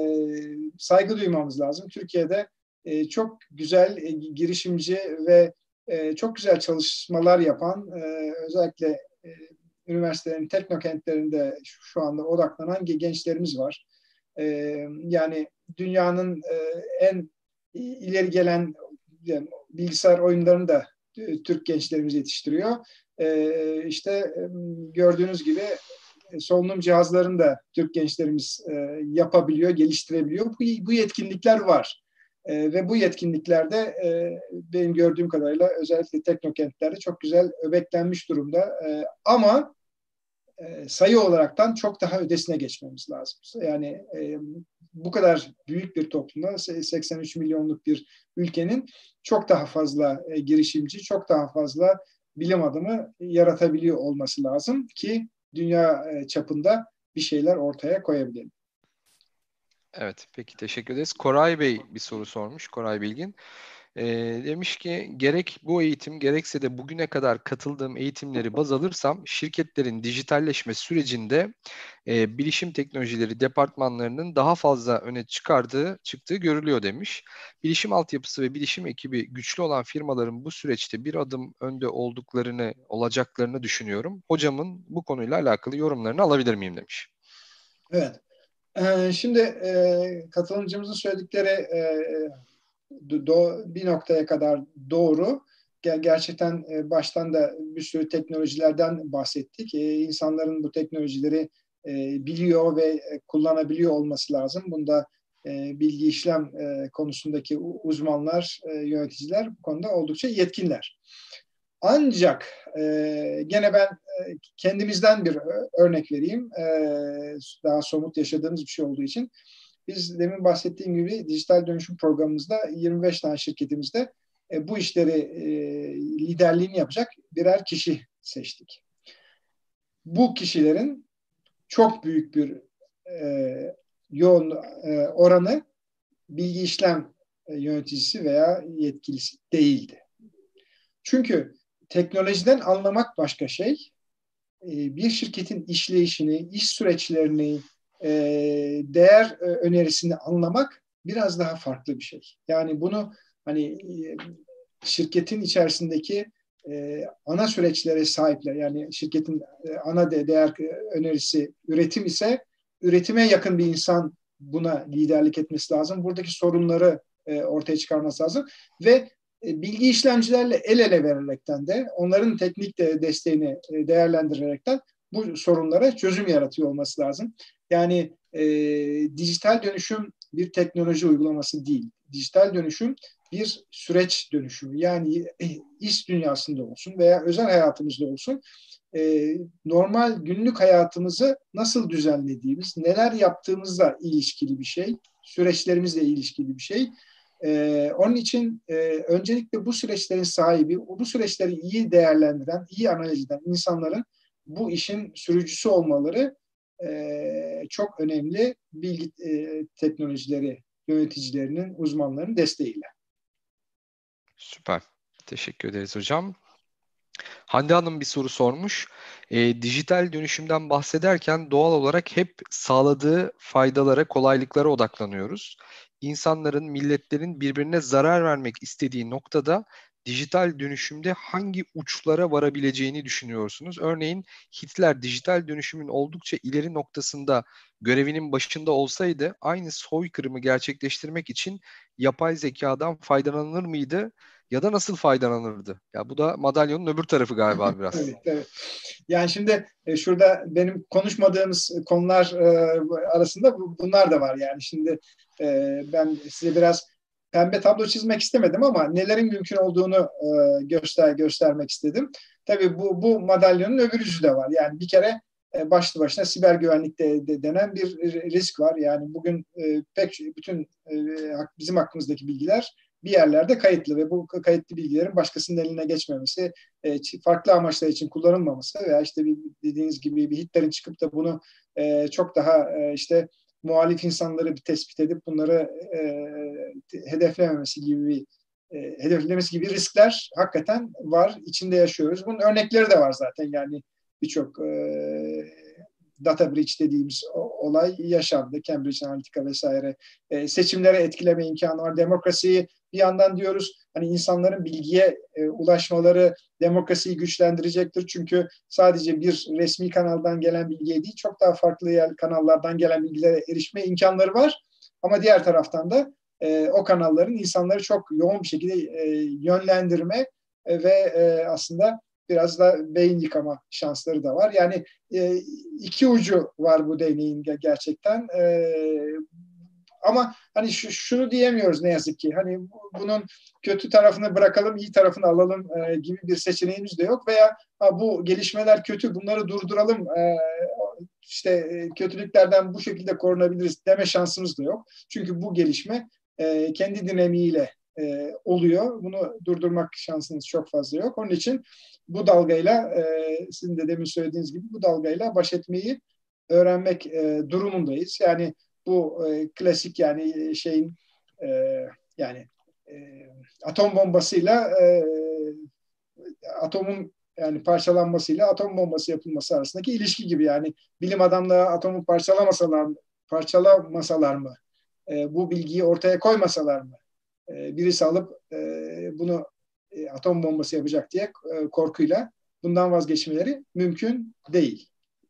saygı duymamız lazım. Türkiye'de e, çok güzel e, girişimci ve e, çok güzel çalışmalar yapan e, özellikle e, üniversitelerin teknokentlerinde şu, şu anda odaklanan gençlerimiz var. E, Yani dünyanın e, en ileri gelen yani bilgisayar oyunlarını da e, Türk gençlerimiz yetiştiriyor. E, işte e, gördüğünüz gibi e, solunum cihazlarını da Türk gençlerimiz e, yapabiliyor, geliştirebiliyor. Bu, bu yetkinlikler var. E, ve bu yetkinliklerde e, benim gördüğüm kadarıyla özellikle teknokentlerde çok güzel öbeklenmiş durumda. E, ama e, sayı olaraktan çok daha ötesine geçmemiz lazım. Yani e, bu kadar büyük bir toplumda seksen üç milyonluk bir ülkenin çok daha fazla e, girişimci, çok daha fazla bilim adamı yaratabiliyor olması lazım ki dünya e, çapında bir şeyler ortaya koyabilelim. Evet, peki teşekkür ederiz. Koray Bey bir soru sormuş, Koray Bilgin. Ee, demiş ki gerek bu eğitim gerekse de bugüne kadar katıldığım eğitimleri baz alırsam şirketlerin dijitalleşme sürecinde e, bilişim teknolojileri departmanlarının daha fazla öne çıkardığı çıktığı görülüyor demiş. Bilişim altyapısı ve bilişim ekibi güçlü olan firmaların bu süreçte bir adım önde olduklarını olacaklarını düşünüyorum. Hocamın bu konuyla alakalı yorumlarını alabilir miyim demiş. Evet. Ee, şimdi e, katılımcımızın söyledikleri e, do, bir noktaya kadar doğru. Gerçekten e, baştan da bir sürü teknolojilerden bahsettik. E, insanların bu teknolojileri e, biliyor ve e, kullanabiliyor olması lazım. Bunda e, bilgi işlem e, konusundaki uzmanlar, e, yöneticiler bu konuda oldukça yetkinler. Ancak e, gene ben e, kendimizden bir örnek vereyim. E, daha somut yaşadığımız bir şey olduğu için. Biz demin bahsettiğim gibi dijital dönüşüm programımızda yirmi beş tane şirketimizde e, bu işleri e, liderliğini yapacak birer kişi seçtik. Bu kişilerin çok büyük bir e, yoğun e, oranı bilgi işlem e, yöneticisi veya yetkilisi değildi. Çünkü teknolojiden anlamak başka şey, e, bir şirketin işleyişini, iş süreçlerini, e, değer e, önerisini anlamak biraz daha farklı bir şey. Yani bunu hani e, şirketin içerisindeki e, ana süreçlere sahipler. Yani şirketin e, ana de, değer önerisi üretim ise üretime yakın bir insan buna liderlik etmesi lazım. Buradaki sorunları e, ortaya çıkarması lazım ve e, bilgi işlemcilerle el ele vererekten de onların teknik de desteğini e, değerlendirerekten bu sorunlara çözüm yaratıyor olması lazım. Yani e, dijital dönüşüm bir teknoloji uygulaması değil. Dijital dönüşüm bir süreç dönüşümü. Yani iş dünyasında olsun veya özel hayatımızda olsun e, normal günlük hayatımızı nasıl düzenlediğimiz, neler yaptığımızla ilişkili bir şey, süreçlerimizle ilişkili bir şey. Ee, onun için e, öncelikle bu süreçlerin sahibi, bu süreçleri iyi değerlendiren, iyi analiz eden insanların bu işin sürücüsü olmaları e, çok önemli bilgi e, teknolojileri yöneticilerinin, uzmanlarının desteğiyle. Süper. Teşekkür ederiz hocam. Hande Hanım bir soru sormuş. E, dijital dönüşümden bahsederken doğal olarak hep sağladığı faydalara, kolaylıklara odaklanıyoruz. İnsanların, milletlerin birbirine zarar vermek istediği noktada dijital dönüşümde hangi uçlara varabileceğini düşünüyorsunuz? Örneğin Hitler dijital dönüşümün oldukça ileri noktasında görevinin başında olsaydı aynı soykırımı gerçekleştirmek için yapay zekadan faydalanır mıydı? Ya da nasıl faydalanırdı? Ya bu da madalyonun öbür tarafı galiba biraz. Evet, evet. Yani şimdi e, şurada benim konuşmadığımız konular e, arasında bu, bunlar da var. Yani şimdi e, ben size biraz pembe tablo çizmek istemedim ama nelerin mümkün olduğunu e, göster göstermek istedim. Tabii bu bu madalyonun öbür yüzü de var. Yani bir kere e, başlı başına siber güvenlik de, de denen bir risk var. Yani bugün e, pek bütün e, bizim hakkımızdaki bilgiler bir yerlerde kayıtlı ve bu kayıtlı bilgilerin başkasının eline geçmemesi, e, farklı amaçlar için kullanılmaması veya işte bir, dediğiniz gibi bir Hitler'in çıkıp da bunu e, çok daha e, işte muhalif insanları bir tespit edip bunları e, hedeflememesi gibi bir e, hedeflemesi gibi riskler hakikaten var. İçinde yaşıyoruz. Bunun örnekleri de var zaten. Yani birçok e, data breach dediğimiz olay yaşandı. Cambridge Analytica vesaire. E, seçimlere etkileme imkanı var. Demokrasiyi bir yandan diyoruz hani insanların bilgiye e, ulaşmaları demokrasiyi güçlendirecektir. Çünkü sadece bir resmi kanaldan gelen bilgiye değil çok daha farklı yer, kanallardan gelen bilgilere erişme imkanları var. Ama diğer taraftan da e, o kanalların insanları çok yoğun bir şekilde e, yönlendirme e, ve e, aslında biraz da beyin yıkama şansları da var. Yani e, iki ucu var bu değneğin gerçekten. E, ama hani şu, şunu diyemiyoruz ne yazık ki. Hani bunun kötü tarafını bırakalım, iyi tarafını alalım e, gibi bir seçeneğimiz de yok. Veya ha, bu gelişmeler kötü, bunları durduralım. E, işte e, kötülüklerden bu şekilde korunabiliriz deme şansımız da yok. Çünkü bu gelişme e, kendi dinamiğiyle e, oluyor. Bunu durdurmak şansınız çok fazla yok. Onun için bu dalgayla e, sizin de demin söylediğiniz gibi bu dalgayla baş etmeyi öğrenmek e, durumundayız. Yani bu e, klasik yani şeyin e, yani e, atom bombasıyla e, atomun yani parçalanmasıyla atom bombası yapılması arasındaki ilişki gibi yani bilim adamları atomu parçalamasalar parçalamasalar mı? E, bu bilgiyi ortaya koymasalar mı? E, birisi alıp e, bunu e, atom bombası yapacak diye e, korkuyla bundan vazgeçmeleri mümkün değil.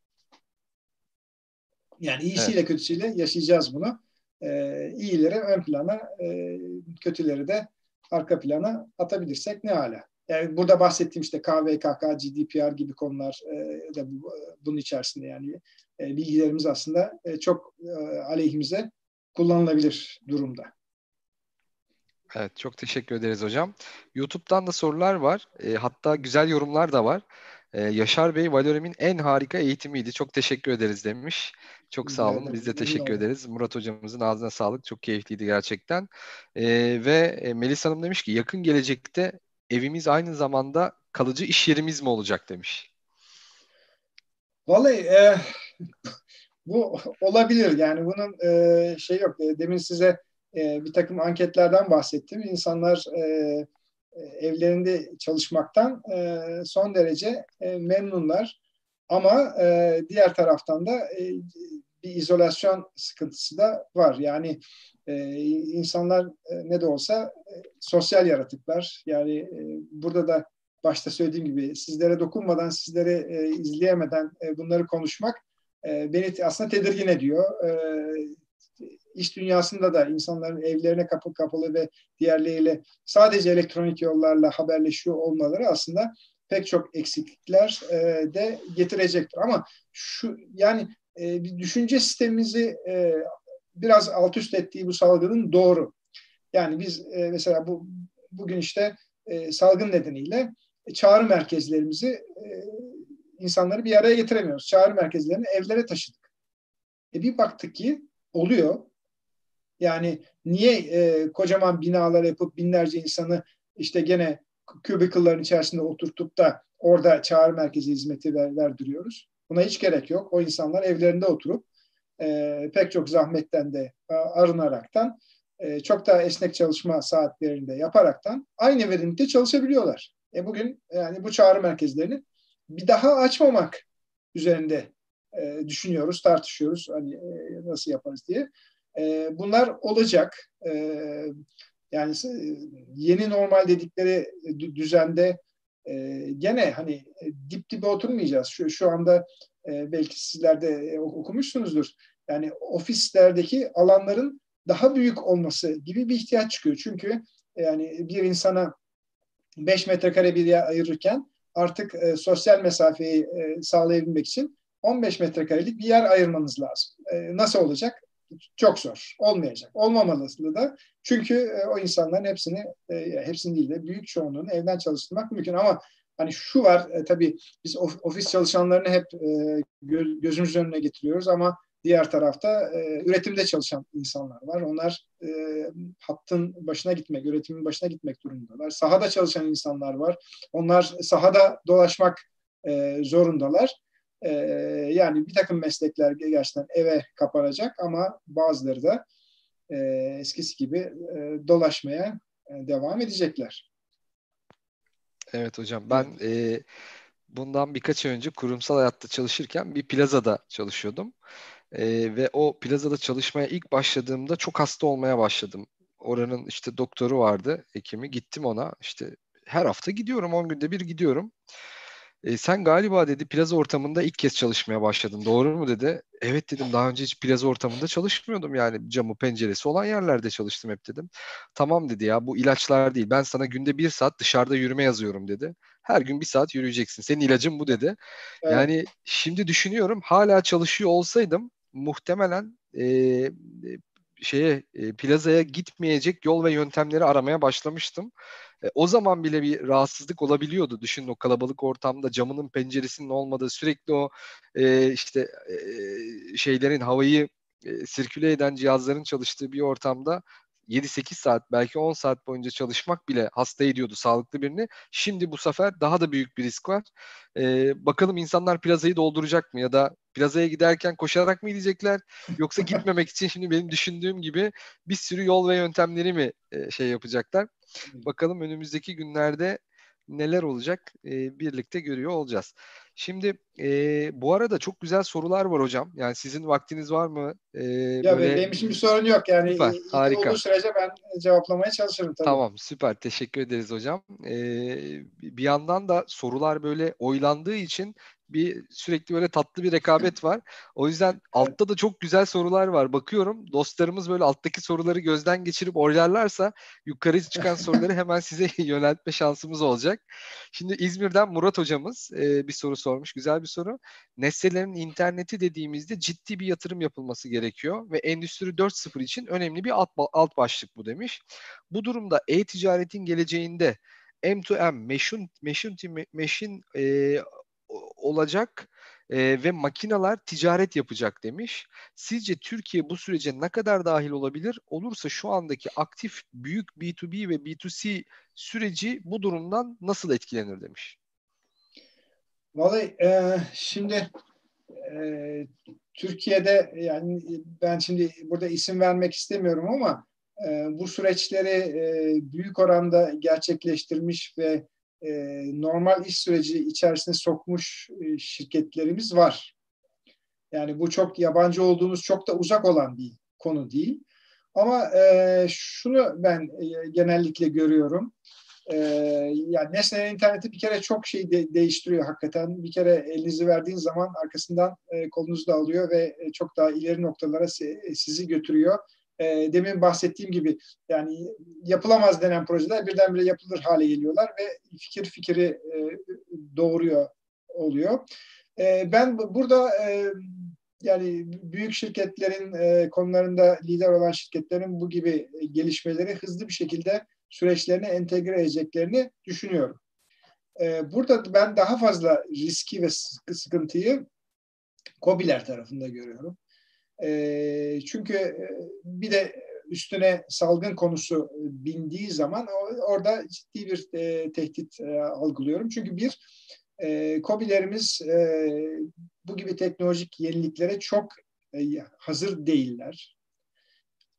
Yani Evet. iyisiyle kötüsüyle yaşayacağız bunu. E, iyileri ön plana, e, kötüleri de arka plana atabilirsek ne hala. Yani burada bahsettiğim işte K V K K, G D P R gibi konular e, da bu, bunun içerisinde yani e, bilgilerimiz aslında e, çok e, aleyhimize kullanılabilir durumda. Evet, çok teşekkür ederiz hocam. YouTube'dan da sorular var. E, hatta güzel yorumlar da var. E, Yaşar Bey, Valorem'in en harika eğitimiydi. Çok teşekkür ederiz demiş. Çok sağ Rica olun. Biz ederim. de Memnun teşekkür oldum. ederiz. Murat hocamızın ağzına sağlık. Çok keyifliydi gerçekten. E, ve e, Melis Hanım demiş ki yakın gelecekte evimiz aynı zamanda kalıcı iş yerimiz mi olacak demiş. Vallahi e, bu olabilir. Yani bunun e, şey yok. E, demin size e, bir takım anketlerden bahsettim. İnsanlar e, evlerinde çalışmaktan e, son derece e, memnunlar. Ama e, diğer taraftan da e, bir izolasyon sıkıntısı da var. Yani e, insanlar e, ne de olsa e, sosyal yaratıklar. Yani e, burada da başta söylediğim gibi sizlere dokunmadan, sizleri e, izleyemeden e, bunları konuşmak e, beni aslında tedirgin ediyor. E, iş dünyasında da insanların evlerine kapı kapalı ve diğerleriyle sadece elektronik yollarla haberleşiyor olmaları aslında pek çok eksiklikler e, de getirecektir. Ama şu yani e, bir düşünce sistemimizi e, biraz alt üst ettiği bu salgının doğru. Yani biz e, mesela bu bugün işte e, salgın nedeniyle çağrı merkezlerimizi e, insanları bir araya getiremiyoruz. Çağrı merkezlerini evlere taşıdık. E bir baktık ki oluyor. Yani niye e, kocaman binalar yapıp binlerce insanı işte gene kübiküllerin içerisinde oturtup da orada çağrı merkezi hizmeti ver, verdiriyoruz? Buna hiç gerek yok. O insanlar evlerinde oturup e, pek çok zahmetten de e, arınaraktan e, çok daha esnek çalışma saatlerinde yaparaktan aynı verimlilikte çalışabiliyorlar. E bugün yani bu çağrı merkezlerini bir daha açmamak üzerinde e, düşünüyoruz, tartışıyoruz. Hani e, nasıl yaparız diye. E, bunlar olacak. E, yani yeni normal dedikleri düzende e, gene hani e, dip dibe oturmayacağız. Şu, şu anda e, belki sizler de e, okumuşsunuzdur. Yani ofislerdeki alanların daha büyük olması gibi bir ihtiyaç çıkıyor. Çünkü yani bir insana beş metrekare bir yer ayırırken artık e, sosyal mesafeyi e, sağlayabilmek için on beş metrekarelik bir yer ayırmanız lazım. E, nasıl olacak? Çok zor. Olmayacak. Olmamalı da. Çünkü e, o insanların hepsini, e, hepsini değil de büyük çoğunluğunu evden çalıştırmak mümkün. Ama hani şu var, e, tabii biz ofis çalışanlarını hep e, gözümüzün önüne getiriyoruz ama diğer tarafta e, üretimde çalışan insanlar var. Onlar e, hattın başına gitmek, üretimin başına gitmek durumundalar. Sahada çalışan insanlar var. Onlar sahada dolaşmak e, zorundalar. E, yani bir takım meslekler gerçekten eve kapanacak ama bazıları da e, eskisi gibi e, dolaşmaya e, devam edecekler. Evet hocam, Evet. ben e, bundan birkaç ay önce kurumsal hayatta çalışırken bir plazada çalışıyordum. E, ve o plazada çalışmaya ilk başladığımda çok hasta olmaya başladım. Oranın işte doktoru vardı, hekimi. Gittim ona, işte her hafta gidiyorum, on günde bir gidiyorum. E, sen galiba dedi plaza ortamında ilk kez çalışmaya başladın. Doğru mu dedi. Evet dedim, daha önce hiç plaza ortamında çalışmıyordum, yani camı penceresi olan yerlerde çalıştım hep dedim. Tamam dedi, ya bu ilaçlar değil. Ben sana günde bir saat dışarıda yürüme yazıyorum dedi. Her gün bir saat yürüyeceksin. Senin ilacın bu dedi. Evet. Yani şimdi düşünüyorum, hala çalışıyor olsaydım muhtemelen e, şeye e, plazaya gitmeyecek yol ve yöntemleri aramaya başlamıştım. E, o zaman bile bir rahatsızlık olabiliyordu. Düşünün, o kalabalık ortamda camının penceresinin olmadığı, sürekli o e, işte e, şeylerin, havayı e, sirküle eden cihazların çalıştığı bir ortamda yedi sekiz saat, belki on saat boyunca çalışmak bile hasta ediyordu sağlıklı birini. Şimdi bu sefer daha da büyük bir risk var. E, bakalım insanlar plazayı dolduracak mı, ya da plazaya giderken koşarak mı gidecekler, yoksa gitmemek için şimdi benim düşündüğüm gibi bir sürü yol ve yöntemleri mi e, şey yapacaklar? Bakalım önümüzdeki günlerde neler olacak, e, birlikte görüyor olacağız. Şimdi e, bu arada çok güzel sorular var hocam. Yani sizin vaktiniz var mı? E, Ya böyle benim için bir sorun yok. Yani süper, ilgi olduğu harika. sürece ben cevaplamaya çalışırım tabii. Tamam, süper. Teşekkür ederiz hocam. Ee, bir yandan da sorular böyle oylandığı için bir sürekli böyle tatlı bir rekabet var. O yüzden Evet. altta da çok güzel sorular var. Bakıyorum dostlarımız böyle alttaki soruları gözden geçirip oylarlarsa yukarı çıkan soruları hemen size yöneltme şansımız olacak. Şimdi İzmir'den Murat hocamız e, bir soru sormuş. Güzel bir soru. Nesnelerin interneti dediğimizde ciddi bir yatırım yapılması gerekiyor ve Endüstri dört nokta sıfır için önemli bir alt, alt başlık bu demiş. Bu durumda e-ticaretin geleceğinde M2M, machine, machine, to machine e, olacak e, ve makineler ticaret yapacak demiş. Sizce Türkiye bu sürece ne kadar dahil olabilir? Olursa şu andaki aktif büyük B iki B ve B iki C süreci bu durumdan nasıl etkilenir demiş. Vallahi e, şimdi e, Türkiye'de yani ben şimdi burada isim vermek istemiyorum ama e, bu süreçleri e, büyük oranda gerçekleştirmiş ve e, normal iş süreci içerisine sokmuş e, şirketlerimiz var. Yani bu çok yabancı olduğumuz, çok da uzak olan bir konu değil. Ama e, şunu ben e, genellikle görüyorum. Ee, yani nesnelerin interneti bir kere çok şey de- değiştiriyor hakikaten. Bir kere elinizi verdiğin zaman arkasından e, kolunuzu da alıyor ve e, çok daha ileri noktalara si- e, sizi götürüyor. E, demin bahsettiğim gibi yani yapılamaz denen projeler birdenbire yapılır hale geliyorlar ve fikir fikri e, doğuruyor oluyor. E, ben bu- burada e, yani büyük şirketlerin e, konularında lider olan şirketlerin bu gibi gelişmeleri hızlı bir şekilde süreçlerine entegre edeceklerini düşünüyorum. Ee, burada ben daha fazla riski ve sıkıntıyı KOBİ'ler tarafında görüyorum. Ee, çünkü bir de üstüne salgın konusu bindiği zaman orada ciddi bir e, tehdit e, algılıyorum. Çünkü bir, e, KOBİ'lerimiz e, bu gibi teknolojik yeniliklere çok e, hazır değiller.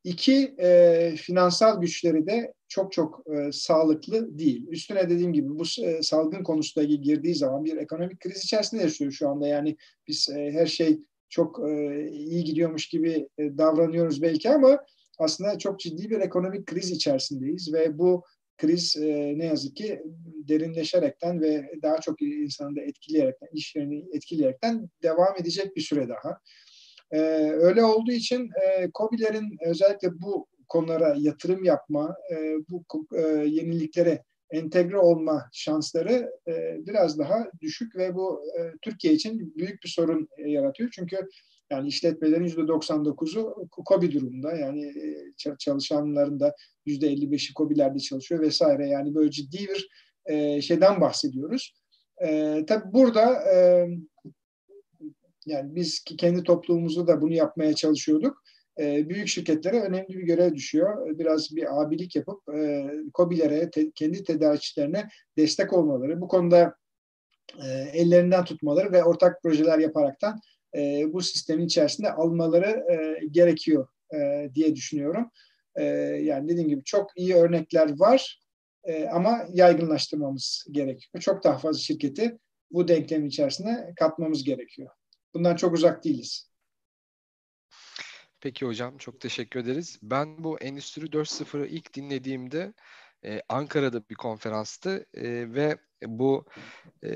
İki, e, finansal güçleri de çok çok e, sağlıklı değil. Üstüne dediğim gibi bu e, salgın konusuna girdiği zaman bir ekonomik kriz içerisinde yaşıyoruz şu anda. Yani biz e, her şey çok e, iyi gidiyormuş gibi e, davranıyoruz belki ama aslında çok ciddi bir ekonomik kriz içerisindeyiz ve bu kriz e, ne yazık ki derinleşerekten ve daha çok insanı da etkileyerekten, iş yerini etkileyerekten devam edecek bir süre daha. Ee, öyle olduğu için e, KOBİ'lerin özellikle bu konulara yatırım yapma, e, bu e, yeniliklere entegre olma şansları e, biraz daha düşük ve bu e, Türkiye için büyük bir sorun e, yaratıyor. Çünkü yani işletmelerin yüzde doksan dokuzu KOBİ durumunda. Yani e, çalışanların da yüzde elli beşi KOBİ'lerde çalışıyor vesaire. Yani böyle ciddi bir e, şeyden bahsediyoruz. E, tabii burada e, yani biz kendi toplumumuzda da bunu yapmaya çalışıyorduk. E, büyük şirketlere önemli bir görev düşüyor. Biraz bir abilik yapıp e, KOBİ'lere, te, kendi tedarikçilerine destek olmaları, bu konuda e, ellerinden tutmaları ve ortak projeler yaparaktan e, bu sistemin içerisinde almaları e, gerekiyor e, diye düşünüyorum. E, yani dediğim gibi çok iyi örnekler var e, ama yaygınlaştırmamız gerekiyor. Çok daha fazla şirketi bu denklemin içerisine katmamız gerekiyor. Bundan çok uzak değiliz. Peki hocam, çok teşekkür ederiz. Ben bu Endüstri dört nokta sıfırı ilk dinlediğimde e, Ankara'da bir konferanstı e, ve bu e,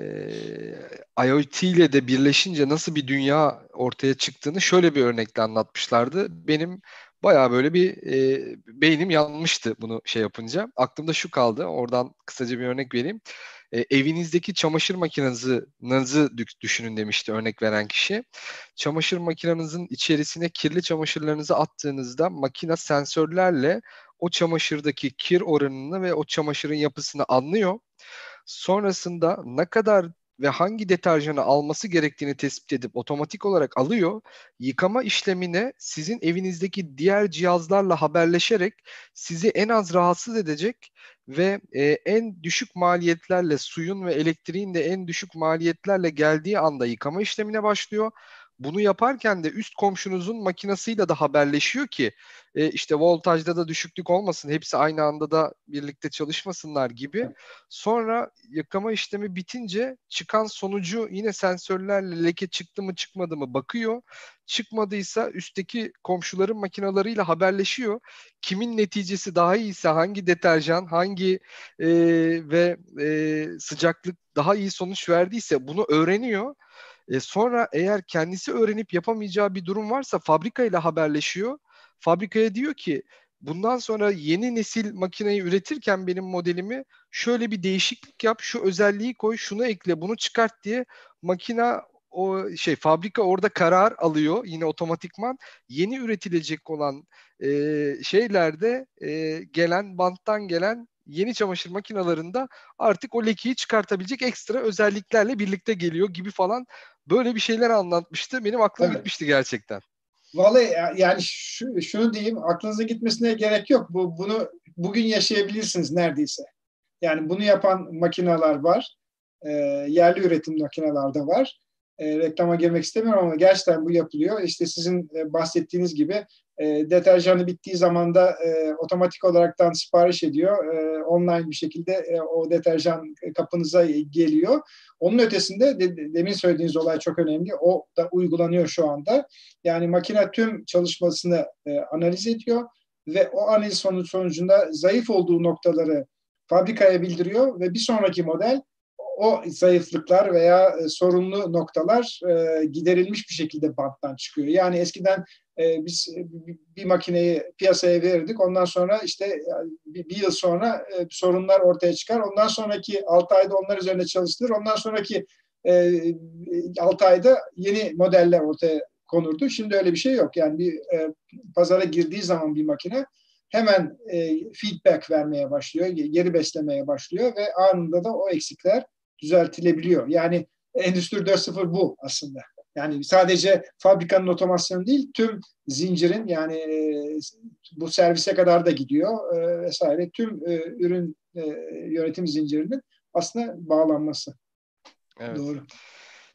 IoT ile de birleşince nasıl bir dünya ortaya çıktığını şöyle bir örnekle anlatmışlardı. Benim bayağı böyle bir e, beynim yanmıştı bunu şey yapınca. Aklımda şu kaldı. Oradan kısaca bir örnek vereyim. E, evinizdeki çamaşır makinenizi düşünün demişti örnek veren kişi. Çamaşır makinenizin içerisine kirli çamaşırlarınızı attığınızda makine sensörlerle o çamaşırdaki kir oranını ve o çamaşırın yapısını anlıyor. Sonrasında ne kadar ve hangi deterjanı alması gerektiğini tespit edip otomatik olarak alıyor. Yıkama işlemine sizin evinizdeki diğer cihazlarla haberleşerek sizi en az rahatsız edecek ve e, en düşük maliyetlerle suyun ve elektriğin de en düşük maliyetlerle geldiği anda yıkama işlemine başlıyor. Bunu yaparken de üst komşunuzun makinesiyle de haberleşiyor ki e, işte voltajda da düşüklük olmasın, hepsi aynı anda da birlikte çalışmasınlar gibi. Sonra yıkama işlemi bitince çıkan sonucu yine sensörlerle leke çıktı mı çıkmadı mı bakıyor. Çıkmadıysa üstteki komşuların makinalarıyla haberleşiyor. Kimin neticesi daha iyiyse, hangi deterjan, hangi e, ve e, sıcaklık daha iyi sonuç verdiyse bunu öğreniyor. E, sonra eğer kendisi öğrenip yapamayacağı bir durum varsa fabrikayla haberleşiyor. Fabrikaya diyor ki bundan sonra yeni nesil makineyi üretirken benim modelimi şöyle bir değişiklik yap, şu özelliği koy, şunu ekle, bunu çıkart diye makina o şey fabrika orada karar alıyor yine otomatikman yeni üretilecek olan e, şeylerde e, gelen banttan gelen yeni çamaşır makinalarında artık o lekeyi çıkartabilecek ekstra özelliklerle birlikte geliyor gibi falan böyle bir şeyler anlatmıştı. Benim aklım Evet. gitmişti gerçekten. Vallahi yani şu, şunu diyeyim, aklınıza gitmesine gerek yok. Bu bunu bugün yaşayabilirsiniz neredeyse. Yani bunu yapan makineler var. E, yerli üretim makineler de var. E, reklama girmek istemiyorum ama gerçekten bu yapılıyor. İşte sizin e, bahsettiğiniz gibi e, deterjanı bittiği zaman da e, otomatik olaraktan sipariş ediyor. E, online bir şekilde e, o deterjan kapınıza geliyor. Onun ötesinde de, demin söylediğiniz olay çok önemli. O da uygulanıyor şu anda. Yani makine tüm çalışmasını e, analiz ediyor ve o analiz sonuç sonucunda zayıf olduğu noktaları fabrikaya bildiriyor ve bir sonraki model o zayıflıklar veya e, sorunlu noktalar e, giderilmiş bir şekilde banttan çıkıyor. Yani eskiden e, biz bir, bir makineyi piyasaya verirdik. Ondan sonra işte bir, bir yıl sonra e, sorunlar ortaya çıkar. Ondan sonraki altı ayda onlar üzerine çalışılır. Ondan sonraki e, altı ayda yeni modeller ortaya konurdu. Şimdi öyle bir şey yok. Yani bir e, pazara girdiği zaman bir makine hemen e, feedback vermeye başlıyor, geri beslemeye başlıyor ve anında da o eksikler düzeltilebiliyor. Yani Endüstri dört nokta sıfır bu aslında. Yani sadece fabrikanın otomasyonu değil, tüm zincirin yani e, bu servise kadar da gidiyor e, vesaire. Tüm e, ürün e, yönetim zincirinin aslında bağlanması. Evet. Doğru.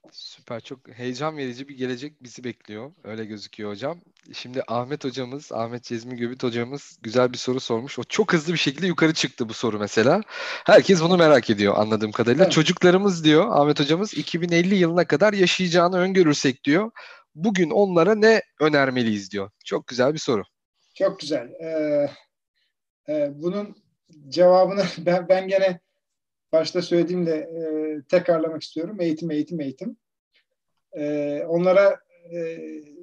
Süper, çok heyecan verici bir gelecek bizi bekliyor. Öyle gözüküyor hocam. Şimdi Ahmet hocamız, Ahmet Cezmi Göbüt hocamız güzel bir soru sormuş. O çok hızlı bir şekilde yukarı çıktı bu soru mesela. Herkes bunu merak ediyor anladığım kadarıyla. Evet, Çocuklarımız diyor Ahmet hocamız iki bin elli yılına kadar yaşayacağını öngörürsek diyor. Bugün onlara ne önermeliyiz diyor. Çok güzel bir soru. çok güzel. Ee, e, bunun cevabını ben, ben gene başta söylediğimle e, tekrarlamak istiyorum. Eğitim, eğitim, eğitim. E, onlara e,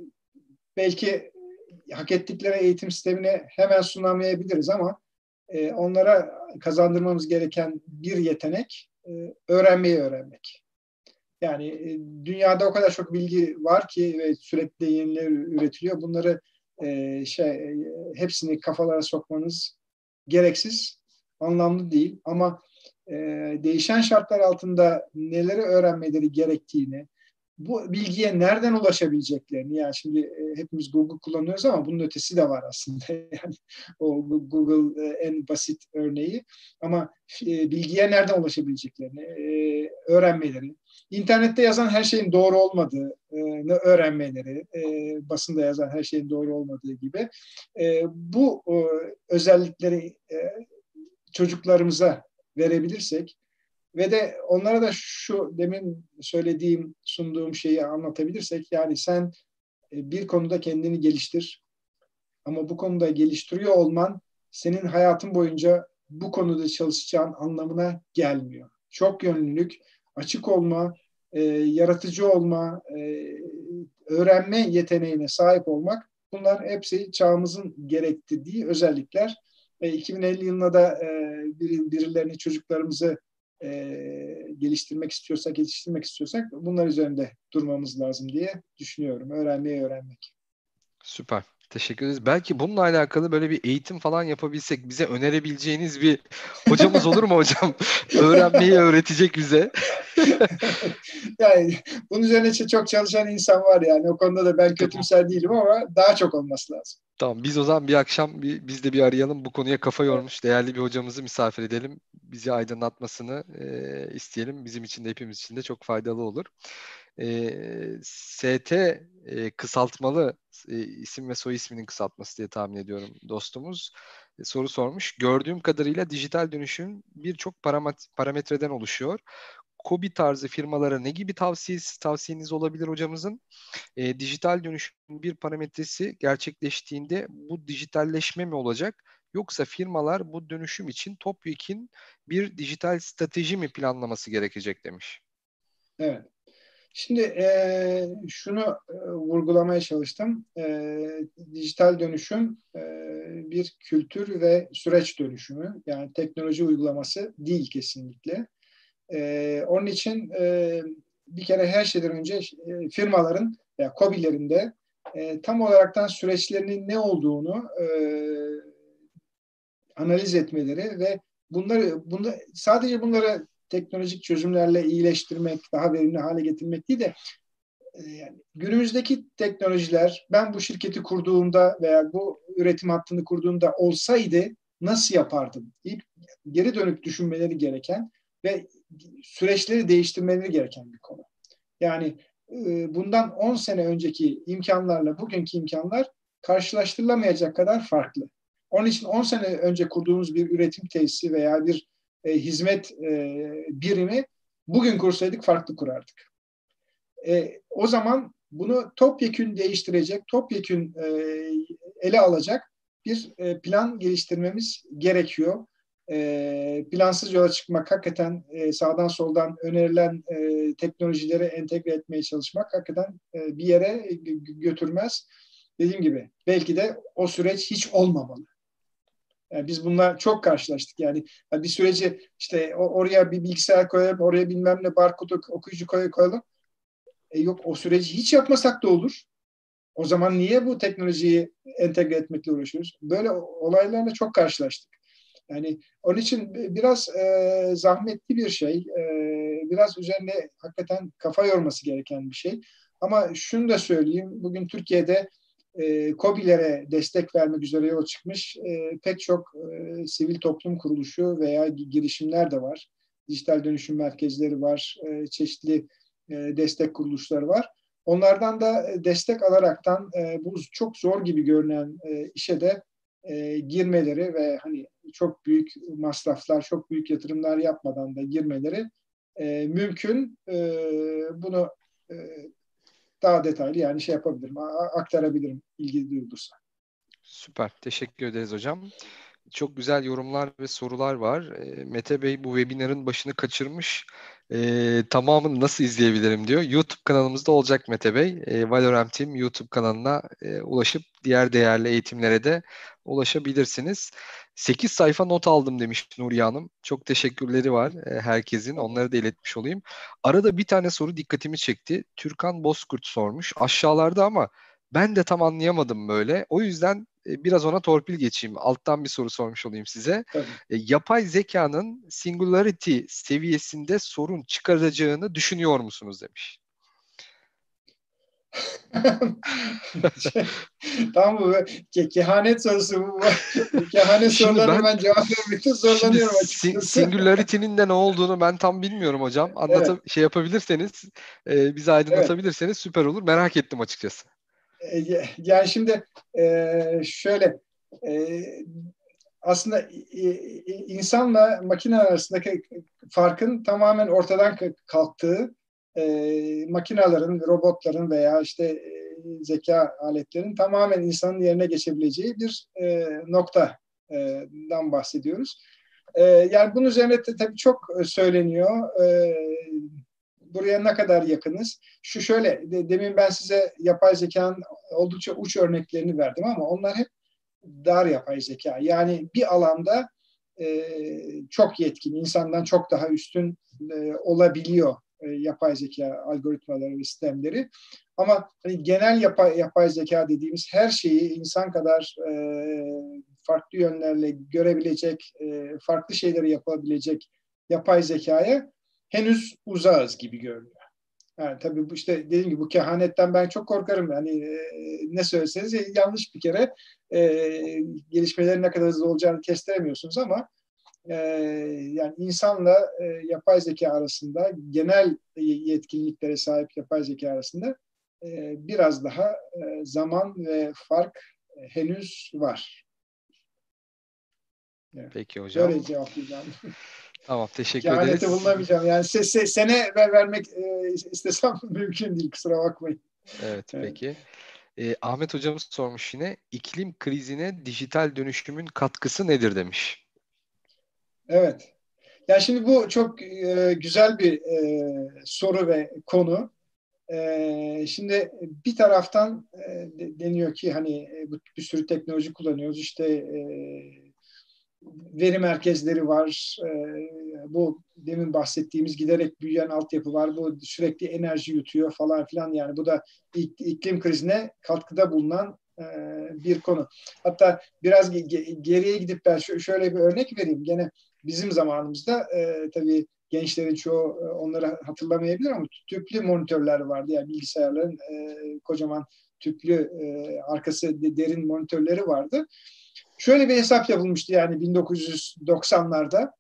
belki hak ettikleri eğitim sistemini hemen sunamayabiliriz ama e, onlara kazandırmamız gereken bir yetenek e, öğrenmeyi öğrenmek. Yani e, dünyada o kadar çok bilgi var ki ve sürekli yenileri üretiliyor. Bunları e, şey e, hepsini kafalara sokmanız gereksiz, anlamlı değil. Ama e, değişen şartlar altında neleri öğrenmeleri gerektiğini, bu bilgiye nereden ulaşabileceklerini, yani şimdi e, hepimiz Google kullanıyoruz ama bunun ötesi de var aslında. Yani o Google e, en basit örneği ama e, bilgiye nereden ulaşabileceklerini e, öğrenmeleri, internette yazan her şeyin doğru olmadığını öğrenmeleri, e, basında yazan her şeyin doğru olmadığı gibi e, bu e, özellikleri e, çocuklarımıza verebilirsek ve de onlara da şu demin söylediğim, sunduğum şeyi anlatabilirsek, yani sen e, bir konuda kendini geliştir ama bu konuda geliştiriyor olman senin hayatın boyunca bu konuda çalışacağın anlamına gelmiyor. Çok yönlülük, açık olma, e, yaratıcı olma, e, öğrenme yeteneğine sahip olmak, bunlar hepsi çağımızın gerektirdiği özellikler. E, iki bin elli yılında da e, bir, birilerini, çocuklarımızı e, geliştirmek istiyorsak, yetiştirmek istiyorsak bunlar üzerinde durmamız lazım diye düşünüyorum. Öğrenmeyi öğrenmek. Süper. Teşekkür ederiz. Belki bununla alakalı böyle bir eğitim falan yapabilsek bize önerebileceğiniz bir hocamız olur mu hocam? Öğrenmeyi öğretecek bize. Yani bunun üzerine çok çalışan insan var yani. O konuda da ben Tamam. kötümser değilim ama daha çok olması lazım. Tamam. Biz o zaman bir akşam bir, biz de bir arayalım. Bu konuya kafa yormuş değerli bir hocamızı misafir edelim. Bizi aydınlatmasını e, isteyelim. Bizim için de hepimiz için de çok faydalı olur. E, S T e, kısaltmalı e, isim ve soy isminin kısaltması diye tahmin ediyorum dostumuz. E, soru sormuş. Gördüğüm kadarıyla dijital dönüşüm birçok paramet- parametreden oluşuyor. KOBİ tarzı firmalara ne gibi tavsiyesi, tavsiyeniz olabilir hocamızın? E, dijital dönüşümün bir parametresi gerçekleştiğinde bu dijitalleşme mi olacak? Yoksa firmalar bu dönüşüm için topyekün bir dijital strateji mi planlaması gerekecek demiş. Evet. Şimdi e, şunu e, vurgulamaya çalıştım. E, dijital dönüşüm e, bir kültür ve süreç dönüşümü. Yani teknoloji uygulaması değil kesinlikle. E, onun için e, bir kere her şeyden önce e, firmaların veya KOBİ'lerin de e, tam olaraktan süreçlerinin ne olduğunu e, analiz etmeleri ve bunları, bunları sadece bunları teknolojik çözümlerle iyileştirmek, daha verimli hale getirmek değil de e, yani günümüzdeki teknolojiler ben bu şirketi kurduğumda veya bu üretim hattını kurduğumda olsaydı nasıl yapardım deyip geri dönüp düşünmeleri gereken ve süreçleri değiştirmeleri gereken bir konu. Yani e, bundan on sene önceki imkanlarla bugünkü imkanlar karşılaştırılamayacak kadar farklı. Onun için on sene önce kurduğumuz bir üretim tesisi veya bir e, hizmet e, birimi bugün kursaydık farklı kurardık. E, o zaman bunu topyekün değiştirecek, topyekün e, ele alacak bir e, plan geliştirmemiz gerekiyor. E, plansız yola çıkmak, hakikaten e, sağdan soldan önerilen e, teknolojileri entegre etmeye çalışmak hakikaten e, bir yere götürmez. Dediğim gibi belki de o süreç hiç olmamalı. Yani biz bununla çok karşılaştık. Yani, yani bir süreci işte oraya bir bilgisayar koyalım, oraya bilmem ne barkod okuyucu koyalım. E yok, o süreci hiç yapmasak da olur. O zaman niye bu teknolojiyi entegre etmekle uğraşıyoruz? Böyle olaylarla çok karşılaştık. Yani onun için biraz e, zahmetli bir şey. E, biraz üzerine hakikaten kafa yorması gereken bir şey. Ama şunu da söyleyeyim. Bugün Türkiye'de e, KOBİ'lere destek vermek üzere yola çıkmış e, pek çok e, sivil toplum kuruluşu veya girişimler de var. Dijital dönüşüm merkezleri var. E, çeşitli e, destek kuruluşları var. Onlardan da destek alaraktan e, bu çok zor gibi görünen e, işe de e, girmeleri ve hani çok büyük masraflar, çok büyük yatırımlar yapmadan da girmeleri e, mümkün. E, bunu e, daha detaylı yani şey yapabilirim, aktarabilirim ilgili duyulursa. Süper. Teşekkür ederiz hocam. Çok güzel yorumlar ve sorular var. E, Mete Bey bu webinarın başını kaçırmış. E, tamamını nasıl izleyebilirim diyor. YouTube kanalımızda olacak Mete Bey. E, Valorem Team YouTube kanalına e, ulaşıp diğer değerli eğitimlere de ulaşabilirsiniz. sekiz sayfa not aldım demiş Nuriye Hanım. Çok teşekkürleri var e, herkesin. Onları da iletmiş olayım. Arada bir tane soru dikkatimi çekti. Türkan Bozkurt sormuş. Aşağılarda ama ben de tam anlayamadım böyle. O yüzden e, biraz ona torpil geçeyim. Alttan bir soru sormuş olayım size. Tabii. E, yapay zekanın singularity seviyesinde sorun çıkaracağını düşünüyor musunuz demiş. şey, tam bu ke kehanet sorusu bu. Bu kehanet Şimdi sorularına ben ben cevap vermekte şimdi zorlanıyorum si- açıkçası. singularity'nin de ne olduğunu ben tam bilmiyorum hocam. Evet, Anlata şey yapabilirseniz, e, bizi evet. aydınlatabilirseniz süper olur. Merak ettim açıkçası. E, Yani şimdi e, şöyle e, aslında e, e, insanla makine arasındaki farkın tamamen ortadan kalktığı, e, makinelerin, robotların veya işte e, zeka aletlerinin tamamen insanın yerine geçebileceği bir e, noktadan bahsediyoruz. E, yani bunun üzerine tabii çok söyleniyor. E, buraya ne kadar yakınız? Şu şöyle, demin ben size yapay zekanın oldukça uç örneklerini verdim ama onlar hep dar yapay zeka. Yani bir alanda e, çok yetkin, insandan çok daha üstün e, olabiliyor e, yapay zeka algoritmaları ve sistemleri. Ama hani genel yapay, yapay zeka dediğimiz her şeyi insan kadar e, farklı yönlerle görebilecek, e, farklı şeyleri yapabilecek yapay zekaya henüz uzağız gibi görünüyor. Yani tabii bu işte dediğim gibi bu kehanetten ben çok korkarım. Yani e, ne söyleseniz yanlış bir kere e, gelişmelerin ne kadar hızlı olacağını kestiremiyorsunuz ama e, yani insanla e, yapay zeka arasında genel yetkinliklere sahip yapay zeka arasında e, biraz daha e, zaman ve fark e, henüz var. Evet. Peki Böyle hocam. cevaplayacağım. Tamam, teşekkür Kehanete ederiz. bulunamayacağım. Yani se, se, sene ver, vermek e, istesem mümkün değil. Kusura bakmayın. Evet, Evet. peki. E, Ahmet hocamız sormuş yine. İklim krizine dijital dönüşümün katkısı nedir demiş. Evet. Yani şimdi bu çok e, güzel bir e, soru ve konu. E, şimdi bir taraftan e, deniyor ki hani e, bu, bir sürü teknoloji kullanıyoruz. İşte e, veri merkezleri var. E, bu demin bahsettiğimiz giderek büyüyen altyapı var. Bu sürekli enerji yutuyor falan filan. Yani bu da iklim krizine katkıda bulunan e, bir konu. Hatta biraz geriye gidip ben şöyle bir örnek vereyim. Gene bizim zamanımızda e, tabii gençlerin çoğu e, onları hatırlamayabilir ama tüplü monitörler vardı. Yani bilgisayarların e, kocaman tüplü e, arkası derin monitörleri vardı. Şöyle bir hesap yapılmıştı yani bin dokuz yüz doksanlarda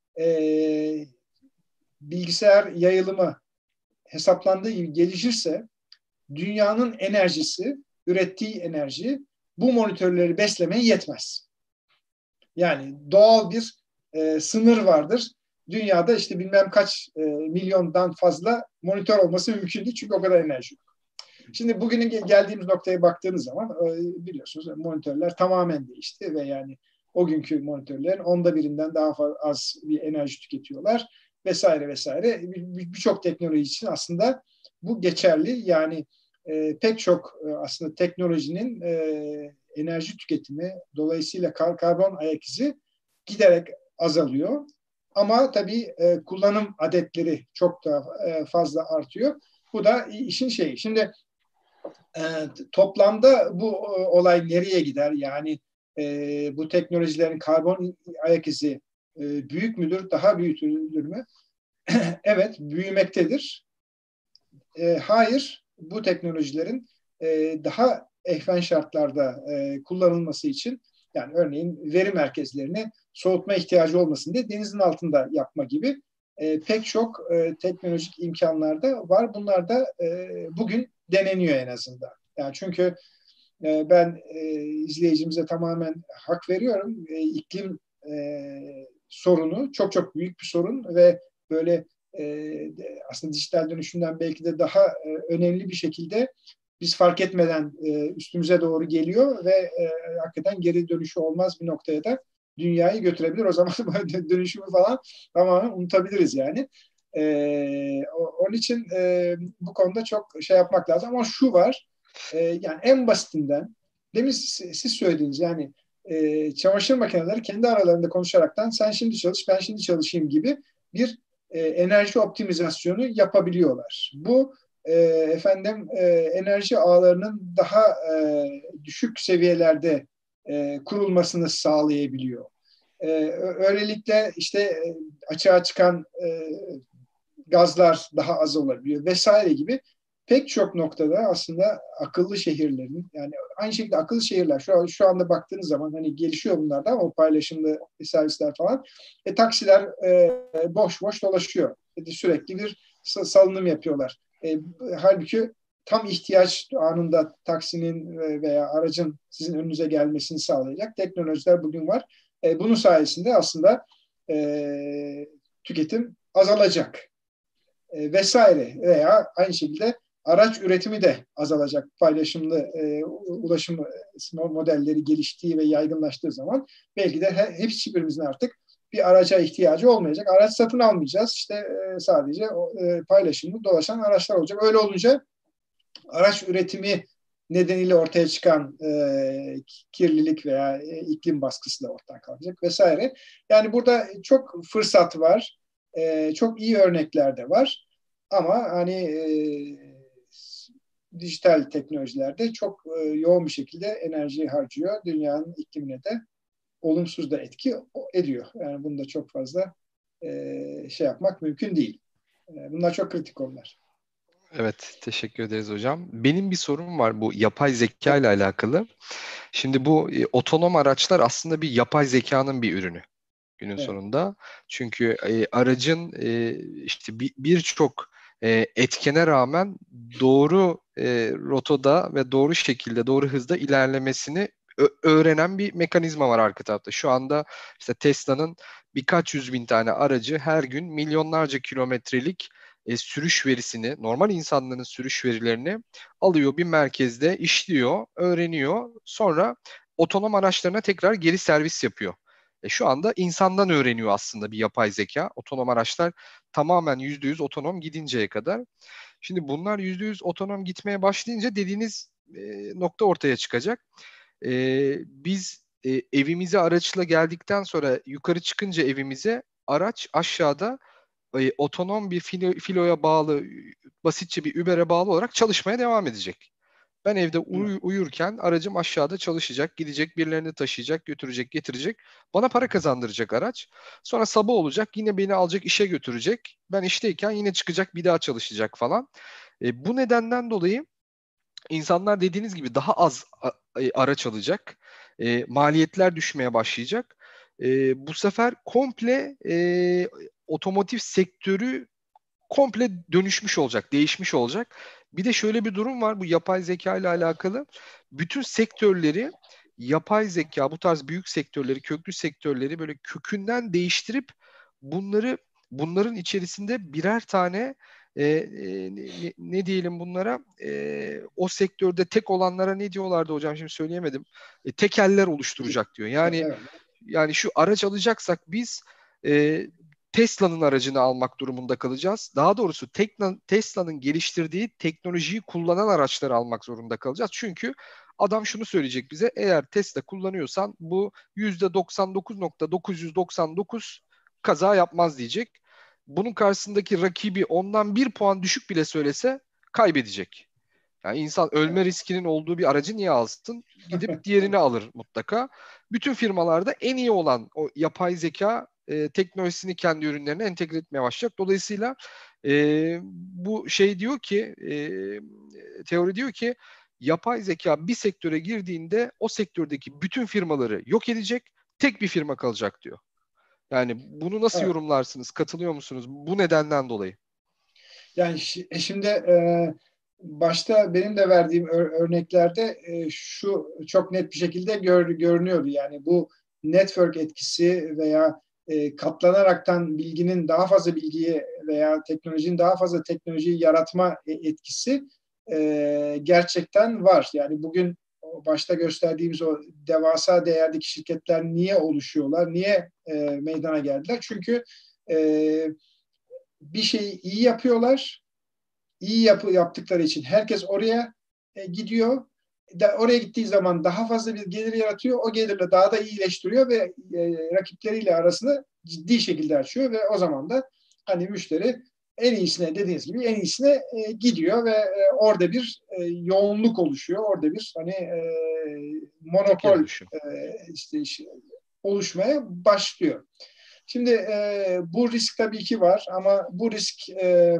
e, bilgisayar yayılımı hesaplandığı gibi gelişirse dünyanın enerjisi, ürettiği enerji bu monitörleri beslemeye yetmez. Yani doğal bir e, sınır vardır. Dünyada işte bilmem kaç e, milyondan fazla monitör olması mümkün değil çünkü o kadar enerji yok. Şimdi bugünün geldiğimiz noktaya baktığınız zaman biliyorsunuz monitörler tamamen değişti ve yani o günkü monitörlerin onda birinden daha az bir enerji tüketiyorlar vesaire vesaire. Birçok teknoloji için aslında bu geçerli. Yani e, pek çok e, aslında teknolojinin e, enerji tüketimi dolayısıyla kar karbon ayak izi giderek azalıyor. Ama tabii e, kullanım adetleri çok daha e, fazla artıyor. Bu da işin şeyi. Şimdi e, toplamda bu e, olay nereye gider? Yani e, bu teknolojilerin karbon ayak izi e, büyük müdür, daha büyütülür mü? Evet, büyümektedir. E, hayır, bu teknolojilerin e, daha ehven şartlarda e, kullanılması için yani örneğin veri merkezlerini soğutma ihtiyacı olmasın diye denizin altında yapma gibi e, pek çok e, teknolojik imkanlar da var. Bunlar da e, bugün deneniyor en azından. Yani çünkü e, ben e, izleyicimize tamamen hak veriyorum. E, iklim e, sorunu çok çok büyük bir sorun ve böyle e, aslında dijital dönüşümden belki de daha e, önemli bir şekilde biz fark etmeden e, üstümüze doğru geliyor ve e, hakikaten geri dönüşü olmaz bir noktaya da dünyayı götürebilir. O zaman dönüşümü falan tamamen unutabiliriz yani. E, onun için e, bu konuda çok şey yapmak lazım. Ama şu var, e, yani en basitinden demin siz, siz söylediniz yani e, çamaşır makineleri kendi aralarında konuşaraktan sen şimdi çalış ben şimdi çalışayım gibi bir e, enerji optimizasyonu yapabiliyorlar. Bu e, efendim e, enerji ağlarının daha e, düşük seviyelerde e, kurulmasını sağlayabiliyor. E, öylelikle işte e, açığa çıkan e, gazlar daha az olabiliyor vesaire gibi pek çok noktada aslında akıllı şehirlerin yani aynı şekilde akıllı şehirler şu, an, şu anda baktığınız zaman hani gelişiyor bunlar da ama o paylaşımlı servisler falan e, taksiler e, boş boş dolaşıyor. E, sürekli bir salınım yapıyorlar. E, halbuki tam ihtiyaç anında taksinin veya aracın sizin önünüze gelmesini sağlayacak teknolojiler bugün var. E, bunun sayesinde aslında e, tüketim azalacak e, vesaire veya aynı şekilde araç üretimi de azalacak. Paylaşımlı e, ulaşım modelleri geliştiği ve yaygınlaştığı zaman belki de he, hepsi hiçbirimizin artık bir araca ihtiyacı olmayacak. Araç satın almayacağız. İşte e, sadece o, e, paylaşımlı dolaşan araçlar olacak. Öyle olunca araç üretimi nedeniyle ortaya çıkan e, kirlilik veya e, iklim baskısı da ortadan kalkacak vesaire. Yani burada çok fırsat var. E, çok iyi örnekler de var. Ama hani e, dijital teknolojilerde çok e, yoğun bir şekilde enerji harcıyor. Dünyanın iklimine de olumsuz da etki ediyor. Yani bunu da çok fazla e, şey yapmak mümkün değil. E, bunlar çok kritik konular. Evet, teşekkür ederiz hocam. Benim bir sorum var bu yapay zeka ile alakalı. Şimdi bu e, otonom araçlar aslında bir yapay zekanın bir ürünü günün Evet. sonunda. Çünkü e, aracın e, işte bir- birçok e, etkene rağmen doğru e, rotada ve doğru şekilde, doğru hızda ilerlemesini ö- öğrenen bir mekanizma var arka tarafta. Şu anda işte Tesla'nın birkaç yüz bin tane aracı her gün milyonlarca kilometrelik e, sürüş verisini, normal insanların sürüş verilerini alıyor, bir merkezde işliyor, öğreniyor. Sonra otonom araçlarına tekrar geri servis yapıyor. E, şu anda insandan öğreniyor aslında bir yapay zeka. Otonom araçlar tamamen yüzde yüz otonom gidinceye kadar. Şimdi bunlar yüzde yüz otonom gitmeye başlayınca dediğiniz e, nokta ortaya çıkacak. E, biz e, evimize araçla geldikten sonra yukarı çıkınca evimize araç aşağıda e, otonom bir filo, filoya bağlı, basitçe bir Uber'e bağlı olarak çalışmaya devam edecek. Ben evde Evet. uy- uyurken aracım aşağıda çalışacak, gidecek, birilerini taşıyacak, götürecek, getirecek. Bana para kazandıracak araç. Sonra sabah olacak, yine beni alacak, işe götürecek. Ben işteyken yine çıkacak, bir daha çalışacak falan. E, bu nedenden dolayı insanlar dediğiniz gibi daha az a- e, araç alacak. E, maliyetler düşmeye başlayacak. E, bu sefer komple e, otomotiv sektörü komple dönüşmüş olacak, değişmiş olacak. Bir de şöyle bir durum var bu yapay zeka ile alakalı. Bütün sektörleri yapay zeka, bu tarz büyük sektörleri, köklü sektörleri böyle kökünden değiştirip bunları bunların içerisinde birer tane e, e, ne, ne diyelim bunlara e, o sektörde tek olanlara ne diyorlardı hocam şimdi söyleyemedim. E, tekeller oluşturacak diyor. Yani Evet. yani şu araç alacaksak biz e, Tesla'nın aracını almak durumunda kalacağız. Daha doğrusu Tekna, Tesla'nın geliştirdiği teknolojiyi kullanan araçları almak zorunda kalacağız. Çünkü adam şunu söyleyecek bize: eğer Tesla kullanıyorsan bu yüzde doksan dokuz nokta dokuz yüz doksan dokuz kaza yapmaz diyecek. Bunun karşısındaki rakibi ondan bir puan düşük bile söylese kaybedecek. Yani insan ölme riskinin olduğu bir aracı niye alsın? Gidip diğerini alır mutlaka. Bütün firmalarda en iyi olan o yapay zeka e, teknolojisini kendi ürünlerine entegre etmeye başlayacak. Dolayısıyla e, bu şey diyor ki, e, teori diyor ki yapay zeka bir sektöre girdiğinde o sektördeki bütün firmaları yok edecek, tek bir firma kalacak diyor. Yani bunu nasıl Evet. yorumlarsınız? Katılıyor musunuz? Bu nedenden dolayı. Yani şi- şimdi e, başta benim de verdiğim ör- örneklerde e, şu çok net bir şekilde gör, görünüyordu. Yani bu network etkisi veya e, katlanaraktan bilginin daha fazla bilgiyi veya teknolojinin daha fazla teknolojiyi yaratma e, etkisi e, gerçekten var. Yani bugün o başta gösterdiğimiz o devasa değerdeki şirketler niye oluşuyorlar, niye e, meydana geldiler? Çünkü e, bir şeyi iyi yapıyorlar, iyi yapı yaptıkları için herkes oraya e, gidiyor. Da, oraya gittiği zaman daha fazla bir gelir yaratıyor. O gelirle daha da iyileştiriyor ve e, rakipleriyle arasını ciddi şekilde açıyor ve o zaman da hani müşteri en iyisine dediğiniz gibi en iyisine e, gidiyor ve e, orada bir e, yoğunluk oluşuyor. Orada bir hani e, Tekel monopol oluşuyor. e, işte, işte oluşmaya başlıyor. Şimdi e, bu risk tabii ki var ama bu risk e,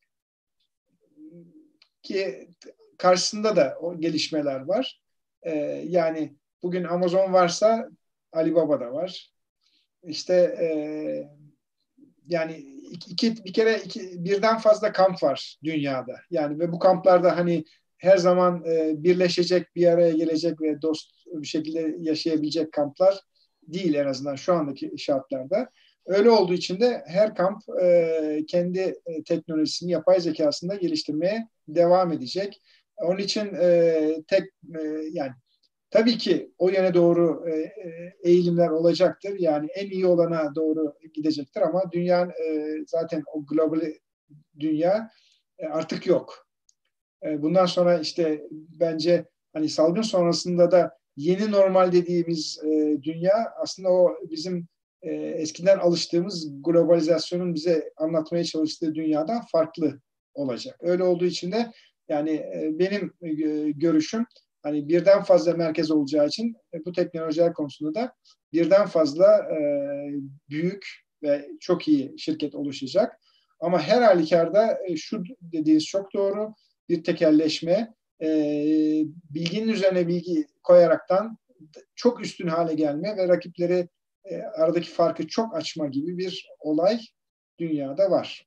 ki karşısında da o gelişmeler var. Ee, yani bugün Amazon varsa Alibaba da var. İşte e, yani iki, bir kere iki, birden fazla kamp var dünyada. Yani ve bu kamplarda hani her zaman e, birleşecek, bir araya gelecek ve dost bir şekilde yaşayabilecek kamplar değil en azından şu andaki şartlarda. Öyle olduğu için de her kamp e, kendi e, teknolojisini, yapay zekasını da geliştirmeye devam edecek. Onun için e, tek e, yani tabii ki o yöne doğru e, eğilimler olacaktır. Yani en iyi olana doğru gidecektir ama dünya e, zaten o global dünya e, artık yok. E, bundan sonra işte bence hani salgın sonrasında da yeni normal dediğimiz e, dünya aslında o bizim e, eskiden alıştığımız globalizasyonun bize anlatmaya çalıştığı dünyadan farklı olacak. Öyle olduğu için de yani e, benim e, görüşüm hani birden fazla merkez olacağı için e, bu teknolojiler konusunda da birden fazla e, büyük ve çok iyi şirket oluşacak. Ama her halükarda e, şu dediğiniz çok doğru, bir tekelleşme, e, bilginin üzerine bilgi koyaraktan çok üstün hale gelme ve rakipleri e, aradaki farkı çok açma gibi bir olay dünyada var.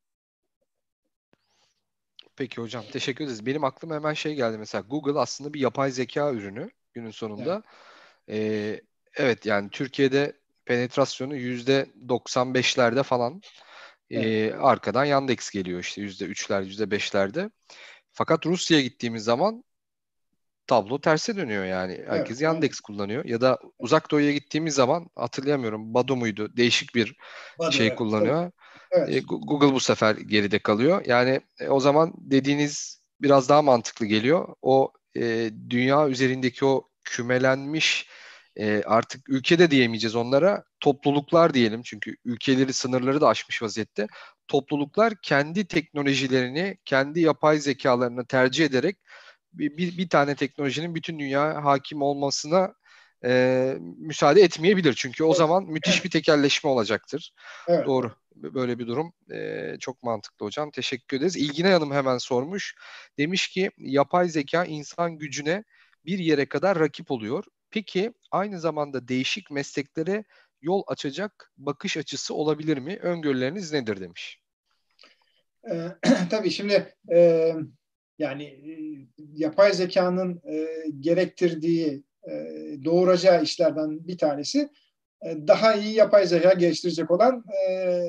Peki hocam, teşekkür ederiz. Benim aklıma hemen şey geldi, mesela Google aslında bir yapay zeka ürünü günün Evet, sonunda. Ee, evet, yani Türkiye'de penetrasyonu yüzde doksan beşlerde falan. evet, Ee, arkadan Yandex geliyor işte yüzde üçler, yüzde beşlerde. Fakat Rusya'ya gittiğimiz zaman tablo terse dönüyor yani. evet, Herkes aynen. Yandex kullanıyor. Ya da Uzak Doğu'ya gittiğimiz zaman hatırlayamıyorum, Badu muydu? Değişik bir Badu, şey evet, tabii. kullanıyor. E, Evet, Gu- Google bu sefer geride kalıyor. Yani e, o zaman dediğiniz biraz daha mantıklı geliyor. O e, dünya üzerindeki o kümelenmiş, e, artık ülke de diyemeyeceğiz onlara, topluluklar diyelim. Çünkü ülkeleri, sınırları da aşmış vaziyette. Topluluklar kendi teknolojilerini, kendi yapay zekalarını tercih ederek bir, bir, bir tane teknolojinin bütün dünya hakim olmasına e, müsaade etmeyebilir. Çünkü o evet, zaman müthiş bir tekelleşme olacaktır. evet, Doğru. evet. Böyle bir durum. Ee, çok mantıklı hocam. Teşekkür ederiz. İlgine Hanım hemen sormuş. Demiş ki yapay zeka insan gücüne bir yere kadar rakip oluyor. Peki aynı zamanda değişik mesleklere yol açacak bakış açısı olabilir mi? Öngörüleriniz nedir demiş. E, tabii şimdi e, yani e, yapay zekanın e, gerektirdiği, e, doğuracağı işlerden bir tanesi daha iyi yapay zeka geliştirecek olan e,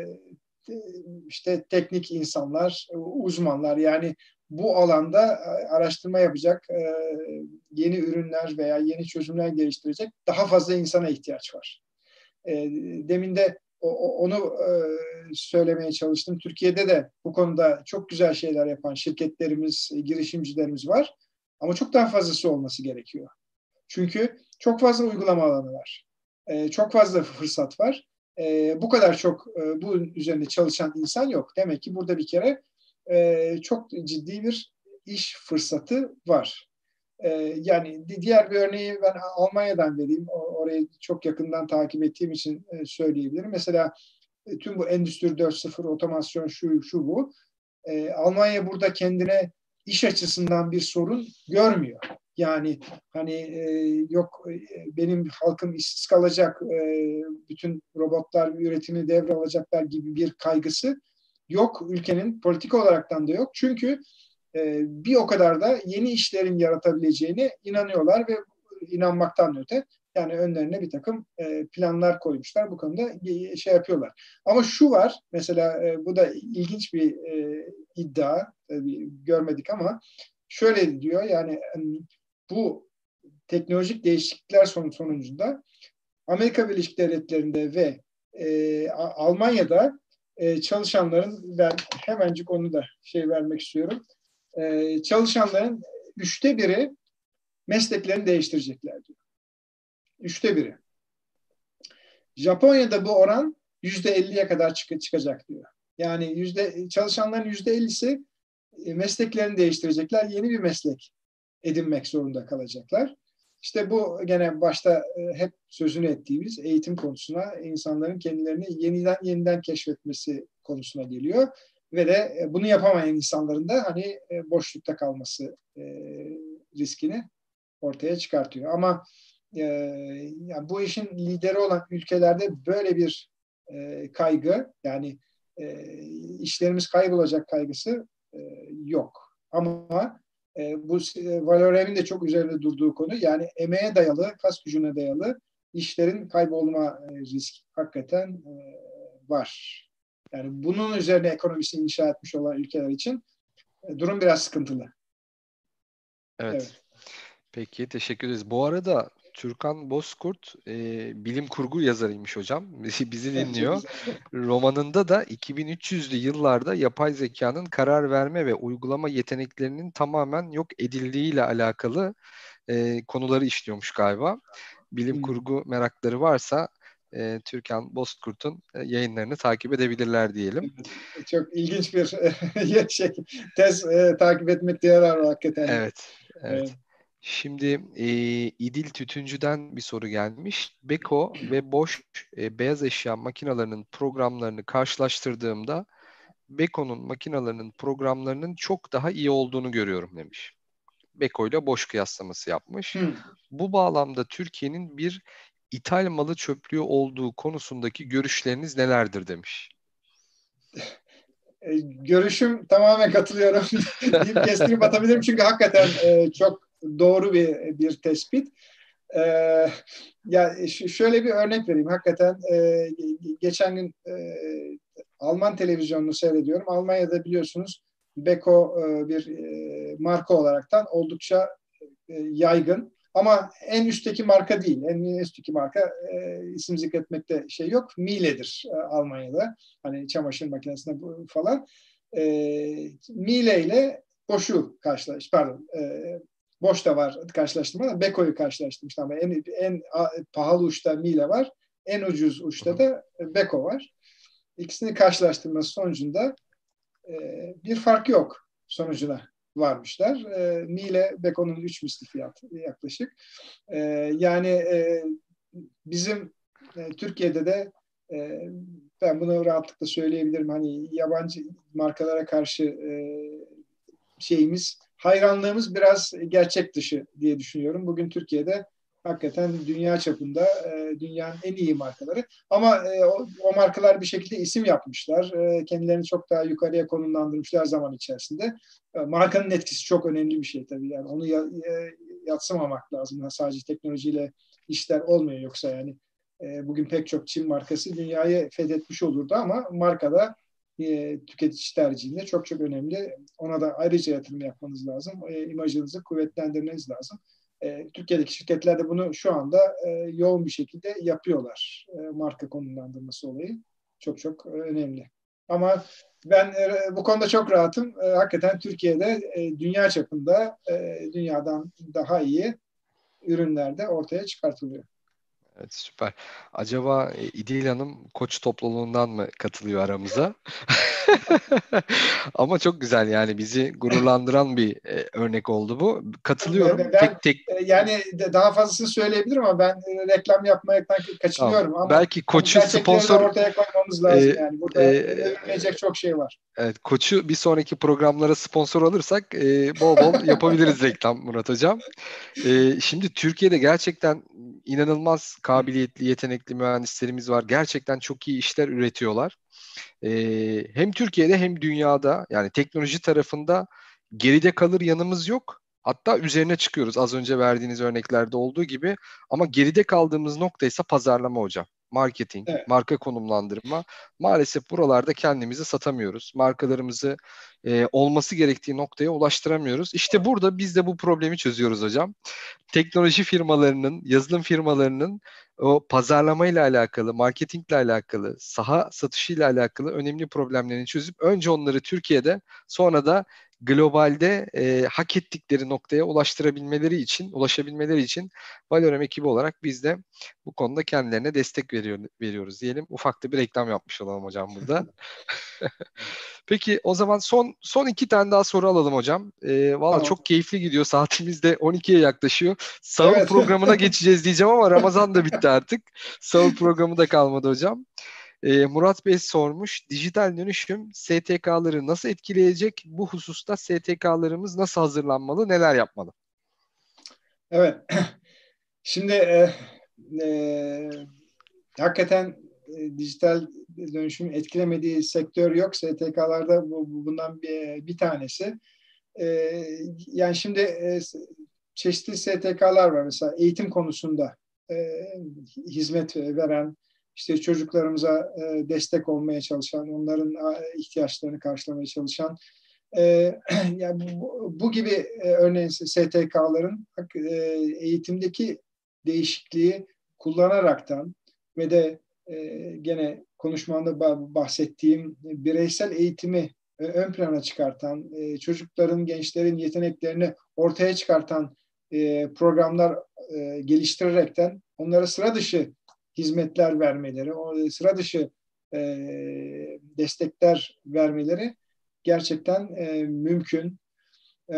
işte teknik insanlar, uzmanlar yani bu alanda araştırma yapacak, e, yeni ürünler veya yeni çözümler geliştirecek daha fazla insana ihtiyaç var. E, demin de onu e, söylemeye çalıştım. Türkiye'de de bu konuda çok güzel şeyler yapan şirketlerimiz, girişimcilerimiz var. Ama çok daha fazlası olması gerekiyor. Çünkü çok fazla uygulama alanı var. E, çok fazla fırsat var. E, bu kadar çok e, bu üzerinde çalışan insan yok. Demek ki burada bir kere e, çok ciddi bir iş fırsatı var. E, yani diğer bir örneği ben Almanya'dan vereyim. Orayı çok yakından takip ettiğim için e, söyleyebilirim. Mesela e, tüm bu Endüstri dört nokta sıfır, otomasyon şu, şu bu. E, Almanya burada kendine iş açısından bir sorun görmüyor. Yani hani e, yok e, benim halkım işsiz kalacak, e, bütün robotlar üretimi devralacaklar gibi bir kaygısı yok. Ülkenin politik olaraktan da yok. Çünkü e, bir o kadar da yeni işlerin yaratabileceğine inanıyorlar ve inanmaktan öte yani önlerine bir takım e, planlar koymuşlar. Bu konuda şey yapıyorlar. Ama şu var mesela e, bu da ilginç bir e, iddia. Tabii görmedik ama şöyle diyor yani bu teknolojik değişiklikler sonucunda Amerika Birleşik Devletleri'nde ve e, Almanya'da e, çalışanların ben hemencik onu da şey vermek istiyorum. E, çalışanların üçte biri mesleklerini değiştirecekler diyor. Üçte biri. Japonya'da bu oran yüzde elliye kadar çık- çıkacak diyor. Yani yüzde çalışanların yüzde ellisi mesleklerini değiştirecekler. Yeni bir meslek edinmek zorunda kalacaklar. İşte bu gene başta hep sözünü ettiğimiz eğitim konusuna, insanların kendilerini yeniden yeniden keşfetmesi konusuna geliyor. Ve de bunu yapamayan insanların da hani boşlukta kalması riskini ortaya çıkartıyor. Ama yani bu işin lideri olan ülkelerde böyle bir kaygı, yani işlerimiz kaybolacak kaygısı yok. Ama e, bu e, Valorem'in de çok üzerinde durduğu konu yani emeğe dayalı, kas gücüne dayalı işlerin kaybolma e, riski hakikaten e, var. Yani bunun üzerine ekonomisini inşa etmiş olan ülkeler için e, durum biraz sıkıntılı. Evet. Evet. Peki teşekkür ederiz. Bu arada Türkan Bozkurt e, bilim kurgu yazarıymış hocam. Bizi Çok dinliyor. güzel. Romanında da iki bin üç yüzlü yıllarda yapay zekanın karar verme ve uygulama yeteneklerinin tamamen yok edildiğiyle alakalı e, konuları işliyormuş galiba. Bilim Hmm. kurgu merakları varsa e, Türkan Bozkurt'un e, yayınlarını takip edebilirler diyelim. Evet. Çok ilginç bir şey, tez e, takip etmek yarar var hakikaten. Evet, Evet. evet. Şimdi e, İdil Tütüncü'den bir soru gelmiş. Beko ve Bosch e, beyaz eşya makinelerinin programlarını karşılaştırdığımda Beko'nun makinelerinin programlarının çok daha iyi olduğunu görüyorum demiş. Beko ile Bosch kıyaslaması yapmış. Hmm. Bu bağlamda Türkiye'nin bir ithal malı çöplüğü olduğu konusundaki görüşleriniz nelerdir demiş. E, görüşüm tamamen katılıyorum deyip kestirip atabilirim çünkü hakikaten e, çok doğru bir bir tespit. E, ya şöyle bir örnek vereyim. Hakikaten e, geçen gün e, Alman televizyonunu seyrediyorum. Almanya'da biliyorsunuz Beko e, bir e, marka olaraktan oldukça e, yaygın. Ama en üstteki marka değil. En üstteki marka e, isim zikretmekte şey yok. Miele'dir e, Almanya'da. Hani çamaşır makinesinde falan. E, Miele ile Bosch'u karşılaş, pardon. E, Bosch da var karşılaştırma ama Beko'yu karşılaştırmıştım ama en, en pahalı uçta Miele var. En ucuz uçta da Beko var. İkisini karşılaştırması sonucunda e, bir fark yok sonucuna varmışlar. E, Miele Beko'nun üç misli fiyatı yaklaşık. E, yani e, bizim e, Türkiye'de de e, ben bunu rahatlıkla söyleyebilirim. Hani yabancı markalara karşı e, şeyimiz, hayranlığımız biraz gerçek dışı diye düşünüyorum. Bugün Türkiye'de hakikaten dünya çapında e, dünyanın en iyi markaları. Ama e, o, o markalar bir şekilde isim yapmışlar. E, kendilerini çok daha yukarıya konumlandırmışlar zaman içerisinde. E, markanın etkisi çok önemli bir şey tabii. Yani onu ya, e, yadsımamak lazım. Yani sadece teknolojiyle işler olmuyor yoksa yani. E, bugün pek çok Çin markası dünyayı fethetmiş olurdu ama markada e, tüketici tercihinde çok çok önemli. Ona da ayrıca yatırım yapmanız lazım. E, imajınızı kuvvetlendirmeniz lazım. E, Türkiye'deki şirketler de bunu şu anda e, yoğun bir şekilde yapıyorlar. E, marka konumlandırması olayı çok çok e, önemli. Ama ben e, bu konuda çok rahatım. E, hakikaten Türkiye'de e, dünya çapında e, dünyadan daha iyi ürünler de ortaya çıkartılıyor. Evet, süper. Acaba e, İdil Hanım koç topluluğundan mı katılıyor aramıza? Ama çok güzel, yani bizi gururlandıran bir e, örnek oldu bu. Ve- Katılıyorum. ve Ben Tek tek e, yani de- daha fazlasını söyleyebilirim ama ben e, reklam yapmaktan tamam. kaçınıyorum ama Belki hani koçu gerçekleri de sponsor ortaya koymamız e, lazım yani. e, Burada e, övünülecek çok şey var. evet, koçu bir sonraki programlara sponsor alırsak e, bol bol yapabiliriz reklam Murat Hocam. E, şimdi Türkiye'de gerçekten inanılmaz kabiliyetli, yetenekli mühendislerimiz var. Gerçekten çok iyi işler üretiyorlar. Ee, hem Türkiye'de hem dünyada, yani teknoloji tarafında geride kalır yanımız yok. Hatta üzerine çıkıyoruz, az önce verdiğiniz örneklerde olduğu gibi. Ama geride kaldığımız nokta ise pazarlama hocam. Marketing, Evet. marka konumlandırma. Maalesef buralarda kendimizi satamıyoruz. Markalarımızı e, olması gerektiği noktaya ulaştıramıyoruz. İşte burada biz de bu problemi çözüyoruz hocam. Teknoloji firmalarının, yazılım firmalarının o pazarlamayla alakalı, marketingle alakalı, saha satışıyla alakalı önemli problemlerini çözüp önce onları Türkiye'de, sonra da globalde e, hak ettikleri noktaya ulaştırabilmeleri için, ulaşabilmeleri için Valorem ekibi olarak biz de bu konuda kendilerine destek veriyor, veriyoruz diyelim. Ufak da bir reklam yapmış olalım hocam burada. Peki o zaman son son iki tane daha soru alalım hocam. Ee, valla Tamam. çok keyifli gidiyor. Saatimiz de on ikiye yaklaşıyor. Sahur Evet. programına geçeceğiz diyeceğim ama Ramazan da bitti artık. Sahur programı da kalmadı hocam. Ee, Murat Bey sormuş. Dijital dönüşüm S T K'ları nasıl etkileyecek? Bu hususta S T K'larımız nasıl hazırlanmalı? Neler yapmalı? Evet. Şimdi e, e, hakikaten e, dijital dönüşümün etkilemediği sektör yok. S T K'larda bu, bu- bundan bir, bir tanesi. E, Yani şimdi e, çeşitli S T K'lar var. Mesela eğitim konusunda e, hizmet veren, işte çocuklarımıza e, destek olmaya çalışan, onların e, ihtiyaçlarını karşılamaya çalışan, e, yani bu, bu gibi e, örneğin S T K'ların e, eğitimdeki değişikliği kullanaraktan ve de e, gene konuşmamda bahsettiğim bireysel eğitimi e, ön plana çıkartan, e, çocukların, gençlerin yeteneklerini ortaya çıkartan e, programlar e, geliştirerekten onlara sıra dışı hizmetler vermeleri, o sıra dışı e, destekler vermeleri gerçekten e, mümkün. E,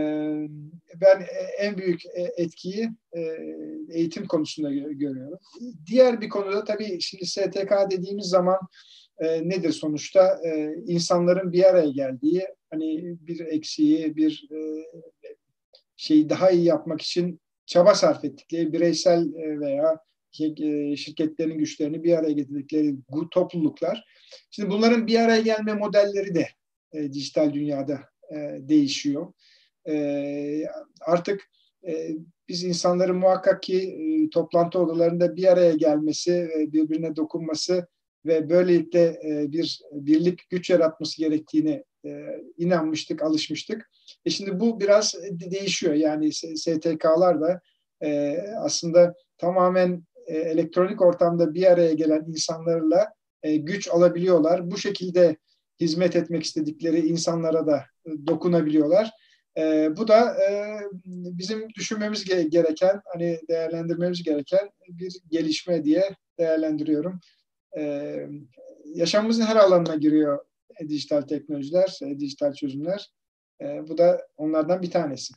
Ben en büyük etkiyi e, eğitim konusunda görüyorum. Diğer bir konuda tabii şimdi S T K dediğimiz zaman e, nedir sonuçta? E, insanların bir araya geldiği, hani bir eksiği, bir e, şeyi daha iyi yapmak için çaba sarf ettikleri bireysel e, veya e, şirketlerin güçlerini bir araya getirdikleri topluluklar. Şimdi bunların bir araya gelme modelleri de e, dijital dünyada e, değişiyor. E, Artık e, biz insanların muhakkak ki e, toplantı odalarında bir araya gelmesi, e, birbirine dokunması ve böylelikle e, bir birlik güç yaratması gerektiğine e, inanmıştık, alışmıştık. E şimdi bu biraz değişiyor. Yani S T K'lar da e, aslında tamamen e, elektronik ortamda bir araya gelen insanlarla e, güç alabiliyorlar. Bu şekilde hizmet etmek istedikleri insanlara da e, dokunabiliyorlar. E, bu da e, bizim düşünmemiz gereken, hani değerlendirmemiz gereken bir gelişme diye değerlendiriyorum. E, Yaşamımızın her alanına giriyor e, dijital teknolojiler, e, dijital çözümler. E, bu da onlardan bir tanesi.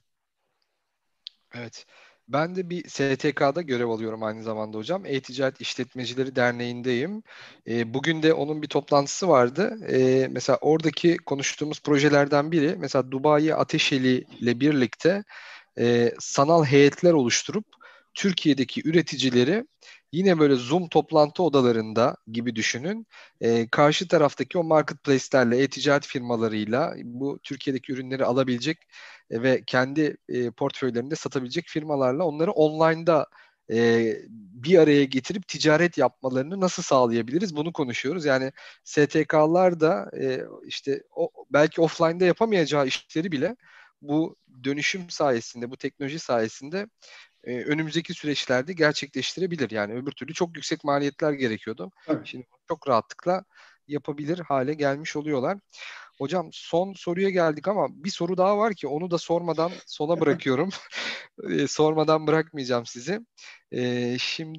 Evet. Ben de bir S T K'da görev alıyorum aynı zamanda hocam. E-Ticaret İşletmecileri Derneği'ndeyim. E, bugün de onun bir toplantısı vardı. E, mesela oradaki konuştuğumuz projelerden biri, mesela Dubai Ateşeli ile birlikte e, sanal heyetler oluşturup Türkiye'deki üreticileri yine böyle Zoom toplantı odalarında gibi düşünün. E, karşı taraftaki o marketplace'lerle, e-ticaret firmalarıyla bu Türkiye'deki ürünleri alabilecek e, ve kendi e, portföylerinde satabilecek firmalarla onları online'da e, bir araya getirip ticaret yapmalarını nasıl sağlayabiliriz? Bunu konuşuyoruz. Yani S T K'lar da e, işte o belki offline'da yapamayacağı işleri bile bu dönüşüm sayesinde, bu teknoloji sayesinde e, önümüzdeki süreçlerde gerçekleştirebilir. Yani öbür türlü çok yüksek maliyetler gerekiyordu. Tabii. Şimdi çok rahatlıkla yapabilir hale gelmiş oluyorlar. Hocam son soruya geldik ama bir soru daha var ki onu da sormadan sona bırakıyorum. E, sormadan bırakmayacağım sizi. E, şimdi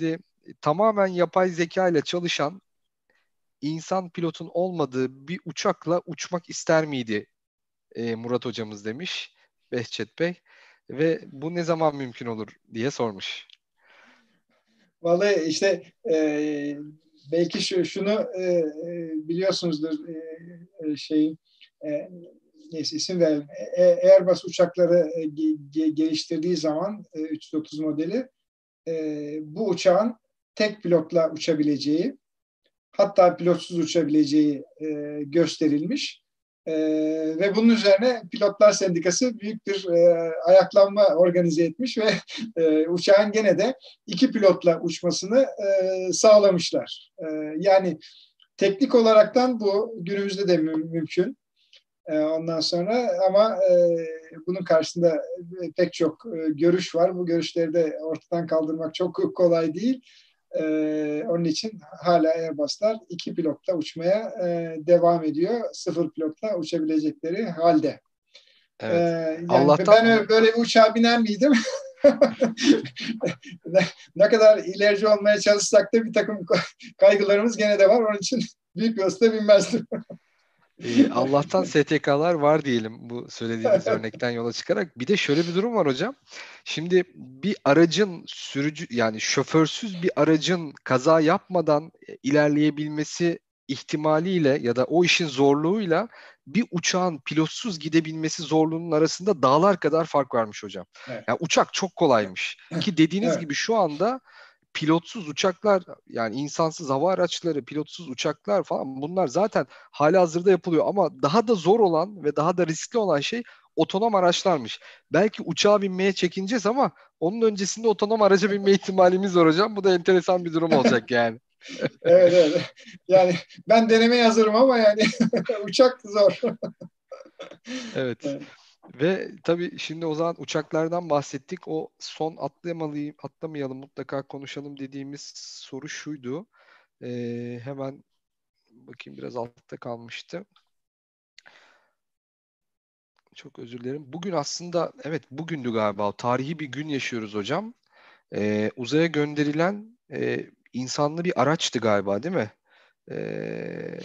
tamamen yapay zeka ile çalışan insan pilotun olmadığı bir uçakla uçmak ister miydi e, Murat hocamız demiş Behçet Bey ve bu ne zaman mümkün olur diye sormuş. Vallahi işte e, belki şu, şunu e, e, biliyorsunuzdur e, e, şeyin e, neyse isim verelim. E, Airbus uçakları e, ge, geliştirdiği zaman e, üç yüz otuz modeli e, bu uçağın tek pilotla uçabileceği, hatta pilotsuz uçabileceği e, gösterilmiş. E, ve bunun üzerine Pilotlar Sendikası büyük bir e, ayaklanma organize etmiş ve e, uçağın gene de iki pilotla uçmasını e, sağlamışlar. E, yani teknik olaraktan bu günümüzde de mü- mümkün. E, ondan sonra ama e, bunun karşısında pek çok e, görüş var. Bu görüşleri de ortadan kaldırmak çok kolay değil. Ee, onun için hala Airbus'lar iki pilotla uçmaya e, devam ediyor. Sıfır pilotla uçabilecekleri halde. Ee, Evet. yani Allah'tan ben öyle, böyle bir uçağa biner miydim? ne, ne kadar ilerici olmaya çalışsak da bir takım kaygılarımız gene de var. Onun için büyük bir hızla binmezdim. e, Allah'tan S T K'lar var diyelim bu söylediğiniz örnekten yola çıkarak. Bir de şöyle bir durum var hocam. Şimdi bir aracın sürücü yani şoförsüz bir aracın kaza yapmadan e, ilerleyebilmesi ihtimaliyle ya da o işin zorluğuyla bir uçağın pilotsuz gidebilmesi zorluğunun arasında dağlar kadar fark varmış hocam. Evet. Yani uçak çok kolaymış ki dediğiniz Evet. gibi şu anda pilotsuz uçaklar yani insansız hava araçları, pilotsuz uçaklar falan bunlar zaten halihazırda yapılıyor ama daha da zor olan ve daha da riskli olan şey otonom araçlarmış. Belki uçağa binmeye çekineceğiz ama onun öncesinde otonom araca binme ihtimalimiz var hocam. Bu da enteresan bir durum olacak yani. Evet, evet. Yani ben denemeye hazırım ama yani uçak zor. Evet. Evet. Ve tabii şimdi o zaman uçaklardan bahsettik. O son atlayamalıyım, atlamayalım mutlaka konuşalım dediğimiz soru şuydu. Ee, hemen bakayım biraz altta kalmıştı. Çok özür dilerim. Bugün aslında evet bugündü galiba. Tarihi bir gün yaşıyoruz hocam. Ee, uzaya gönderilen e, insanlı bir araçtı galiba değil mi? Ee,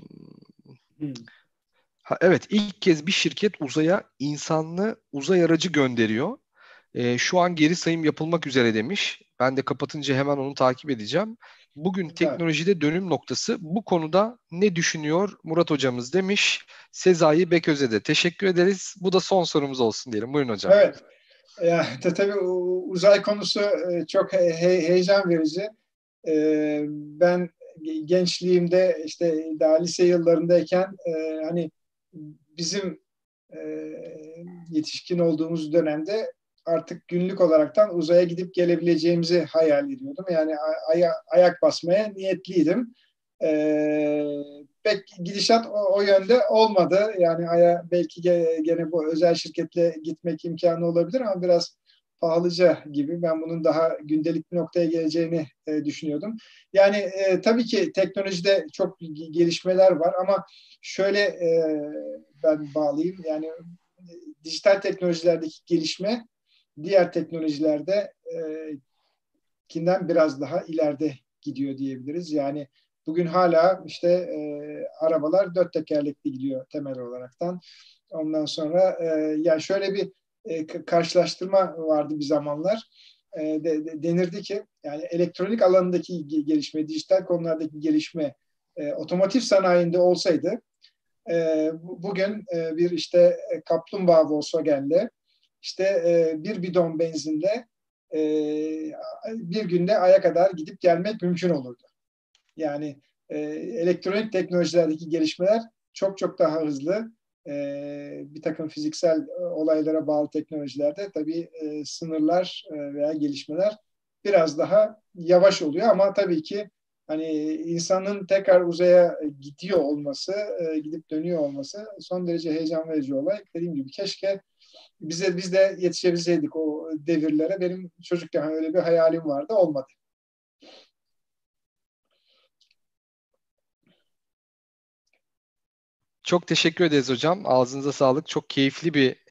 Hmm. ha, evet ilk kez bir şirket uzaya insanlı uzay aracı gönderiyor. Ee, şu an geri sayım yapılmak üzere demiş. Ben de kapatınca hemen onu takip edeceğim. Bugün Evet. teknolojide dönüm noktası. Bu konuda ne düşünüyor Murat hocamız demiş. Sezai Beköz'e de teşekkür ederiz. Bu da son sorumuz olsun diyelim. Buyurun hocam. Evet. Ya, tabii uzay konusu e, çok he- he- heyecan verici. E, Ben gençliğimde işte daha lise yıllarındayken e, hani bizim e, yetişkin olduğumuz dönemde artık günlük olaraktan uzaya gidip gelebileceğimizi hayal ediyordum. Yani aya, ayak basmaya niyetliydim. E, Pek gidişat o, o yönde olmadı. Yani aya belki gene bu özel şirketle gitmek imkanı olabilir ama biraz pahalıca gibi. Ben bunun daha gündelik bir noktaya geleceğini e, düşünüyordum. Yani e, tabii ki teknolojide çok gelişmeler var ama şöyle e, ben bağlayayım. Yani e, dijital teknolojilerdeki gelişme diğer teknolojilerde e, kinden biraz daha ileride gidiyor diyebiliriz. Yani bugün hala işte e, arabalar dört tekerlekli gidiyor temel olaraktan. Ondan sonra e, yani şöyle bir e, karşılaştırma vardı bir zamanlar. E, de, de, denirdi ki yani elektronik alanındaki gelişme, dijital konulardaki gelişme e, otomotiv sanayinde olsaydı e, bugün e, bir işte e, kaplumbağa Volkswagen'le işte e, bir bidon benzinle e, bir günde Ay'a kadar gidip gelmek mümkün olurdu. Yani e, elektronik teknolojilerdeki gelişmeler çok çok daha hızlı. E, bir takım fiziksel e, olaylara bağlı teknolojilerde tabii e, sınırlar e, veya gelişmeler biraz daha yavaş oluyor ama tabii ki hani insanın tekrar uzaya gidiyor olması, e, gidip dönüyor olması son derece heyecan verici olay. Dediğim gibi keşke bize biz de yetişebilseydik o devirlere. Benim çocukken öyle bir hayalim vardı, olmadı. Çok teşekkür ederiz hocam. Ağzınıza sağlık. Çok keyifli bir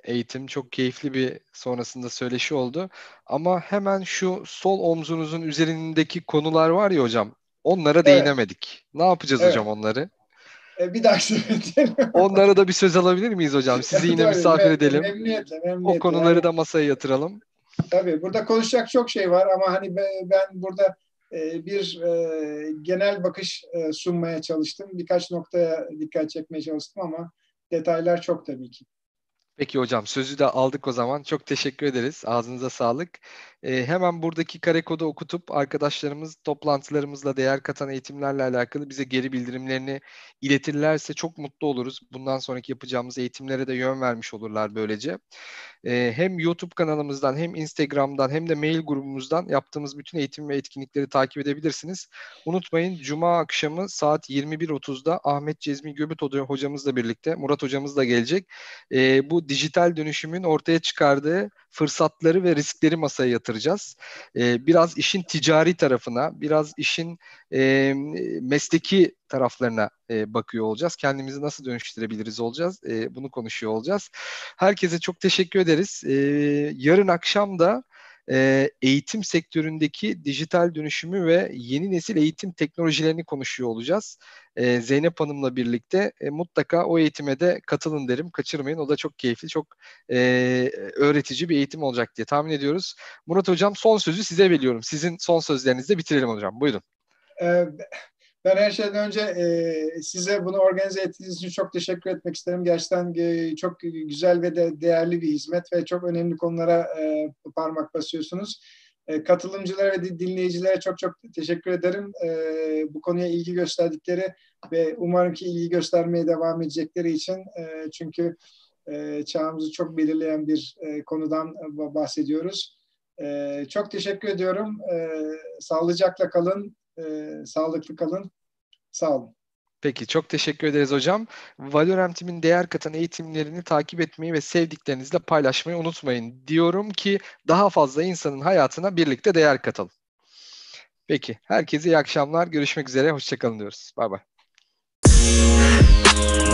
eğitim. Çok keyifli bir sonrasında söyleşi oldu. Ama hemen şu sol omzunuzun üzerindeki konular var ya hocam, onlara Evet, değinemedik. Ne yapacağız hocam evet. onları? E, bir dahaki sefer. Onlara da bir söz alabilir miyiz hocam? Sizi Tabii, yine misafir me- edelim. memnuniyetle, O memnuniyetle. konuları Yani da masaya yatıralım. tabii burada konuşacak çok şey var ama hani be- ben burada e, bir e, genel bakış e, sunmaya çalıştım. Birkaç noktaya dikkat çekmeye çalıştım ama detaylar çok tabii ki. Peki hocam, sözü de aldık o zaman. Çok teşekkür ederiz. Ağzınıza sağlık. Ee, hemen buradaki kare kodu okutup arkadaşlarımız toplantılarımızla değer katan eğitimlerle alakalı bize geri bildirimlerini iletirlerse çok mutlu oluruz. Bundan sonraki yapacağımız eğitimlere de yön vermiş olurlar böylece. Ee, hem YouTube kanalımızdan hem Instagram'dan hem de mail grubumuzdan yaptığımız bütün eğitim ve etkinlikleri takip edebilirsiniz. Unutmayın, Cuma akşamı saat yirmi bir otuzda Ahmet Cezmi Göbüt hocamızla birlikte Murat hocamız da gelecek. Ee, bu dijital dönüşümün ortaya çıkardığı fırsatları ve riskleri masaya yatıracağız. Ee, biraz işin ticari tarafına, biraz işin e, mesleki taraflarına e, bakıyor olacağız. Kendimizi nasıl dönüştürebiliriz olacağız. E, bunu konuşuyor olacağız. Herkese çok teşekkür ederiz. E, yarın akşam da e, eğitim sektöründeki dijital dönüşümü ve yeni nesil eğitim teknolojilerini konuşuyor olacağız. E, Zeynep Hanım'la birlikte e, mutlaka o eğitime de katılın derim. Kaçırmayın. O da çok keyifli, çok e, öğretici bir eğitim olacak diye tahmin ediyoruz. Murat Hocam, son sözü size veriyorum. Sizin son sözlerinizle bitirelim hocam. Buyurun. E, Ben her şeyden önce e, size bunu organize ettiğiniz için çok teşekkür etmek isterim. Gerçekten e, çok güzel ve de değerli bir hizmet ve çok önemli konulara e, parmak basıyorsunuz. E, katılımcılara ve dinleyicilere çok çok teşekkür ederim. E, bu konuya ilgi gösterdikleri ve umarım ki ilgi göstermeye devam edecekleri için. E, çünkü e, çağımızı çok belirleyen bir e, konudan bahsediyoruz. E, çok teşekkür ediyorum. E, sağlıcakla kalın, e, sağlıklı kalın. Sağ olun. Peki, çok teşekkür ederiz hocam. Valorem değer katan eğitimlerini takip etmeyi ve sevdiklerinizle paylaşmayı unutmayın. Diyorum ki daha fazla insanın hayatına birlikte değer katalım. Peki, herkese iyi akşamlar. Görüşmek üzere. Hoşçakalın diyoruz. Bay bay.